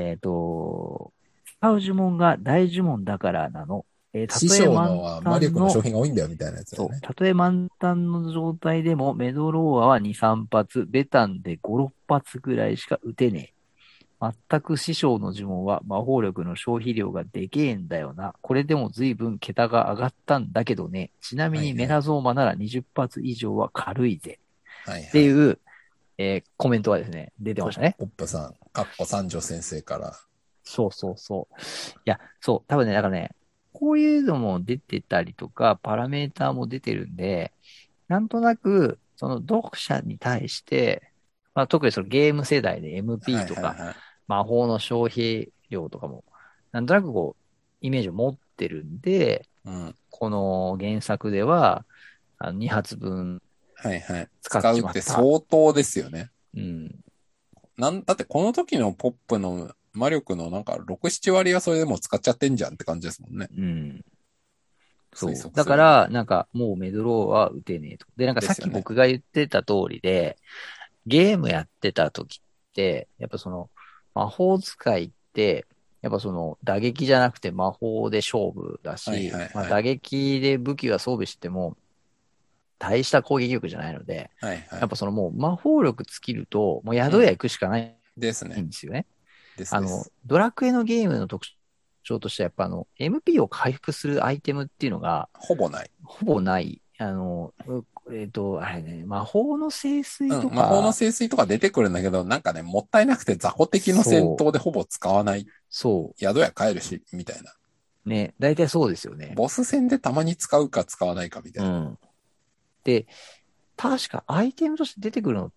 使う呪文が大呪文だからなの。た師とえ満匠のは魔力の商タンの、 品が多いんだよ、みたいなやつだよね。 そう、たとえ満タンの状態でもメドローアは2、3発、ベタンで5、6発ぐらいしか打てねえ。全く師匠の呪文は魔法力の消費量がでけえんだよな。これでも随分桁が上がったんだけどね。ちなみにメはいはい。 ラゾーマなら20発以上は軽いぜ。ってはいはい。 いう、コメントがですね、出てましたね。 ポップさん、かっこ三条先生から。 そうそうそう。いや、そう、多分ね、だからね、こういうのも出てたりとか、パラメーターも出てるんで、なんとなく、その読者に対して、まあ、特にそのゲーム世代では MP とか、 いはいはい。 魔法の消費量とかも、なんとなくこう、イメージを持ってるんで、 うん。 この原作では、2発分はいはい。 使っ使うってちまった。 相当ですよね。 うん。 だってこの時のポップの魔力のなんか6、7割はそれでもう使っちゃってんじゃんって感じですもんね。 うん。 推そう。 測するに。 だから、なんか、もうメドローは打てねえと。で、なんかさっですよね。 き僕が言ってた通りで、ゲームやってた時って、やっぱその、魔法使いって、やっぱその、打撃じゃなくて魔法で勝負だはいはし、 いはい。 まあ打撃で武器は装備しても、大した攻撃力じゃないので、 はいはい。 やっぱそのもう魔法力尽きると、もううん。 宿屋行くしかないですね。 んですよね。 ですです。 ドラクエのゲームの特徴としては、やっぱMP を回復するアイテムっていうのが、 ほぼない。 ほぼない。あれね、魔法の聖水とうん。魔法のか、 聖水とか出てくるんだけど、なんかね、もったいなくて雑魚的の戦そう、 闘でほぼ使わない。 そ宿屋帰るし、みたいな。 う、ね、大体そうですよね。 ボス戦でたまに使うか使わないかみたいな。 うん。で、確かアイテムとして出てくるのって、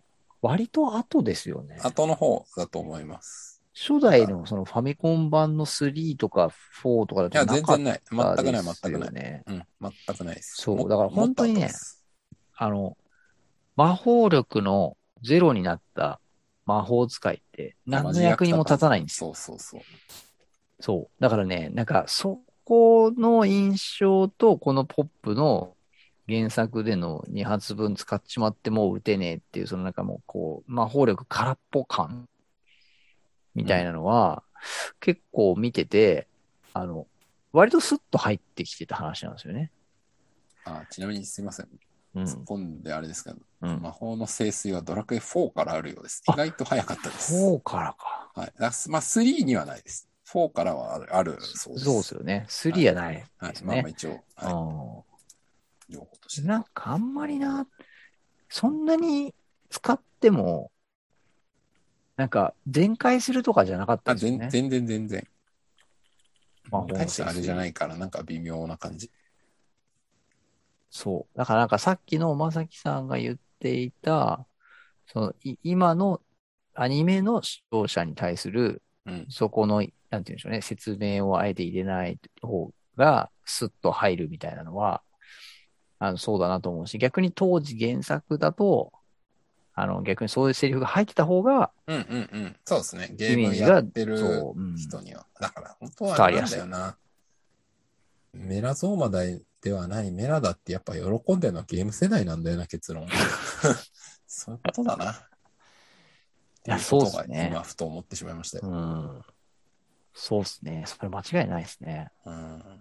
割と後ですよね。 後の方だと思います。 初なんか、 代のそのファミコン版の3とか4とかだいや、 となかっ全然ない。全たくない、全ですくない。 よね。 うん、全くないです。 そう、だからもっと本当にね、 後です。 あの、魔法力のゼロになった魔法使いって何のマジ役役にも立立たず。 たないんですよ。 そうそうそう。 そう。だからね、なんかそこの印象とこのポップの原作での2発分使っちまってもう打てねえっていう、そのなんかもうこう、魔法力空っぽ感みたいうん。 なのは結構見てて、あの、割とスッと入ってきてた話なんですよね。 ちなみにすいません。突っうん。 込んであれですけど、 うん。 魔法の聖水はドラクエ4からあるようです。意あ、 外と早かったです。 4からか。 はい。まあ、3にはないです。4からはあるそうでそうですす。 よね。3 はい。 はないはい。 ですよね。 まあまあ一応、はい。 う情報としん。 て。 なんかあんまりな、そんなに使っても、なんか全開するとかじゃなかったですよね。 全然全然。 魔法の大したあれじゃな聖水。 いから、なんか微妙な感じ。 そう。だからなんかさっきのまさきさんが言っていた、今のアニメの視聴者に対する、 うん。 そこの、なんて言うんでしょうね、説明をあえて入れない方がスッと入るみたいなのは、そうだなと思うし、逆に当時原作だと、逆にそういうセリフが入ってた方が、 うんうんうん。そうですね。ゲイームやっメージが、 てるそう、うん、 人には。だから本当はあれなん伝わりやすい。 だよな。メラゾーマ大ではないメラだってやっぱ喜んでるのはゲーム世代なんだよな、結論。そういうことだな。っいや、 ていうこそうっとが今すね。 ふと思ってしまいましたよ。 うん。そうっすね。それ間違いないですね。 うん。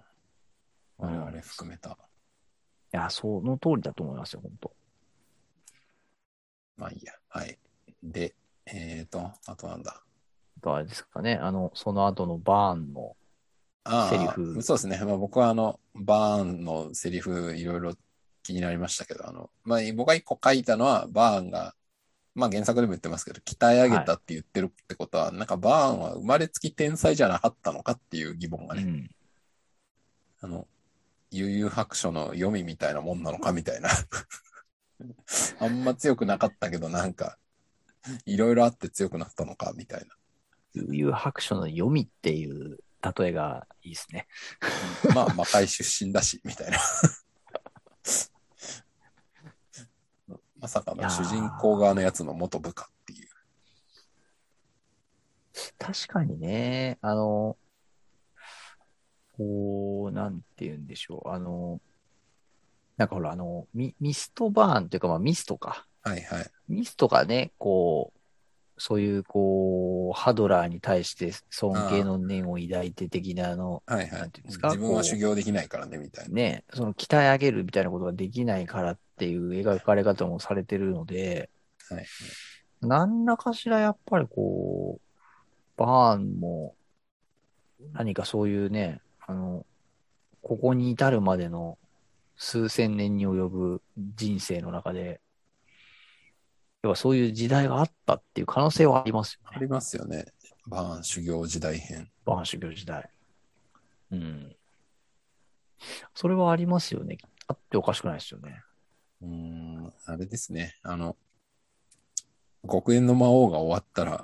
我々 うん。い含めた。 や、その通りだと思いますよ、本当。 まあいいや。はい。で、あとなんだ。 あれですかね。その後のバーンのセリフ。 そうですね。まあ僕はバーンのセリフいろいろ気になりましたけど、まあ僕が一個書いたのは、バーンが、まあ原作でも言ってますけど、鍛え上げはい。 たって言ってるってことは、なんかバーンは生まれつき天才じゃなかったのかっていう疑問がね、 うん。 あの、悠々白書の読みみたいなもんなのかみたいな。あんま強くなかったけど、なんか、いろいろあって強くなったのかみたいな。 悠々白書の読みっていう例えがいいですね。 まあ、魔界出身だし、みたいな。 さかいやの主人公側のー、 やつの元部下っていう。 確かにね、こう、なんて言うんでしょう。なんかほら、ミストバーンというか、まあミストか。 はいはい。 ミストがね、こう、そういう、こう、ハドラーに対して尊敬あの念を抱いて的な、 あ、はいはい。 なんていうんですか、 自分は修こ行できないからね、みたいう、ね、その鍛え上げるみたいなことができないからっていう描かれ方もされてるので、 な。はい。 何らかしらやっぱりこう、バーンも何かそういうね、ここに至るまでの数千年に及ぶ人生の中で、要はそういう時代があったっていう可能性はありますよね。 ありますよね。バーン修行時代編。 バーン修行時代。うん。それはありますよね。あっておかしくないですよね。 あれですね。極限の魔王が終わったら、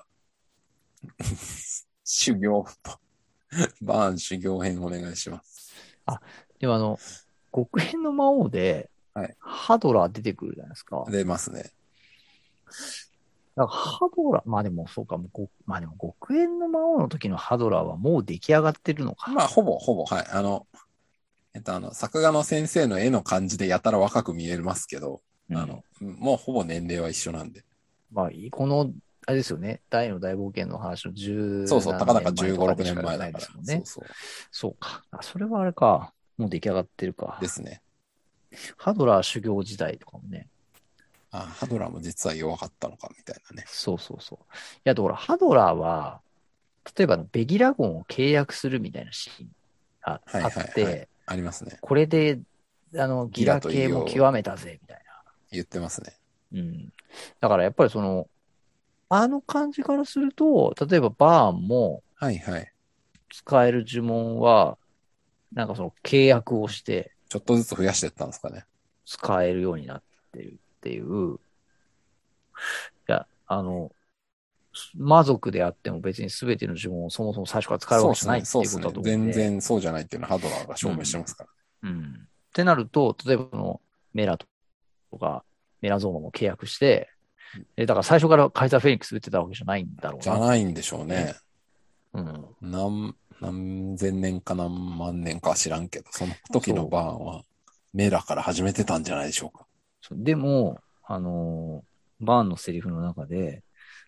修行、バーン修行編お願いします。 あ、でも極限の魔王で、 はい。 ハドラー出てくるじゃないですか。 出ますね。 だからハドラー、まあでもそうか、まあでも極限の魔王の時のハドラーはもう出来上がってるのか。 まあ、ほぼ、はい。作画の先生の絵の感じでやたら若く見えますけど、 うん。 もうほぼ年齢は一緒なんで。 まあ、この、あれですよね。大の大冒険の話の十そうそう、たかだか何年前と 15、6 かでしか年前だから。 ないですもんね。 そうそそうか。あ、それはあれか。もう出来上がってるう。でか。 すね。 ハドラー修行時代とかもね。 あ、ハドラーも実は弱かったのか、みたいなね。 そうそうそう。いや、だからハドラーは、例えばベギラゴンを契約するみたいなシーンがはいあっはいはい。 て、 ありますね。 これで、ギギラとラ系もイオ極めたぜ、みたい言ってますね。 な。うん。だからやっぱりあの感じからすると、例えばバーンもはいはい。 使える呪文は、なんかその契約をしてちょっとずつ増やしていったんですかね。 使えるようになってるっていう、いや、魔族であっても別に全ての呪文をそもそも最初から使えるわけじゃないそうですね。 っていうことだそうですね。 と思うんで、 全然そうじゃないっていうのはハドラーが証明してうん。 ますから。 うん。ってなると、例えばメラとか、メラゾーマも契約して、だから最初からカイザー・フェニックス打ってたわけじゃないんだろうじゃなっないんでしていうね。 ょうね。 うん。 何千年か何万年かは知らんけど、その時のそう。 バーンはメラから始めてたんじゃないでしょうか。 でも、バーンのセリフの中で、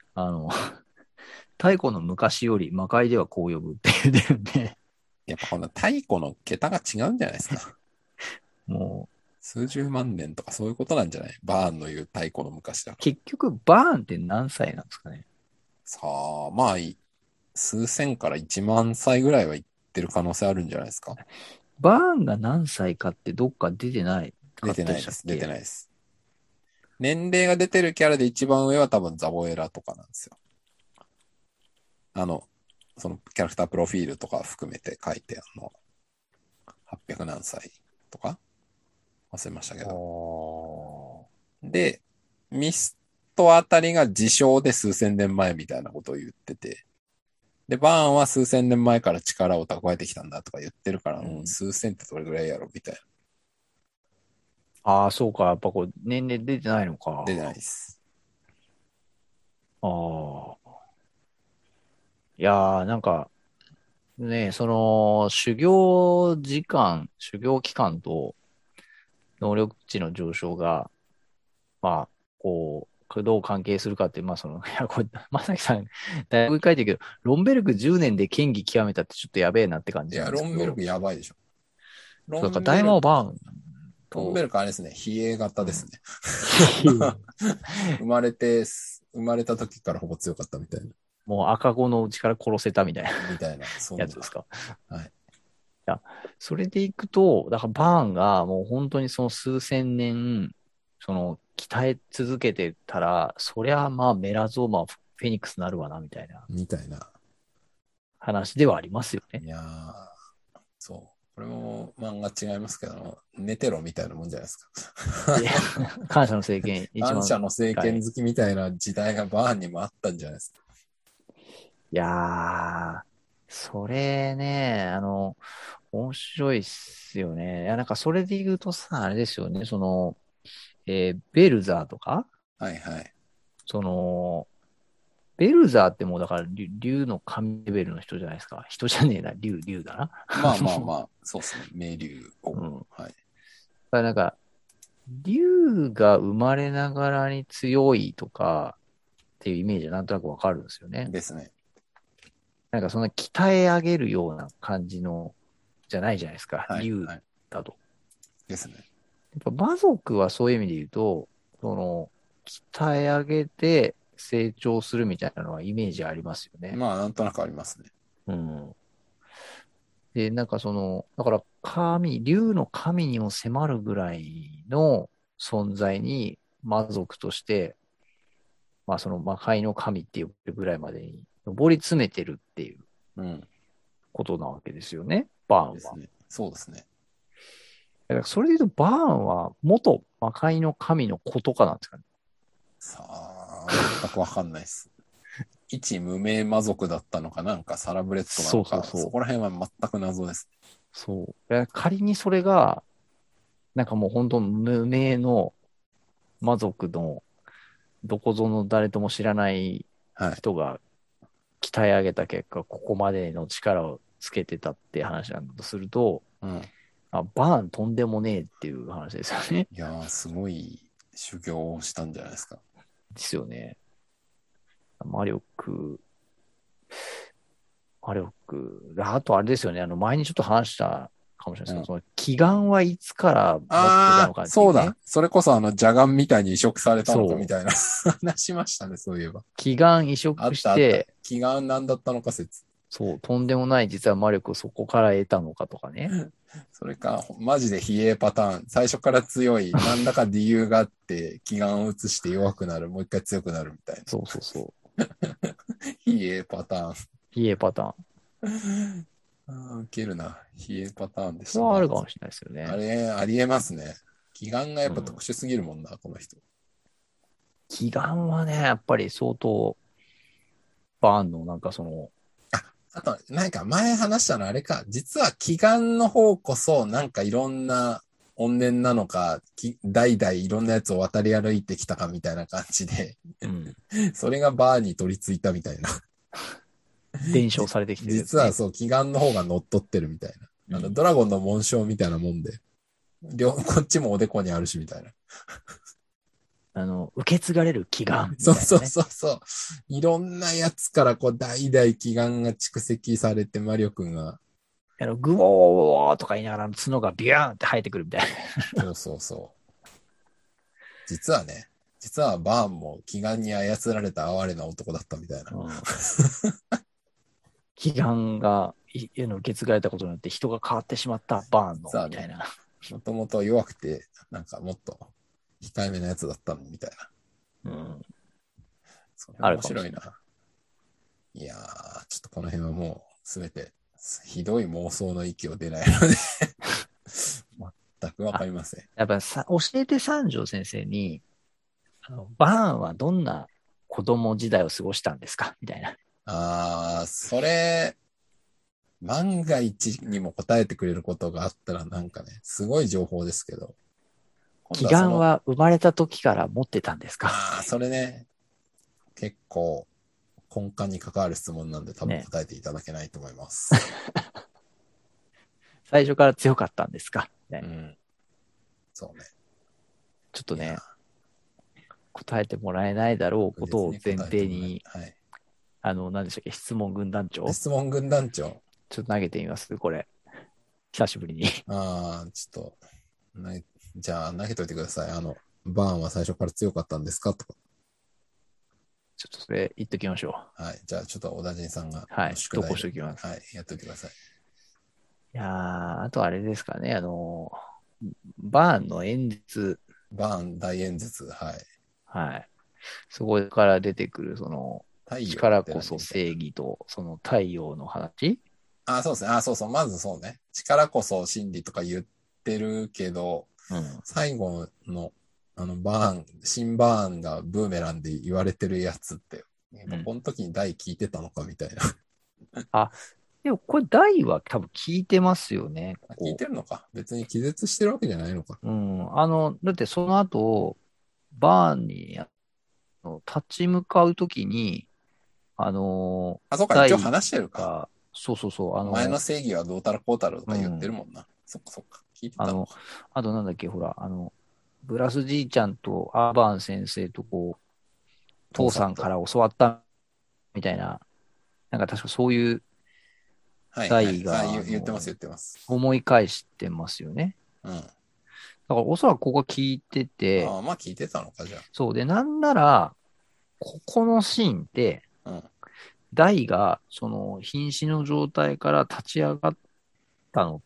太古の昔より魔界ではこう呼ぶって言ってるんで、 やっぱこの太古の桁が違うんじゃないですか。 もう、 数十万年とかそういうことなんじゃないバーンの言う太古の昔だから。 結局、バーンって何歳なんですかね。 さあ、まあ、数千から1万歳ぐらいは言ってる可能性あるんじゃないですか。 バーンが何歳かってどっか出てないか出ったでてないです。出てしたっけ？ ないです。年齢が出てるキャラで一番上は多分ザボエラとかなんですよ。あの、そのキャラクタープロフィールとか含めて書いて800何歳とか忘れましたけど。 おで、ミストあたりが自称で数千年前みたいなことを言ってて、で、バーンは数千年前から力を蓄えてきたんだとか言ってるから、 ー、うん。 数千ってどれぐらいやろみたいな。 ああ、そうか。やっぱこう、年齢出てないの出てないか。 です。 ああ。いやー、なんか、ね、修行期間と能力値の上昇が、まあ、どう関係するかって、まあいや、これ、まさきさん、だいぶ書いてるけど、ロンベルク10年で剣技極めたってちょっとやべえなって感いや、 じなんですけど、 ロンベルクやばいでしょ。ロそうだから大ンベルク、 魔王バーンと、 ロンベルクあれですね、比叡型うん。 ですね。生まれた時からほぼ強かったみたいな。 もう赤子のうちから殺せたみたいなみたいな、そんな。 やつですか。 はい。 いや、それでいくと、だからバーンがもう本当にその数千年、鍛え続けてたら、そりゃまあメラゾーマ、フェニックスなるわな、みたいなみたいな。 話ではありますよね。 いやー、そう。これも漫画違いますけど、寝てろみたいなもんじゃないですいや、 か。 感謝の政権、一番感謝の政権回。 好きみたいな時代がバーンにもあったんじゃないですか。 いやー、それね、面白いっすよね。いや、なんかそれで言うとさ、あれですよね、 ベルザーとか、 はいはい。 その、ベルザーってもうだから竜の神レベルの人じゃないですか。人じゃねえな、竜だな。 まあまあまあ、そうですね。名竜を。 うん。だかはい。 らなんか、竜が生まれながらに強いとかっていうイメージはなんとなくわかるんですよね。 ですね。 なんかそんな鍛え上げるような感じの、じゃないじゃないですか。竜はいはい。 だと。 ですね。 やっぱ魔族はそういう意味で言うと、鍛え上げて成長するみたいなのはイメージありますよね。 まあ、なんとなくありますね。 うん。で、だから竜の神にも迫るぐらいの存在に魔族として、まあその魔界の神っていうぐらいまでに上り詰めてるっていううん。 ことなわけですよね、バーンは。 ですね。そうですね。 だからそれで言うとバーンは元魔界の神のことかなんですかね。 さあ、全くわかんないです。一無名魔族だったのか、なんかサラブレッドなそうそうのか、そそう。 こら辺は全く謎です。 そう。仮にそれが、なんかもう本当無名の魔族のどこぞの誰とも知らないはい。 人が鍛え上げた結果、ここまでの力をつけてたって話なんだとすると、 うん。 バーンとんでもねえっていう話ですよね。 いやー、すごい修行をしたんじゃないですか。 ですよね。魔力、魔力。あとあれですよね。前にちょっと話したかもしれないですけど、 うん。 その祈願はいつから持ってたあー、 のかっていそうだ。 うね。 それこそ邪眼みたいに移植されたのかみそう。 たいな話しましたね、そういえば。 祈願移あ植ったあった。 して、 気が何だったのか説。 そう、とんでもない実は魔力をそこから得たのかとかね。 それか、マジで比叡パターン。最初から強い、何らか理由があって、気眼を移して弱くなる、もう一回強くなるみたいな。 そうそうそう。 比叡パターン。 比叡パターン。 ウケるな。比叡パターンでしたね。 それはあるかもしれないですよね。 あれ、ありえますね。気眼がやっぱうん。 特殊すぎるもんな、この人。 祈願はね、やっぱり相当、バーンのあと、なんか前話したのあれか。実は祈願の方こそ、なんかいろんな怨念なのか、代々いろんなやつを渡り歩いてきたかみたいな感じで、 うん、 それがバーに取り付いたみたいな。 伝承されてきてるやつね。 実はそう、祈願の方が乗っ取ってるみたいな。 うん。 ドラゴンの紋章みたいなもんで、こっちもおでこにあるしみたいな。 受け継がれる祈願みそうそうたいなね。 そうそう。いろんなやつからこう代々祈願が蓄積されて、マリオくんが、 グオーとか言いながら角がビューンって生えてくるみたいそうそうそう。実はバーンも祈願に操られた哀れな男だったみたいな。 な。うん。祈願が、受け継がれたことによって人が変わってしまったバーンの、 実はね、 みたいな。 もともと弱くて、なんかもっと控えめなやつだったのみたいな。 うん。 それある面白いな。 かもしれない。 いやー、ちょっとこの辺はもうすべてひどい妄想の域を出ないので全くわかあ、 りません。 やっぱ教えて三条先生に、バーンはどんな子供時代を過ごしたんですかみたいな。 それ、万が一にも答えてくれることがあったらなんかね、すごい情報ですけど、今祈度は願は生まれた時から持ってたんですかそれね、結構根幹に関わる質問なんで多分ね。 答えていただけないと思います。 最初から強かったんですかみたいな。 うん。そうね。いやちょっとね、答えてもらえないだろうー、 ことを前別に答えてもらえ、 提に、 はい。 何でしたっけ質問軍団長質問軍団長。 ちょっと投げてみますこれ。久しぶりに。 ちょっと、じゃあ投げといてください。バーンは最初から強かったんですかとか。 ちょっとそれ言っときましょう。 はい。じゃあちょっと小田陣さんがはい。投稿宿題で、 しておきます。 はい。やっといてください。 いやー、あとあれですかね。バーンの演説。 バーン大演説。はい。 はい。そこから出てくる、 太陽って力こそ何みたいな。 正義と、その太陽の話。 そうですね。そうそう。まずそうね。力こそ真理とか言ってるけど、 うん。 最後の、新バーンがブーメランで言われてるやつって、やっぱうん。 この時に題聞いてたのかみたいな。 あ、 でもこれ大は多分聞いてますよね、こ聞いこ。 てるのか。別に気絶してるわけじゃないのか。 うん。だってその後、バーンに立ち向かうときに、 あ、そうか、一応大話してるか。 が、そうそうそう、 お前の正義はどうたらこうたらとか言ってるうん。 もんな。そっかそっか。聞いてあの、 たのか。 あとなんだっけ、ほら、ブラスじいちゃんとアーバーン先生とこう、父さんか父さんと。 ら教わったみたいな、なんか確かそういうはいはい。あ、 大が、 言ってます言ってます。 思い返してますよね。 うん。あだからおそらくここ聞いてて、 あ、まあ聞いてたのか、じゃそうで、なんなら、ここのシーンって、 あ。うん。 大が、その、瀕死の状態から立ち上がったのって、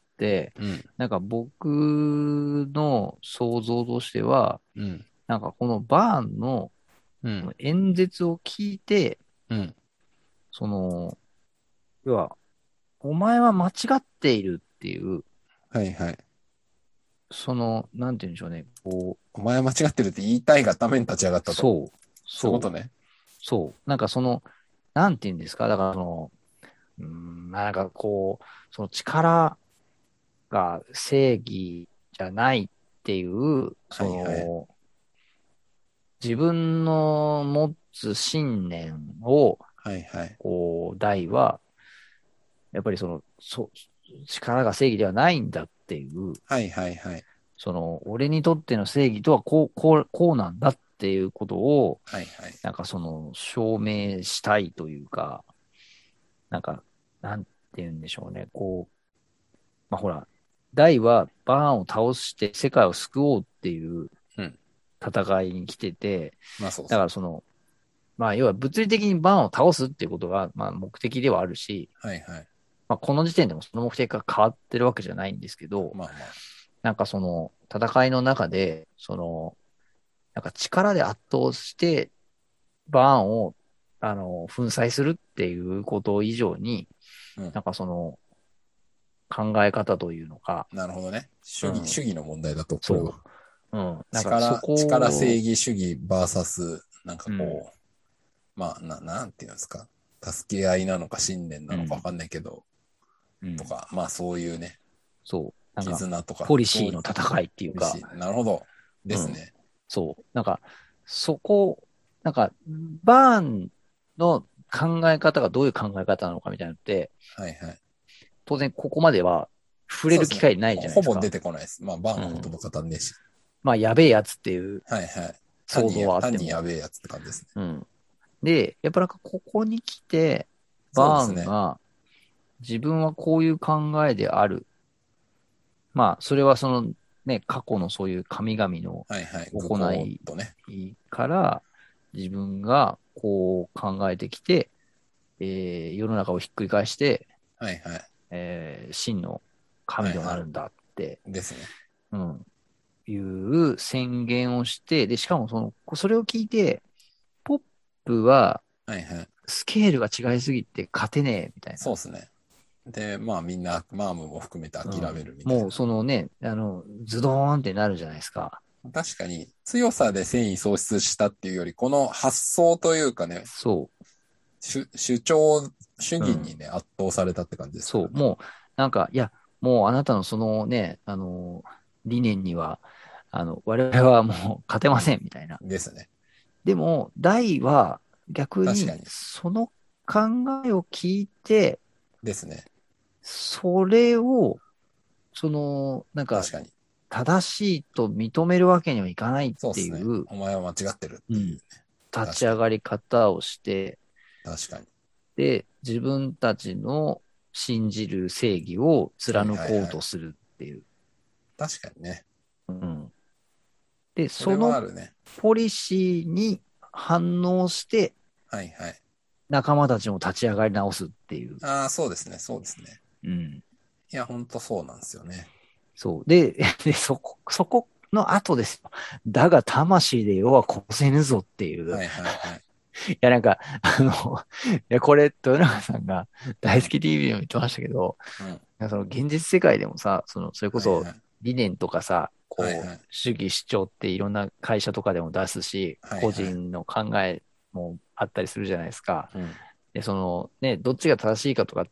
うん。 なんか僕の想像としては、 うん。 なんかこのバーンのうん。 この演説を聞いて、 うん。 その、要は、お前は間違っているっていう、 はいはい。 その、なんて言うんでしょうね、こう、 お前間違ってるって言いたいがために立ち上がったと。 そう、そう、 そういうことね。 そう、なんかその、なんて言うんですか、だからその、なんかこう、その力が正義じゃないっていう、そはいはい。 の、自分の持つ信念を、 はいはい。 こう、大は、やっぱりその、力が正義ではないんだっていう、 はいはいはい。 その、俺にとっての正義とはこうなんだっていうことを、 はいはい。 なんかその、証明したいというか、なんか、なんて言うんでしょうね。こう、まあ、ほら、大はバーンを倒して世界を救おうっていううん。 戦いに来てて、だまあそうそう。 からその、まあ要は物理的にバーンを倒すっていうことが、まあ目的ではあるし、 はいはい。 まあこの時点でもその目的が変わってるわけじゃないんですけど、 まあまあ。 なんかその戦いの中で、その、なんか力で圧倒してバーンを、粉砕するっていうこと以上に、 うん。 なんかその考え方というのか、 なるほどね。 うん、 主義の問題だと、これは。 そう、うん、なんかそ力正こを、 義主義バーサス、なんかうん、 こう、まあ、なんていうんですか。助け合いなのか信念うん、 なのかわかんないけど、 うん、 とか、まあそういうね、 そう、なんか、 絆とか、 ポリシーのそういう、 戦いっていうか、 嬉しい。なるほど。でうん、 すね。 そう、なんか、そこ、なんか、バーンの考え方がどういう考え方なのかみたいなのって、 はいはい。 当然ここまでは触れるそうですね。 機会ないじゃないほぼ出ですか。 てこないです。まあ、バーンうん。 は言葉語んねえし。 まあ、やべえやつっていうはいはい。 想像はあっ単ても。 にやべえやつって感じですね。 うん。で、やっぱなんかここに来て、バーそうですね。 ンが自分はこういう考えである。まあ、それはそのね、過去のそういう神々のはいはい。愚行い行とね。 から自分がこう考えてきて、世の中をひっくり返して、 はいはい。 真の神はいはとなるんだって、 い。ですね。 うん、いう宣言をして、で、しかもそれを聞いて、ポップははいはい。 スケールが違いすぎて勝てねえ、みたいな。 そうですね。で、まあみんな、マームも含めて諦めうん。もうるみたいな。 そのね、ズドーンってなるじゃないですか。 確かに強さで戦意喪失したっていうより、この発想というかね、 そ主張主う。うん。 義にね、圧倒されたって感じですかそう。 らね。 もう、なんか、いや、もうあなたのそのね、理念には、我々はもう勝てません、みたいな。 ですね。 でも、大は逆に、 確かに。 その考えを聞いて、 ですね。 それを、なんか、 確かに。 正しいと認めるわけにはいかないっそうっすね。 ていう、 お前は間違ってるっていうね。 うん、立ち確かに。 上がり方をして、 確かに。 で、自分たちの信じる正義をはい貫こうはいはい。 とするっていう。 確かにね。 うん、で、 それそのはあるね。 ポリシーに反応して、 はいはい。 仲間たちも立ち上がり直すっていう。 ああ、そうですね。そうですね。 うん。 いや、ほんとそうなんですよね。 そう。で、そこの後ですよ。だが魂で世は越せぬぞっていう。 はいはいはい。 いや、なんか、いや、これ、豊永さんがうん。 大好き TV でも言ってましたけど、 うん。 なんかその現実世界でもさ、それこそはいはい。 理念とかさ、こう、 はいはい。 主義主張っていろんな会社とかでも出すし、個はいはい。 人の考えもあったりするじゃないですか。 うん。 で、そのね、どっちが正しいかとかって、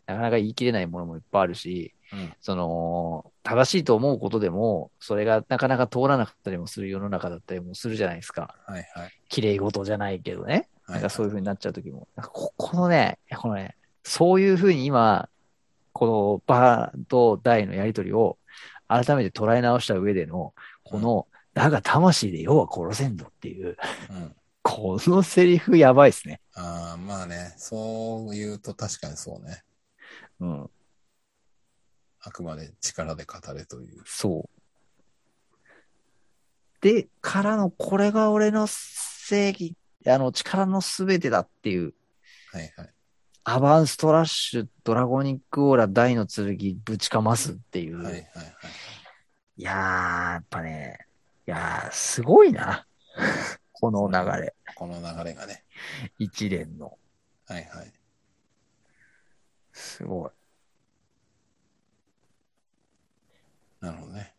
なかなか言い切れないものもいっぱいあるし、 うん。 正しいと思うことでも、それがなかなか通らなかったりもする世の中だったりもするじゃないですか。 はいはい。 綺麗事じゃないけどね。なんかはいはい。 そういう風になっちゃう時も。なんかこのね、そういう風に今、このバーと大のやりとりを改めて捉え直した上での、 うん。 この、だが魂で世は殺せんぞっていう、 うん。 このセリフやばいっすね。 ああ、まあね、そう言うと確かにそうね。 うん。 あくまで力で語れという。 そう。で、からの、これが俺の正義、力のすべてだっていう、 はいはい。 アバンストラッシュ、ドラゴニックオーラ、大の剣、ぶちかますっていう。 はいはいはい。 いやー、やっぱね、いやー、すごいな。この流れ。 この流れがね。 一連の。 はいはい。 すごい。 なるほどね。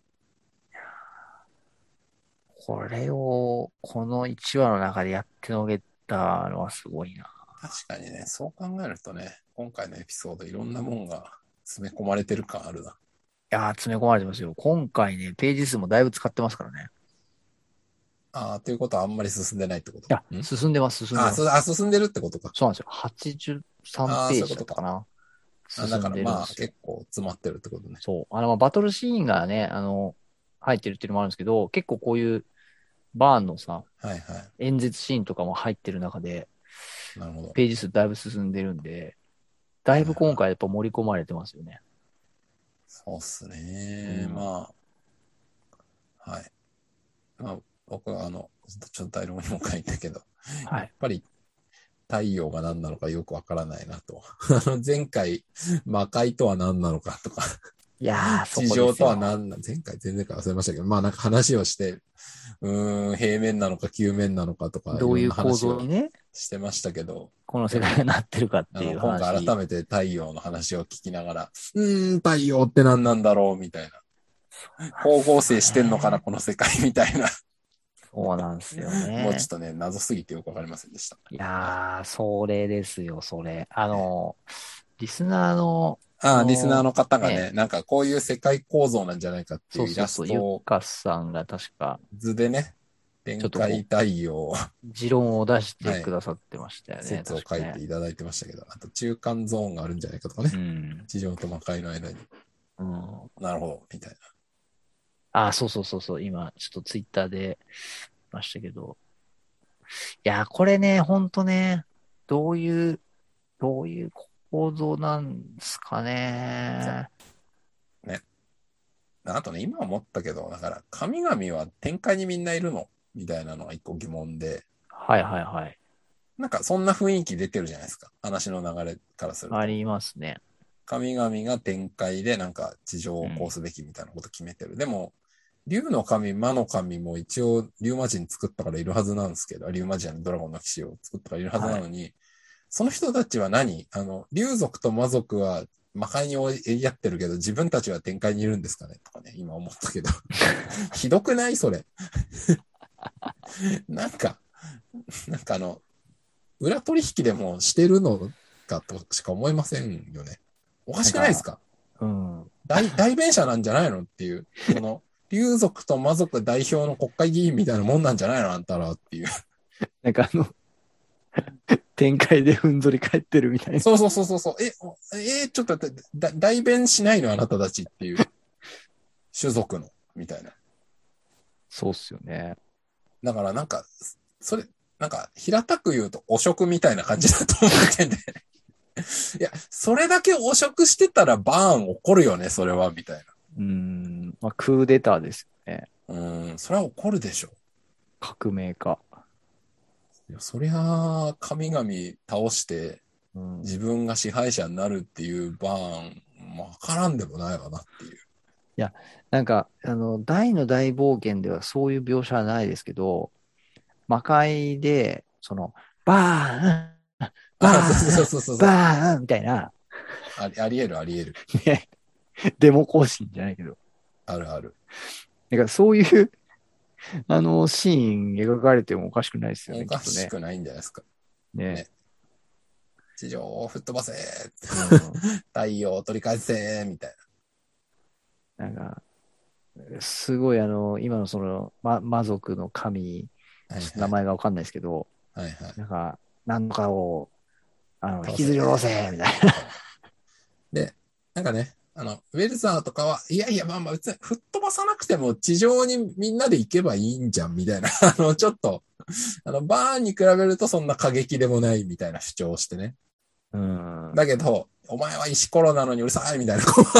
これを、この1話の中でやってのけたのはすごいな。 確かにね、そう考えるとね、今回のエピソードいろんなもんが詰め込まれてる感あるな。 いやー、詰め込まれてますよ。今回ね、ページ数もだいぶ使ってますからね。 ああ、ということはあんまり進んでないってこと。 いや、 ん進んでます、進んああ、 でます。 進んでるってことか。 そうなんですよ。83 ああ、 ペーそういうことか。 ジだったかな。 あ、だ進んからまあでるんですよ。 結構詰まってるってことね。 そう。バトルシーンがね、入ってるっていうのもあるんですけど、結構こういうバーンのさ、 はいは演説シーンとかも入ってる中で、 い。なるほど。 ページ数だいぶ進んでるんで、だいぶ今はいはい。 回やっぱ盛り込まれてますよね。 そうっすね。 うん。 まあ、はい。まあ、僕はちょっと台本にも書いたけど、 はい。 やっぱり太陽が何なのかよくわからないなと。前回、魔界とは何なのかとか、 いやー、そこで地上とはすよ。 何な、前々回忘れましたけど、まあなんか話をして、平面なのか球面なのかとか、いろんなどういう構話を造にね、 してましたけど、 この世界でも、 がなってるかっていう今回改話。 めて太陽の話を聞きながら、太陽って何なんだろうみたいな。 そうなん光合すよ成してんのかなね。 この世界みたいな。 そうなんですよね。 もうちょっとね、謎すぎてよくわかりませんでした。 いはい。 やー、それですよ、それ。 ね、 リスナーの、 リスナーの方がね、 ね、なんかこういう世界構造なんじゃないかっていうイラそうそうそう、ゆっストをかさんが確か、 図でね、展開ちょっとこ太陽、 う、持論を出してはい、 くださってましたよね、 説を書いて確かね。 いただいてましたけど、あと中間ゾーンがあるんじゃないかとかね。 うん。 地上と魔界の間に。 うん。 なるほど、みたいそうそうそうそう、今、ちょっとツイッターで見ましたけど。いやー、これね、ほんとね、どういう、どういう構造なんですかな。そね。 う。ね。あとね、今思ったけど、だから、神々は天界にみんないるのみたいなのが一個疑問で、 はいはいはい。 なんかそんな雰囲気出てるじゃないですか。話の流れからすると。 ありますね。 神々が天界でなんか地上をこううん。 すべきみたいなこと決めてる。でも、竜の神、魔の神も一応竜魔人作ったからいるはずなんですけど、竜魔人のドラゴンの騎士を作ったからいるはずはい。 なのに、その人たちは何竜族と魔族は魔界に追いやってるけど、自分たちは天界にいるんですかねとかね、今思ったけど。ひどくないそれ。なんか、なんか裏取引でもしてるのかとしか思いませんよね。おかなんか、 しくないですか？ うん。 代弁者なんじゃないのっていう、竜族と魔族代表の国会議員みたいなもんなんじゃないのあんたらっていう。 なんか展開でふんぞり返ってるみたいな。 そうそうそうそうそう。ちょっと待って、代弁しないのあなたたちっていう。種族の、みたいな。 そうっすよね。 だからなんか、それ、なんか、平たく言うと汚職みたいな感じだと思ってんで。いや、それだけ汚職してたらバーン起こるよね、それは、みたいまあ、クーデターですよね。 な。それは起こるでしょ。 革命家。 いや、そりゃあ、神々倒して、 うん。 自分が支配者になるっていうバーン、わからんでもないわなっていう。 いや、なんか、大の大冒険ではそういう描写はないですけど、魔界で、バーン、 あ、そうそうバーン、 そうそうそう。 バーンみたいな、 ありえるありえる。 ね、デモ行進じゃないけど、 あるある。 だからそういう、シーン描かれてもおかしくないですよおね、きっとね。 かしくないんじゃないですか。 ね。 ね。 地上を吹っ飛ばせ、 うん。 太陽を取り返せ、みたいなんか、すごい今のその、魔族の神、 な。はいちょっとはい。 名前がわかんないですけど、 はいはい。 なんか、なんとかを、引倒せ。 きずり下ろせみたいそうで、なんかね、ウェルザーとかは、いやいや、まあまあ、別に吹っ飛ばさなくても地上にみんなで行けばいいんじゃん、みたいな。ちょっと、バーンに比べるとそんな過激でもないみたいな主張をしてね。 な。うん。 だけど、お前は石ころなのにうるさいみたいな、こう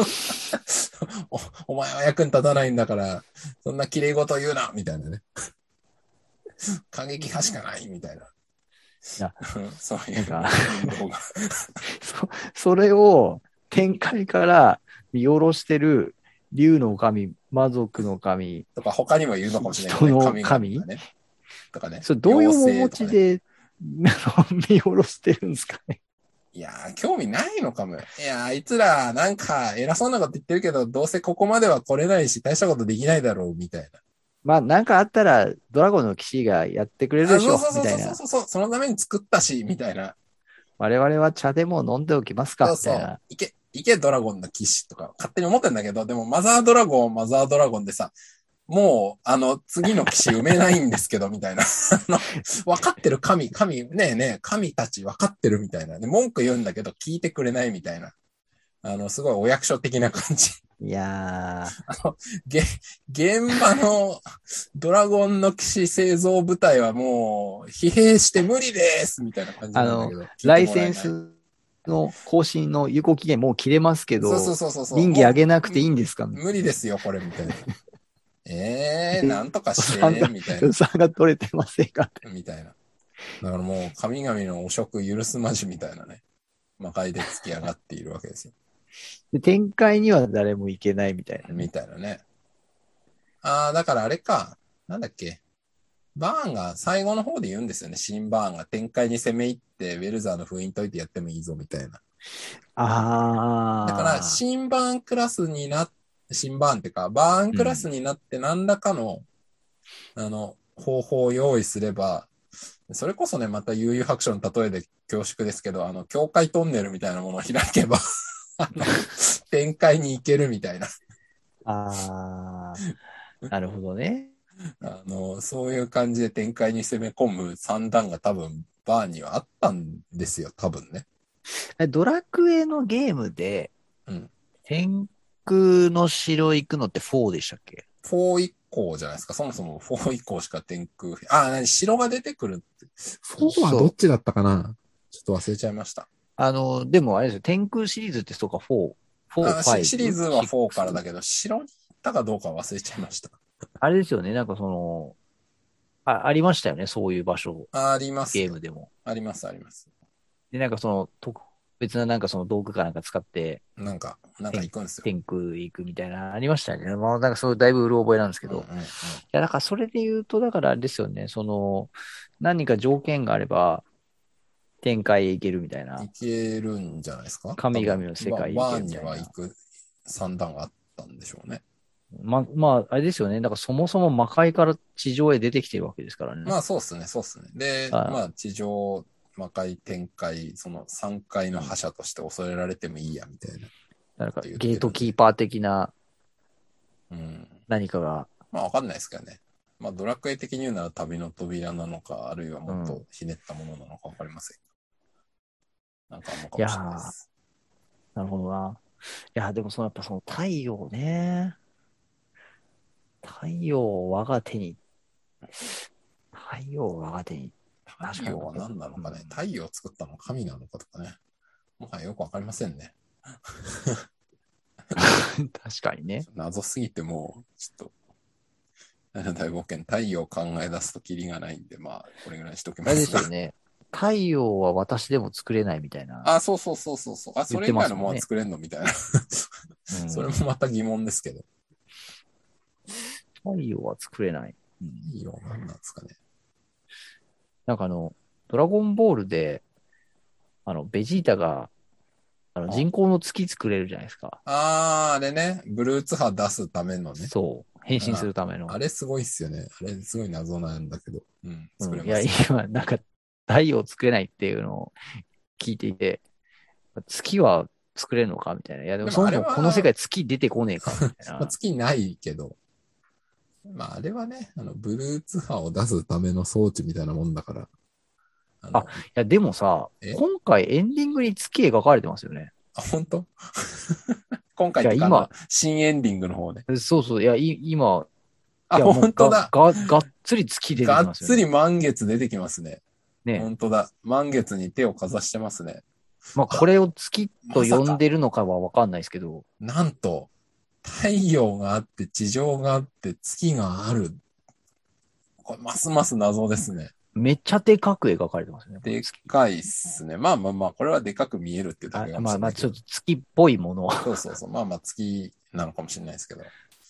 お前は役に立たないんだから、そんな綺麗事言うなみたいなね。過激派しかないみたいな。 いや、 そういうなんか運動が。 それを展開から見下ろしてる竜の神、魔族の神、 とか他にもいるのかもしれないけどね。 人の神々が神、 ね。とかね。 それどういう面持妖精とかね。 ちで、見下ろしてるんですかね。 いやー、興味ないのかもよ。いやー、あいつら、なんか、偉そうなこと言ってるけど、どうせここまでは来れないし、大したことできないだろう、みたいまあ、なんかあったら、ドラゴンの騎士がやってくれるな。あ、 でしょう、 そうそうそうみたいな。 そうそうそう、そのために作ったし、みたいな。 我々は茶でも飲んでおきますか、 そうそう。 みたいな。 いけドラゴンの騎士とか、勝手に思ってんだけど、でもマザードラゴン、マザードラゴンでさ、もう、次の騎士埋めないんですけど、みたいな。分かってるねえねえ、神たち分かってるみたいな。で、文句言うんだけど、聞いてくれないみたいな。すごいお役所的な感じ。 いやあの、げ、現場のドラゴンの騎士製造部隊はもう、疲弊して無理ですみたいな感じなんだけど、聞いてライもらえない。 センスの更新の有効期限もう切れますけそうそうど、 そうそうそう。 倫理上げなくていいんですかみたいな。 無理ですよ、これ、みたいな。 予なんとかし算が、 て、みたいな。 予算が取れてませんかって。 みたいな。だからもう、神々の汚職許すまじみたいなね。魔界で突き上がっているわけですよ。 で、展開には誰も行けないみたいなみね。 たいなね。だからあれか。なんだっけ。バーンが最後の方で言うんですよね。新バーンが展開に攻め入って、ウェルザーの封印解いてやってもいいぞ、みたいな。だから、 ああ、 新バーンクラスになっ、新バーンってか、バーンクラスうん。 になって何らかの、方法を用意すれば、それこそね、また悠々白書の例えで恐縮ですけど、境界トンネルみたいなものを開けば展開に行けるみたいな。 ああ、なるほどね。 そういう感じで展開に攻め込む算段が多分、バーンにはあったんですよ、多分ね。 ドラクエのゲームで、 うん。 天空の城行くのって4でしたっけ？ 4以降じゃないですか。そもそも4以降しか天空、城が出てくるって。4はどっそう。 ちだったかな、ちょっと忘れちゃいました。 でもあれですよ、天空シリーズってそうか、4、 シリーズは 5、 4からだ 6。 けど、城に行ったかどうか忘れちゃいました。 あれですよね、なんかその、ありましたよね、そういう場所、 ありますよ。 ゲームでも。 あります、あります。 で、なんかその、特別ななんかその道具かなんか使って、 なんか行くんですよ。 天空行くみたいな、ありましたよね。まあ、なんかそう、だいぶうる覚えなんですけど。 うんうんうん。 いや、だからそれで言うと、だからあれですよね、その、何か条件があれば、天界へ行けるみたいな、 行けるんじゃないですか多分、 神々の世界へ行けバーンにるみたいな。 は行く算段があったんでしょうね。 まあ、あれですよね。だからそもそも魔界から地上へ出てきてるわけですからね。 まあそうっすね、そうっすね。で、 あ、 まあ地上、魔界、天界、その3階の覇者として恐れられてもいいや、みたいななんかこと言っゲートてるんで。 キーパー的なうん。 何かが、 まあわかんないですけどね。まあドラクエ的に言うなら旅の扉なのか、あるいはもっとうん。 ひねったものなのかわかりません。なんかあんのかいやもしれないでー、 す。 なるほどな。いや、でもそのやっぱその太陽ね。太陽を我が手に、太陽を我が手に。確かに、 太陽は何なのうん、 かね。太陽を作ったのは神なのかとかね。もはやよくわかりませんね。 確かにね。 謎すぎてもう、ちょっと、大冒険、太陽を考え出すとキリがないんで、まあ、これぐらいにしときあれでますが。 すよね。太陽は私でも作れないみたいな、 そうそうそうそうそう。そ言ってれ以ますもんね。 外のものは作れんのみたいな。 うそれん。 もまた疑問ですけど。 太陽は作れない。うん。 太陽なんなんですかね。 なんかドラゴンボールで、ベジータが、 あ、 人工の月作れるじゃないですか。 あれね。ブルーツ波出すためのね。 そう。変身すあるための。 あれすごいっすよね。あれすごい謎なんだけど。うん、 うん。いや、 作れますよ。 今、なんか、太陽作れないっていうのを聞いていて、月は作れるのかみたいな。いや、でもそもそもでもあれは、 この世界月出てこねえかみたいまあ、 な。 月ないけど、まあ、あれはね、ブルーツ波を出すための装置みたいなもんだから、ああ、いの、 や、でもさ、 え今回エンディングに月描かれてますよね。 本当今回いや、 ってか、 今、 新エンディングの方ね。 そうそう、いや、今、いあ、 や、もうが、 本当だ。 が、がっつり月出てがっきますよね。 つり満月出てきますね。 ね。 本当だ。満月に手をかざしてますね。 まあ、こあ、 れを月とまさか。 呼んでるのかはわかんないですけど、 なんと、太陽があって、地上があって、月がある。これ、ますます謎ですね。 めっちゃでかく描かれてますよね、このでっ月。 かいっすね。まあまあまあ、これはでかく見えるっていうだけかもまあまあ、 しれないけど。 ちょっと月っぽいもの。 そうそうそう。まあまあ、月なのかもしれないですけど。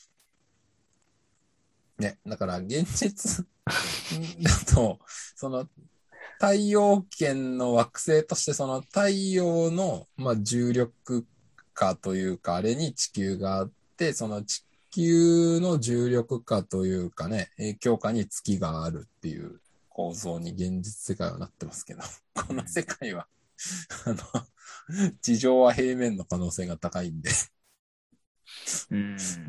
ね。だから、現実だと、その、太陽圏の惑星として、その太陽の、まあ、重力下というか、あれに地球があって、その地球の重力下というかね、影響下に月があるっていう構造に現実世界はなってますけど、この世界は地上は平面の可能性が高いんで、 うん。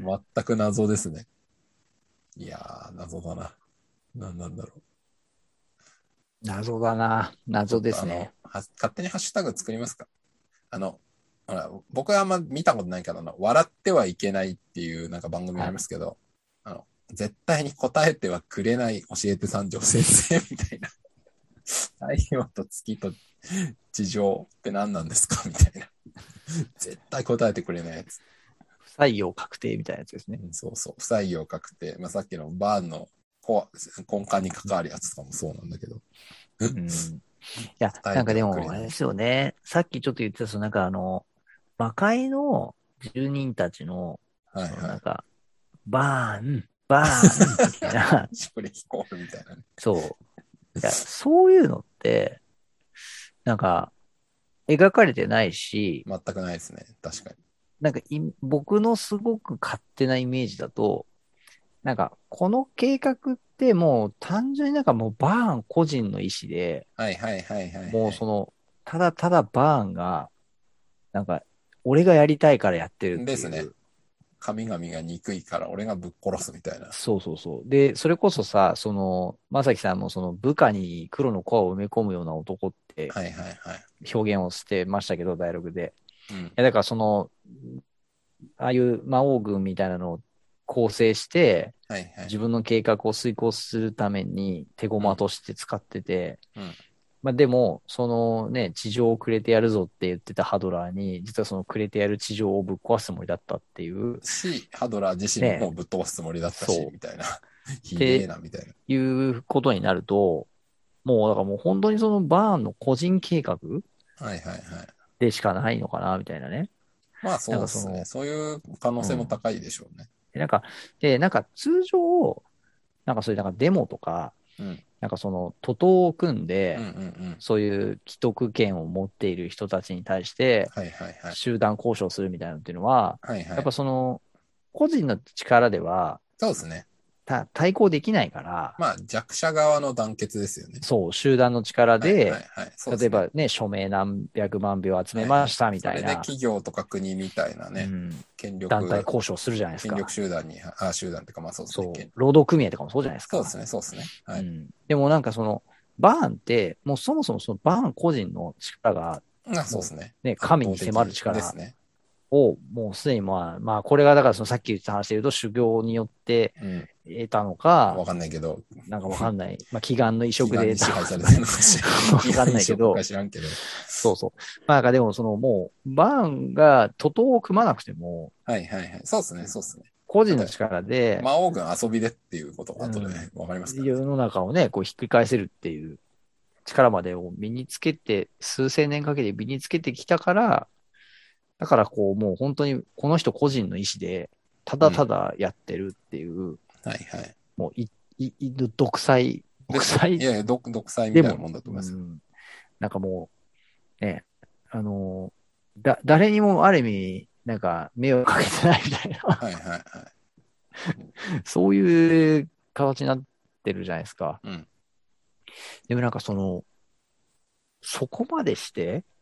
全く謎ですね。いやー、謎だな。何なんだろう。 謎だな。 ちょ謎っとですね。 勝手にハッシュタグ作りますか？あの、ほら、僕はあんま見たことないけど笑ってはいけないっていうなんか番組あはい。 りますけど、絶対に答えてはくれない教えて三条先生みたいな。太陽と月と地上って何なんですかみたいな。絶対答えてくれないやつ。 不採用確定みたいなやつですね。 そうそう。不採用確定。まあ、さっきのバーンの根幹に関わるやつとかもそうなんだけど。 うん。いや、 答えてなんかでも、 はくれない。 あれですよね。さっきちょっと言ってた、魔界の住人たちの、 はいはい。 バーン、バーンみたいな、 シュプレヒコールみたいなね。 そう。いや、そういうのって、なんか、描かれてないし、 全くないですね。確かに。 僕のすごく勝手なイメージだと、この計画ってもう単純にもうバーン個人の意思で、 はいはいはいはいはい。 もうただただバーンが、なんか、俺がやりたいからやってるってですね。 いう。 神々が憎いから俺がぶっ殺すみたいな。 そうそうそう。で、それこそさ、まさきさんもその部下に黒のコアを埋め込むような男ってはいはいはい。 表現をしてましたけど、ダイアログで。 うん。 だからああいう魔王軍みたいなのを構成して、 はいはい。 自分の計画を遂行するために手うん。 駒として使ってて、 うん。 まあでも、地上をくれてやるぞって言ってたハドラーに、実はそのくれてやる地上をぶっ壊すつもりだったっていう、 ハドラー自身ももうね、 ぶっ飛ばすつもりだったし、 そう。 みたいな。ひでえってな、みたいな。 いうことになると、だからもう本当にそのバーンの個人計画はいはいはい。 でしかないのかな、みたいなね。 まあなんそうっすね。 かその、 そういう可能うん。 性も高いでしょうね。 で通常、そういうデモとか、 うん。 徒党を組んで、 うんうんうん。 そういう既得権を持っている人たちに対して、 はいはいはい。 集団交渉するみたいなのっていうのは、やっぱはいはい。 個人の力ではそうですね。 対抗できないから、 まあ弱者側の団結ですよね。 そう、集団の力はいはいで、 はい。そうですね。 例えばね、署名何百万票集めはいはい。 ましたみそれでたいな、 企業とか国みたいなね、 うん、 権団体力、 交渉するじゃないです権力か。 集団っていうかまあそうですね。 そう、労働組合とかもそうじゃないですか。 そうですね、そうですね。はい。 うん。でもバーンって、もうそもそもそのバーン個人の力が、 あ、そうでもすね。 うね、 圧神に迫る倒的で力すね。 を、もうすでにこれがだからそのさっき言った話で言うと修行によってうん。 得たのか、 わかんないけど、 わかんない。祈願の移祈願に植で得たのか支配されてるのか知らん。 わかん祈願移植かないけど、 知らんけど。 そうそう。でももう、バーンが徒党を組まなくても、 はいはいはい。そうですね、そうですね。 個人のだって、 力で、 魔王軍遊びでっていうことが後でね、 うん、 わかりますからね。 世の中をね、こうひっくり返せるっていう力までを身につけて、数千年かけて身につけてきたから、だからもう本当にこの人個人の意思で、ただたうん。 だやってるっていう、 はいはい。 もう独裁、 ですね。い独裁やいや、独裁みでも、 たいなもんだと思いますよ。 うん、もう、ね、誰にもある意味、迷惑かけてないみたいな、 はいはいはい。 そういう形になってるじゃないですか。 うん。 でもそこまでして、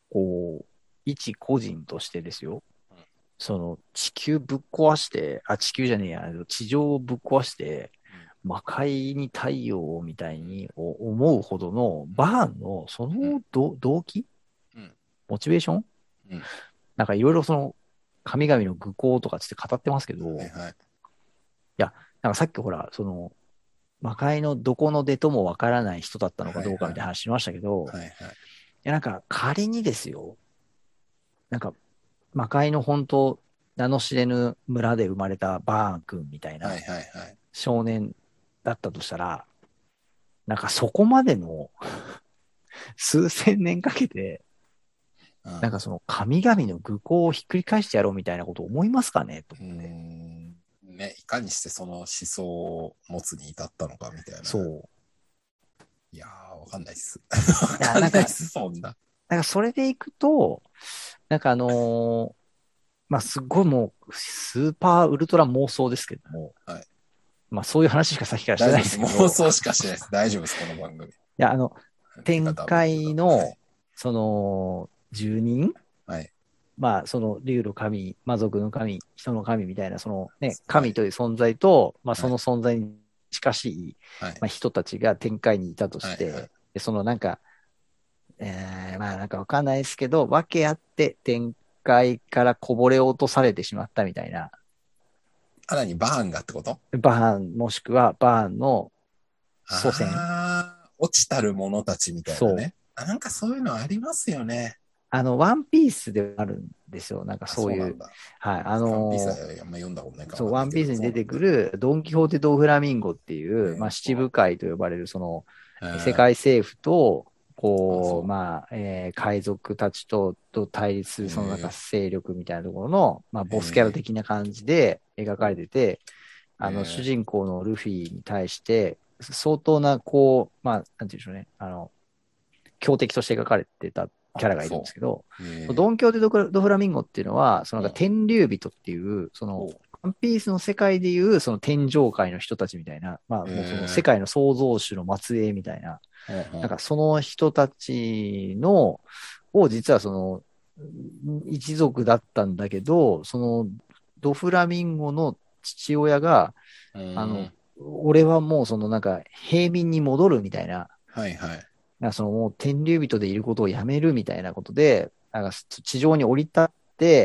こう、一個人としてですよ。その地球ぶっ壊して、地球じゃねえや、地上をぶっ壊して、魔界に太陽みたいに思うほどのバーンのその動機うん。 モチベーションうん。 なんかいろいろその神々の愚行とかつって語ってますけど、いはいはい。 や、なんかさっきほら、その魔界のどこの出ともわからない人だったのかどうかはいはい。 みたいな話しましたけど、 はいはい。 なんか仮にですよ、なんか魔界の本当、名の知れぬ村で生まれたバーン君みたいなはいはいはい。 少年だったとしたら、なんかそこまでの数千年かけて、 うん。 なんかその神々の愚行をひっくり返してやろうみたいなこと思いますかねとうー思って。 ん。ね、いかにしてその思想を持つに至ったのかみたいな。 そう。 いやー、わかんないっす。わいや、なんか、 かんないっす、そんな。 それでいくと、なんかまあ、すっごいもう、スーパーウルトラ妄想ですけども、 はい。 まあそういう話しかさっきからしてないで大丈夫です。 すけど、 妄想しかしてないです。大丈夫です、この番組。 いや、 てか、 天多分っていうか。 界の、 はい。 その、住人はい。 まあ、その、竜の神、魔族の神、人の神みたいな、そのね、 はい。 神という存在と、まあ、 はい。 その存在に近しい、 はい。 まあ、人たちが天界にいたとはい。はい。 して、で、そのなんか、まあ、なんかわかんないですけど、訳あって天界からこぼれ落とされてしまったみたいな、 あ、何バーンがってこと？ バーン、もしくはバーンの祖先、 落ちたる者たちみたいなそう。 ね。なんかそういうのありますよね。 ワンピースであるんですよ。なんかあ、 そういう、 そうなんだ。 はい、 ワンピースはあんま読んだことないかわそう、 かんないけど、 ワンピースに出てそうなんだ。 くるドン・キホーテ・ド・フラミンゴっていう、まあ、七部会と呼ばれる、その、世あ、 界政府と、こう、 そまあ、海賊たちと対立すう。 る、そのなんか勢力みたいなところの、まあ、ボスキャラえ的な感じで描かれてて、主え人公のルフィに対して、相当な、こう、まあ、なんて言うんでしょうね、強敵として描かれてたキャラがいるんですそけど、 う。 ドンキョーテ・ドフラミンゴっていうのは、そのなんかうん。 天竜人っていう、その、 おワンピースの世界でいう、その天上界の人たちみたいな、まあもうその世え界の創造主の末裔みたいな、 うんうん。 なんかその人たちの、実はその、一族だったんだけど、そのドフラミンゴの父親が、 うあの、 ん。 俺はもうそのなんか平民に戻るみたいな、 はいはい。 なんかそのもう天竜人でいることをやめるみたいなことで、なんか地上に降り立って、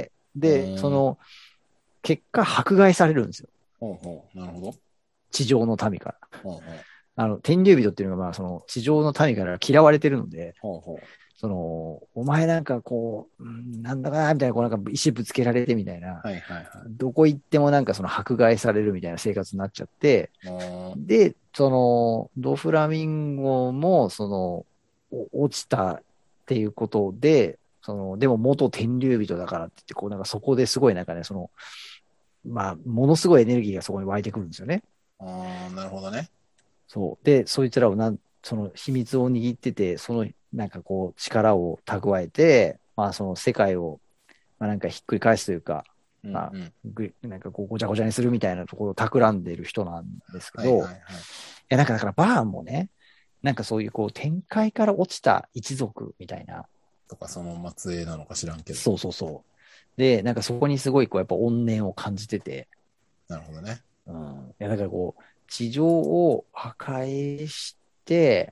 うで、そん。 の結果迫害されるんですよ。 ほうほう。なるほど。 地上の民から。 ほうほう。 天竜人っていうのが、まあ、その地上の民から嫌われてるので、 ほうほその、お前なんかこう、なんだかな、みたいな、こうなんか石ぶつけられてみたいな、 う。はいはいはい。 どこ行ってもなんかその迫害されるみたいな生活になっちゃって、 うん。 で、その、ドフラミンゴも、その、落ちたっていうことで、その、でも元天竜人だからって言って、こうなんかそこですごいなんかね、その、まあ、ものすごいエネルギーがそこに湧いてくるんですよね。 ああ、なるほどね。 そう。で、そいつらをその秘密を握ってて、そのなんかこう力を蓄えて、まあその世界を、まあなんかひっくり返すというか、 うんまあ、 うん。 なんかこうごちゃごちゃにするみたいなところを企んでいる人なんですけはいはど、 いはい。 なんかだからバーンもね、なんかそういうこう展開から落ちた一族みたいな、 とか、その末裔なのか知らんけど。 そうそうそう。で、なんかそこにすごいこうやっぱ怨念を感じてて、 なるほどね。 だからこう、地上を破壊して、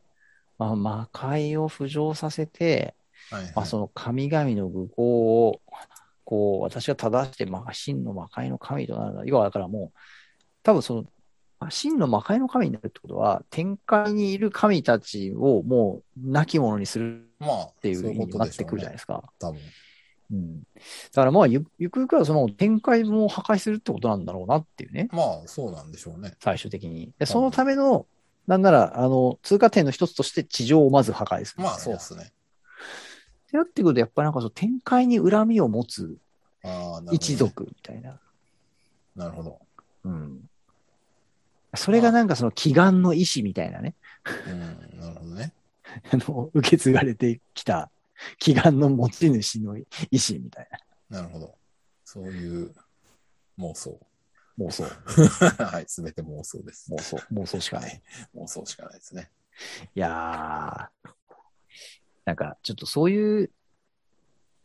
まあ、魔界を浮上させて、まあ、 はいはい。 その神々の愚行を、こう、私が正して、まあ、真の魔界の神となるんだ。要は、だからもう、多分その、まあ真の魔界の神になるってことは、天界にいる神たちをもう、亡き者にするまあ、 っていうそういうこと意味にもなってでしょうね。 くるじゃないですか。 多分。 うん。だからまあ、ゆくゆくはその天界も破壊するってことなんだろうなっていうね。 まあ、そうなんでしょうね。 最終的に。で、その多分。 ための、なんなら、通過点の一つとして地上をまず破壊するみまあ、 たいな。っそうっすね。 てなってくると、やっぱりなんかその展開に恨みを持つああ、なるほどね。 一族みたいな。 なるほど。 うん。それまあ、 がなんかその祈願の意志みたいなね。 うん、なるほどね。 受け継がれてきた祈願の持ち主の意志みたいなるほど。そういう妄想。 な。妄想。 はい、すべて妄想です。 妄想しかない。 はい。妄想しかないですね。 いやー、なんかちょっとそういう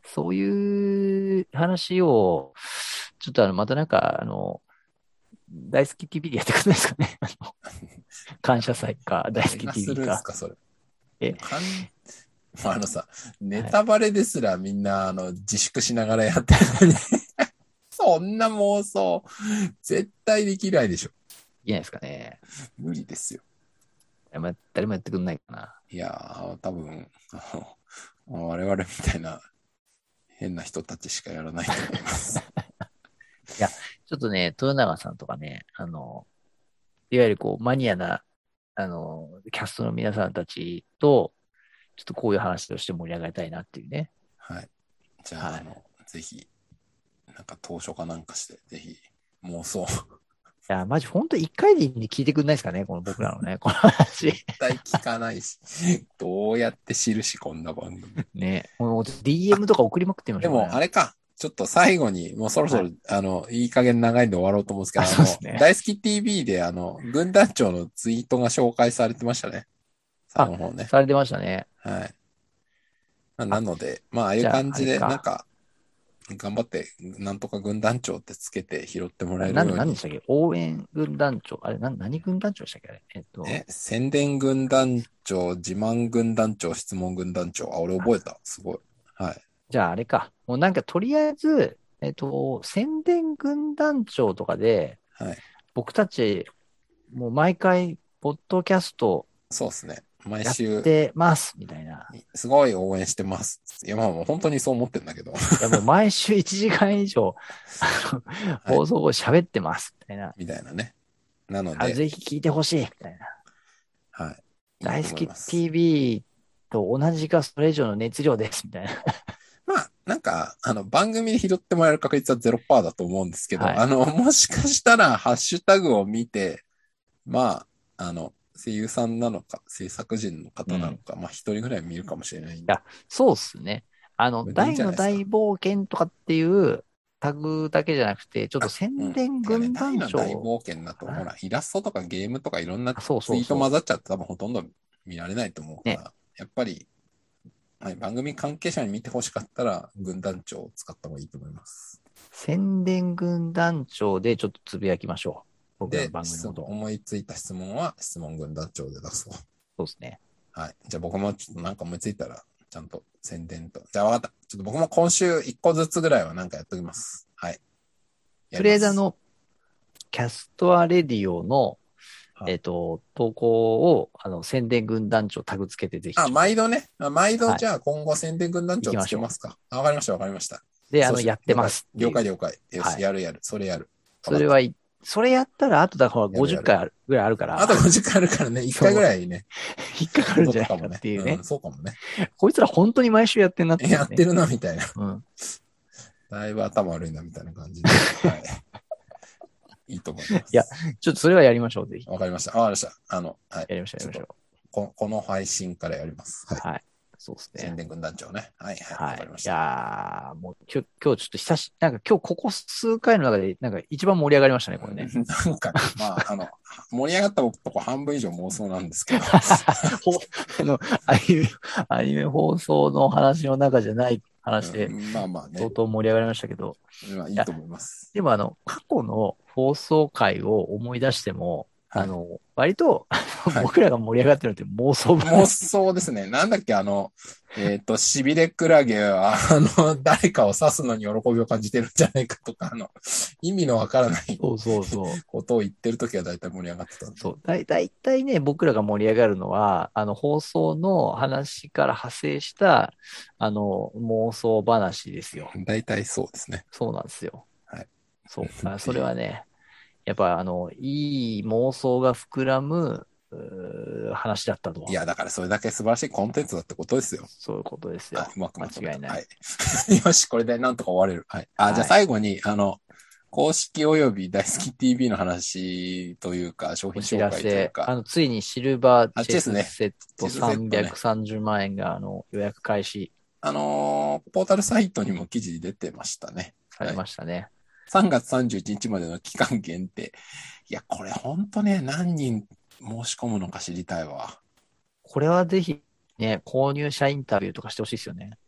そういう話を、ちょっとまたなんか、大好き TV でやってくれないですかね。感謝祭か、大好き誰がす TV か。 るんすか、それ。 え、 さ、ネはい。 タバレですらみんな、自粛しながらやってるのにそんな妄想、絶対できないでしょ。 いけないですかね。 無理ですよ。 誰もやってくんないかな。 いやー、多分、我々みたいな変な人たちしかやらないと思います。 いや、ちょっとね、豊永さんとかね、いわゆるこう、マニアな、キャストの皆さんたちと、ちょっとこういう話をして盛り上がりたいなっていうね。 はい。じゃあ、 はい。 ぜひ、なんか当初かなんかして、ぜひ、妄想、 いや、マジ、ほんと一回でいいんで聞いてくんないですかね、この僕らのね、この話。 絶対聞かないし、どうやって知るし、こんな番組。 ね。もう DM とか送りまくってみましでも、 ょうかね。 あれか。ちょっと最後に、もうそろそろ、 はい。 いい加減長いんで終わろうと思うんですけあ、 ど、 そうですね。 大好き TV で、軍団長のツイートが紹介されてましたね。最あ、 後の方ね。 されてましたね。 はい。なあ、 ので、まあ、ああいうじゃあ、あ感じで、なんれか。 か、頑張って、なんとか軍団長ってつけて拾ってもらえるように。 何でしたっけ応援軍団長。あれ、何軍団長でしたっけあれ。 宣伝軍団長、自慢軍団長、質問軍団長。あ、俺あ、 覚えた。すごい。はい。 じゃああれか。もうなんかとりあえず、宣伝軍団長とかで、 はい。 僕たち、もう毎回、ポッドキャストそうですね。毎やっ週、 てます、みたいな。 すごい応援してます。いや、まあもう本当にそう思ってんだけど。 いやもう毎週1時間以上、 はい。 放送後喋ってます、みたいな。 みたいなね。なのあ、 で、 ぜひ聞いてほしい、みたいな。 はい。いいと大好き思います。 TV と同じかそれ以上の熱量です、みたいな。 まあ、なんか、番組で拾ってもらえる確率は0%だと思うんですけど、 はい。 もしかしたら、ハッシュタグを見て、まあ、声優さんなのか、制作人のうん。 方なのか、まあ、一人ぐらい見るかもしれないんで、 いや、そうっすね。 これでいいん大のじゃないですか。 大冒険とかっていうタグだけじゃなくて、ちょっとうん。 宣伝てかね、 軍団大の大長冒険だと、ほかな。 ら、イラストとかゲームとかいろんなあ、そうツイート混そうそざっちゃって多分ほとんど見られないと思うかう。ね。 ら、やっぱり、はい、番組関係者に見てほしかったら、軍団長を使った方がいいと思います。 宣伝軍団長でちょっとつぶやきましょう。僕らので、 番組のことを。 思いついた質問は質問軍団長で出そう。 そうですね。 はい。じゃあ僕もちょっとなんか思いついたら、ちゃんと宣伝と。じゃあ分かった。ちょっと僕も今週1個ずつぐらいはなんかやっときます。はい。やとります。 りあえずキャストアレディオの、 はい。 投稿を、宣伝軍団長タグつけてぜひあ、 ちょっと、 毎度ね。毎度はい、 じゃあ今後宣伝軍団長つ行きましょけますか。あ、わかりました、わかりました。 う。で、 そうしよう。 やってま了解。了解、 すっていう。 了解。よし、 はい。 やるやる。それやる。わかった。 それそれやったら、あとだから50 やるやる。 回ぐらいあるから、 あと5時間あるからね、1回ぐそう、 らいね、 引っかかるんじゃないかっ届くかもね。 ていうね。 うん、そうかもね。 こいつら本当に毎週やってんなっていうね。 やってるな、みたいな。 うん。 だいぶ頭悪いな、みたいな感じで。はい。いいと思いまいや、 す。 ちょっとそれはやりましょう、ぜひ。 わかりました。わかりました。はい。 やりましょう、やちょっと、 りましょこの配信からやります。 う。 はい。 はい。そうですね。 宣伝軍団長ね。はい、はい。わはい。いかりました。 やー、もう今日ちょっとなんか今日ここ数回の中で、なんか一番盛り上がりましたね、これね。 なんかね、まあ、盛り上がったとこ半分以上妄想なんですけど。 ほあの、アニメ放送の話の中じゃない話で、 まあまあね。 相当盛り上がりましたけど、 まあいいや、 いと思います。 でも過去の放送回を思い出しても、 はい。 割と、 はい。 僕らが盛り上がってるのって妄想妄話。 想ですね。なんだっけ、しびれクラゲは、誰かを刺すのに喜びを感じてるんじゃないかとか、意味のわからないそうそうそう。 ことを言ってるときは大体盛り上がってたんで。 そう。だいたいね、僕らが盛り上がるのは、放送の話から派生した、妄想話ですよ。 大体そうですね。 そうなんですよ。 はい。 そう。だからそっていう。 れはね、やっぱいい妄想が膨らむ、話だったと。 いや、だからそれだけ素晴らしいコンテンツだってことですよ。 そういうことですはい、 よ。 うまくまとめた。 間違いない。 はい。よし、これでなんとか終われる。はい。あ、じゃあはい。 最後に、公式及び大好き TV の話というか、商品お知紹らせ。 介というか、 ついにシルバーあっチェちですね。 スセット地図セットね。 330万円が、予約開始ポータルサイトにも記事出てましたね。 されはい。 ましたね。 3月31日までの期間限定。いや、これほんとね、何人申し込むのか知りたいわ。 これはぜひ、ね、購入者インタビューとかしてほしいですよね。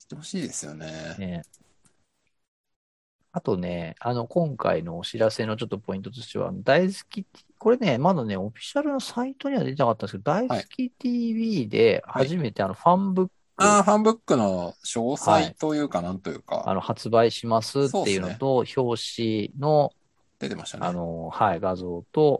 てほしいですよね。 ね。あとね、今回のお知らせのちょっとポイントとしては、大好き、これね、まだね、オフィシャルのサイトには出てなかったんですけど、大好はい。 き TV ではい。 初めてファンブック、 ああ、ファンブックの詳細はい、 というかなんというか、 発売しますっていうそうですね。 のと、表紙の、 出てましたね。 はい、画像と、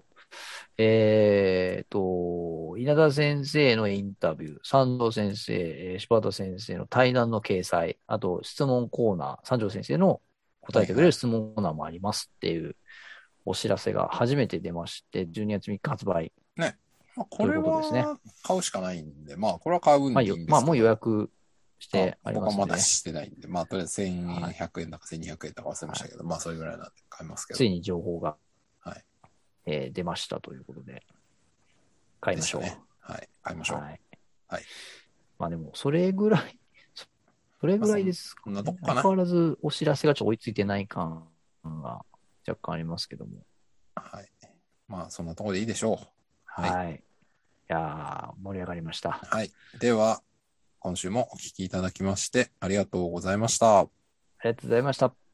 稲田先生のインタビュー、三藤先生、柴田先生の対談の掲載、あと質問コーナー、三条先生の答えてくれるはいはい。 質問コーナーもありますっていうお知らせが初めて出まして、12月3日発売ね。まあ、これということですね。 は買うしかないんで、まあ、これは買うんでいいんでまあもう予すけど、 約しまあ、 てあり僕はまだますんでね。 してないんで、まあ、とりあえずはい。 1100円だか1200円だか忘れましはい。 たけど、まあ、それぐらいなんで買いますけど。 ついに情報が、 はい。 出ましたということで、買いましょでしたね。はい。買いまう。 しょはい。 う。はい。 まあでも、それぐらい、それまあ、 ぐらいですそんなとかね。 こかな。 相変わらずお知らせがちょっと追いついてない感が若干ありますけども。 はい。まあ、そんなところでいいでしょう。はい。 はい。いやー、盛り上がりました。 はい。では、今週もお聞きいただきましてありがとうございました。 ありがとうございました。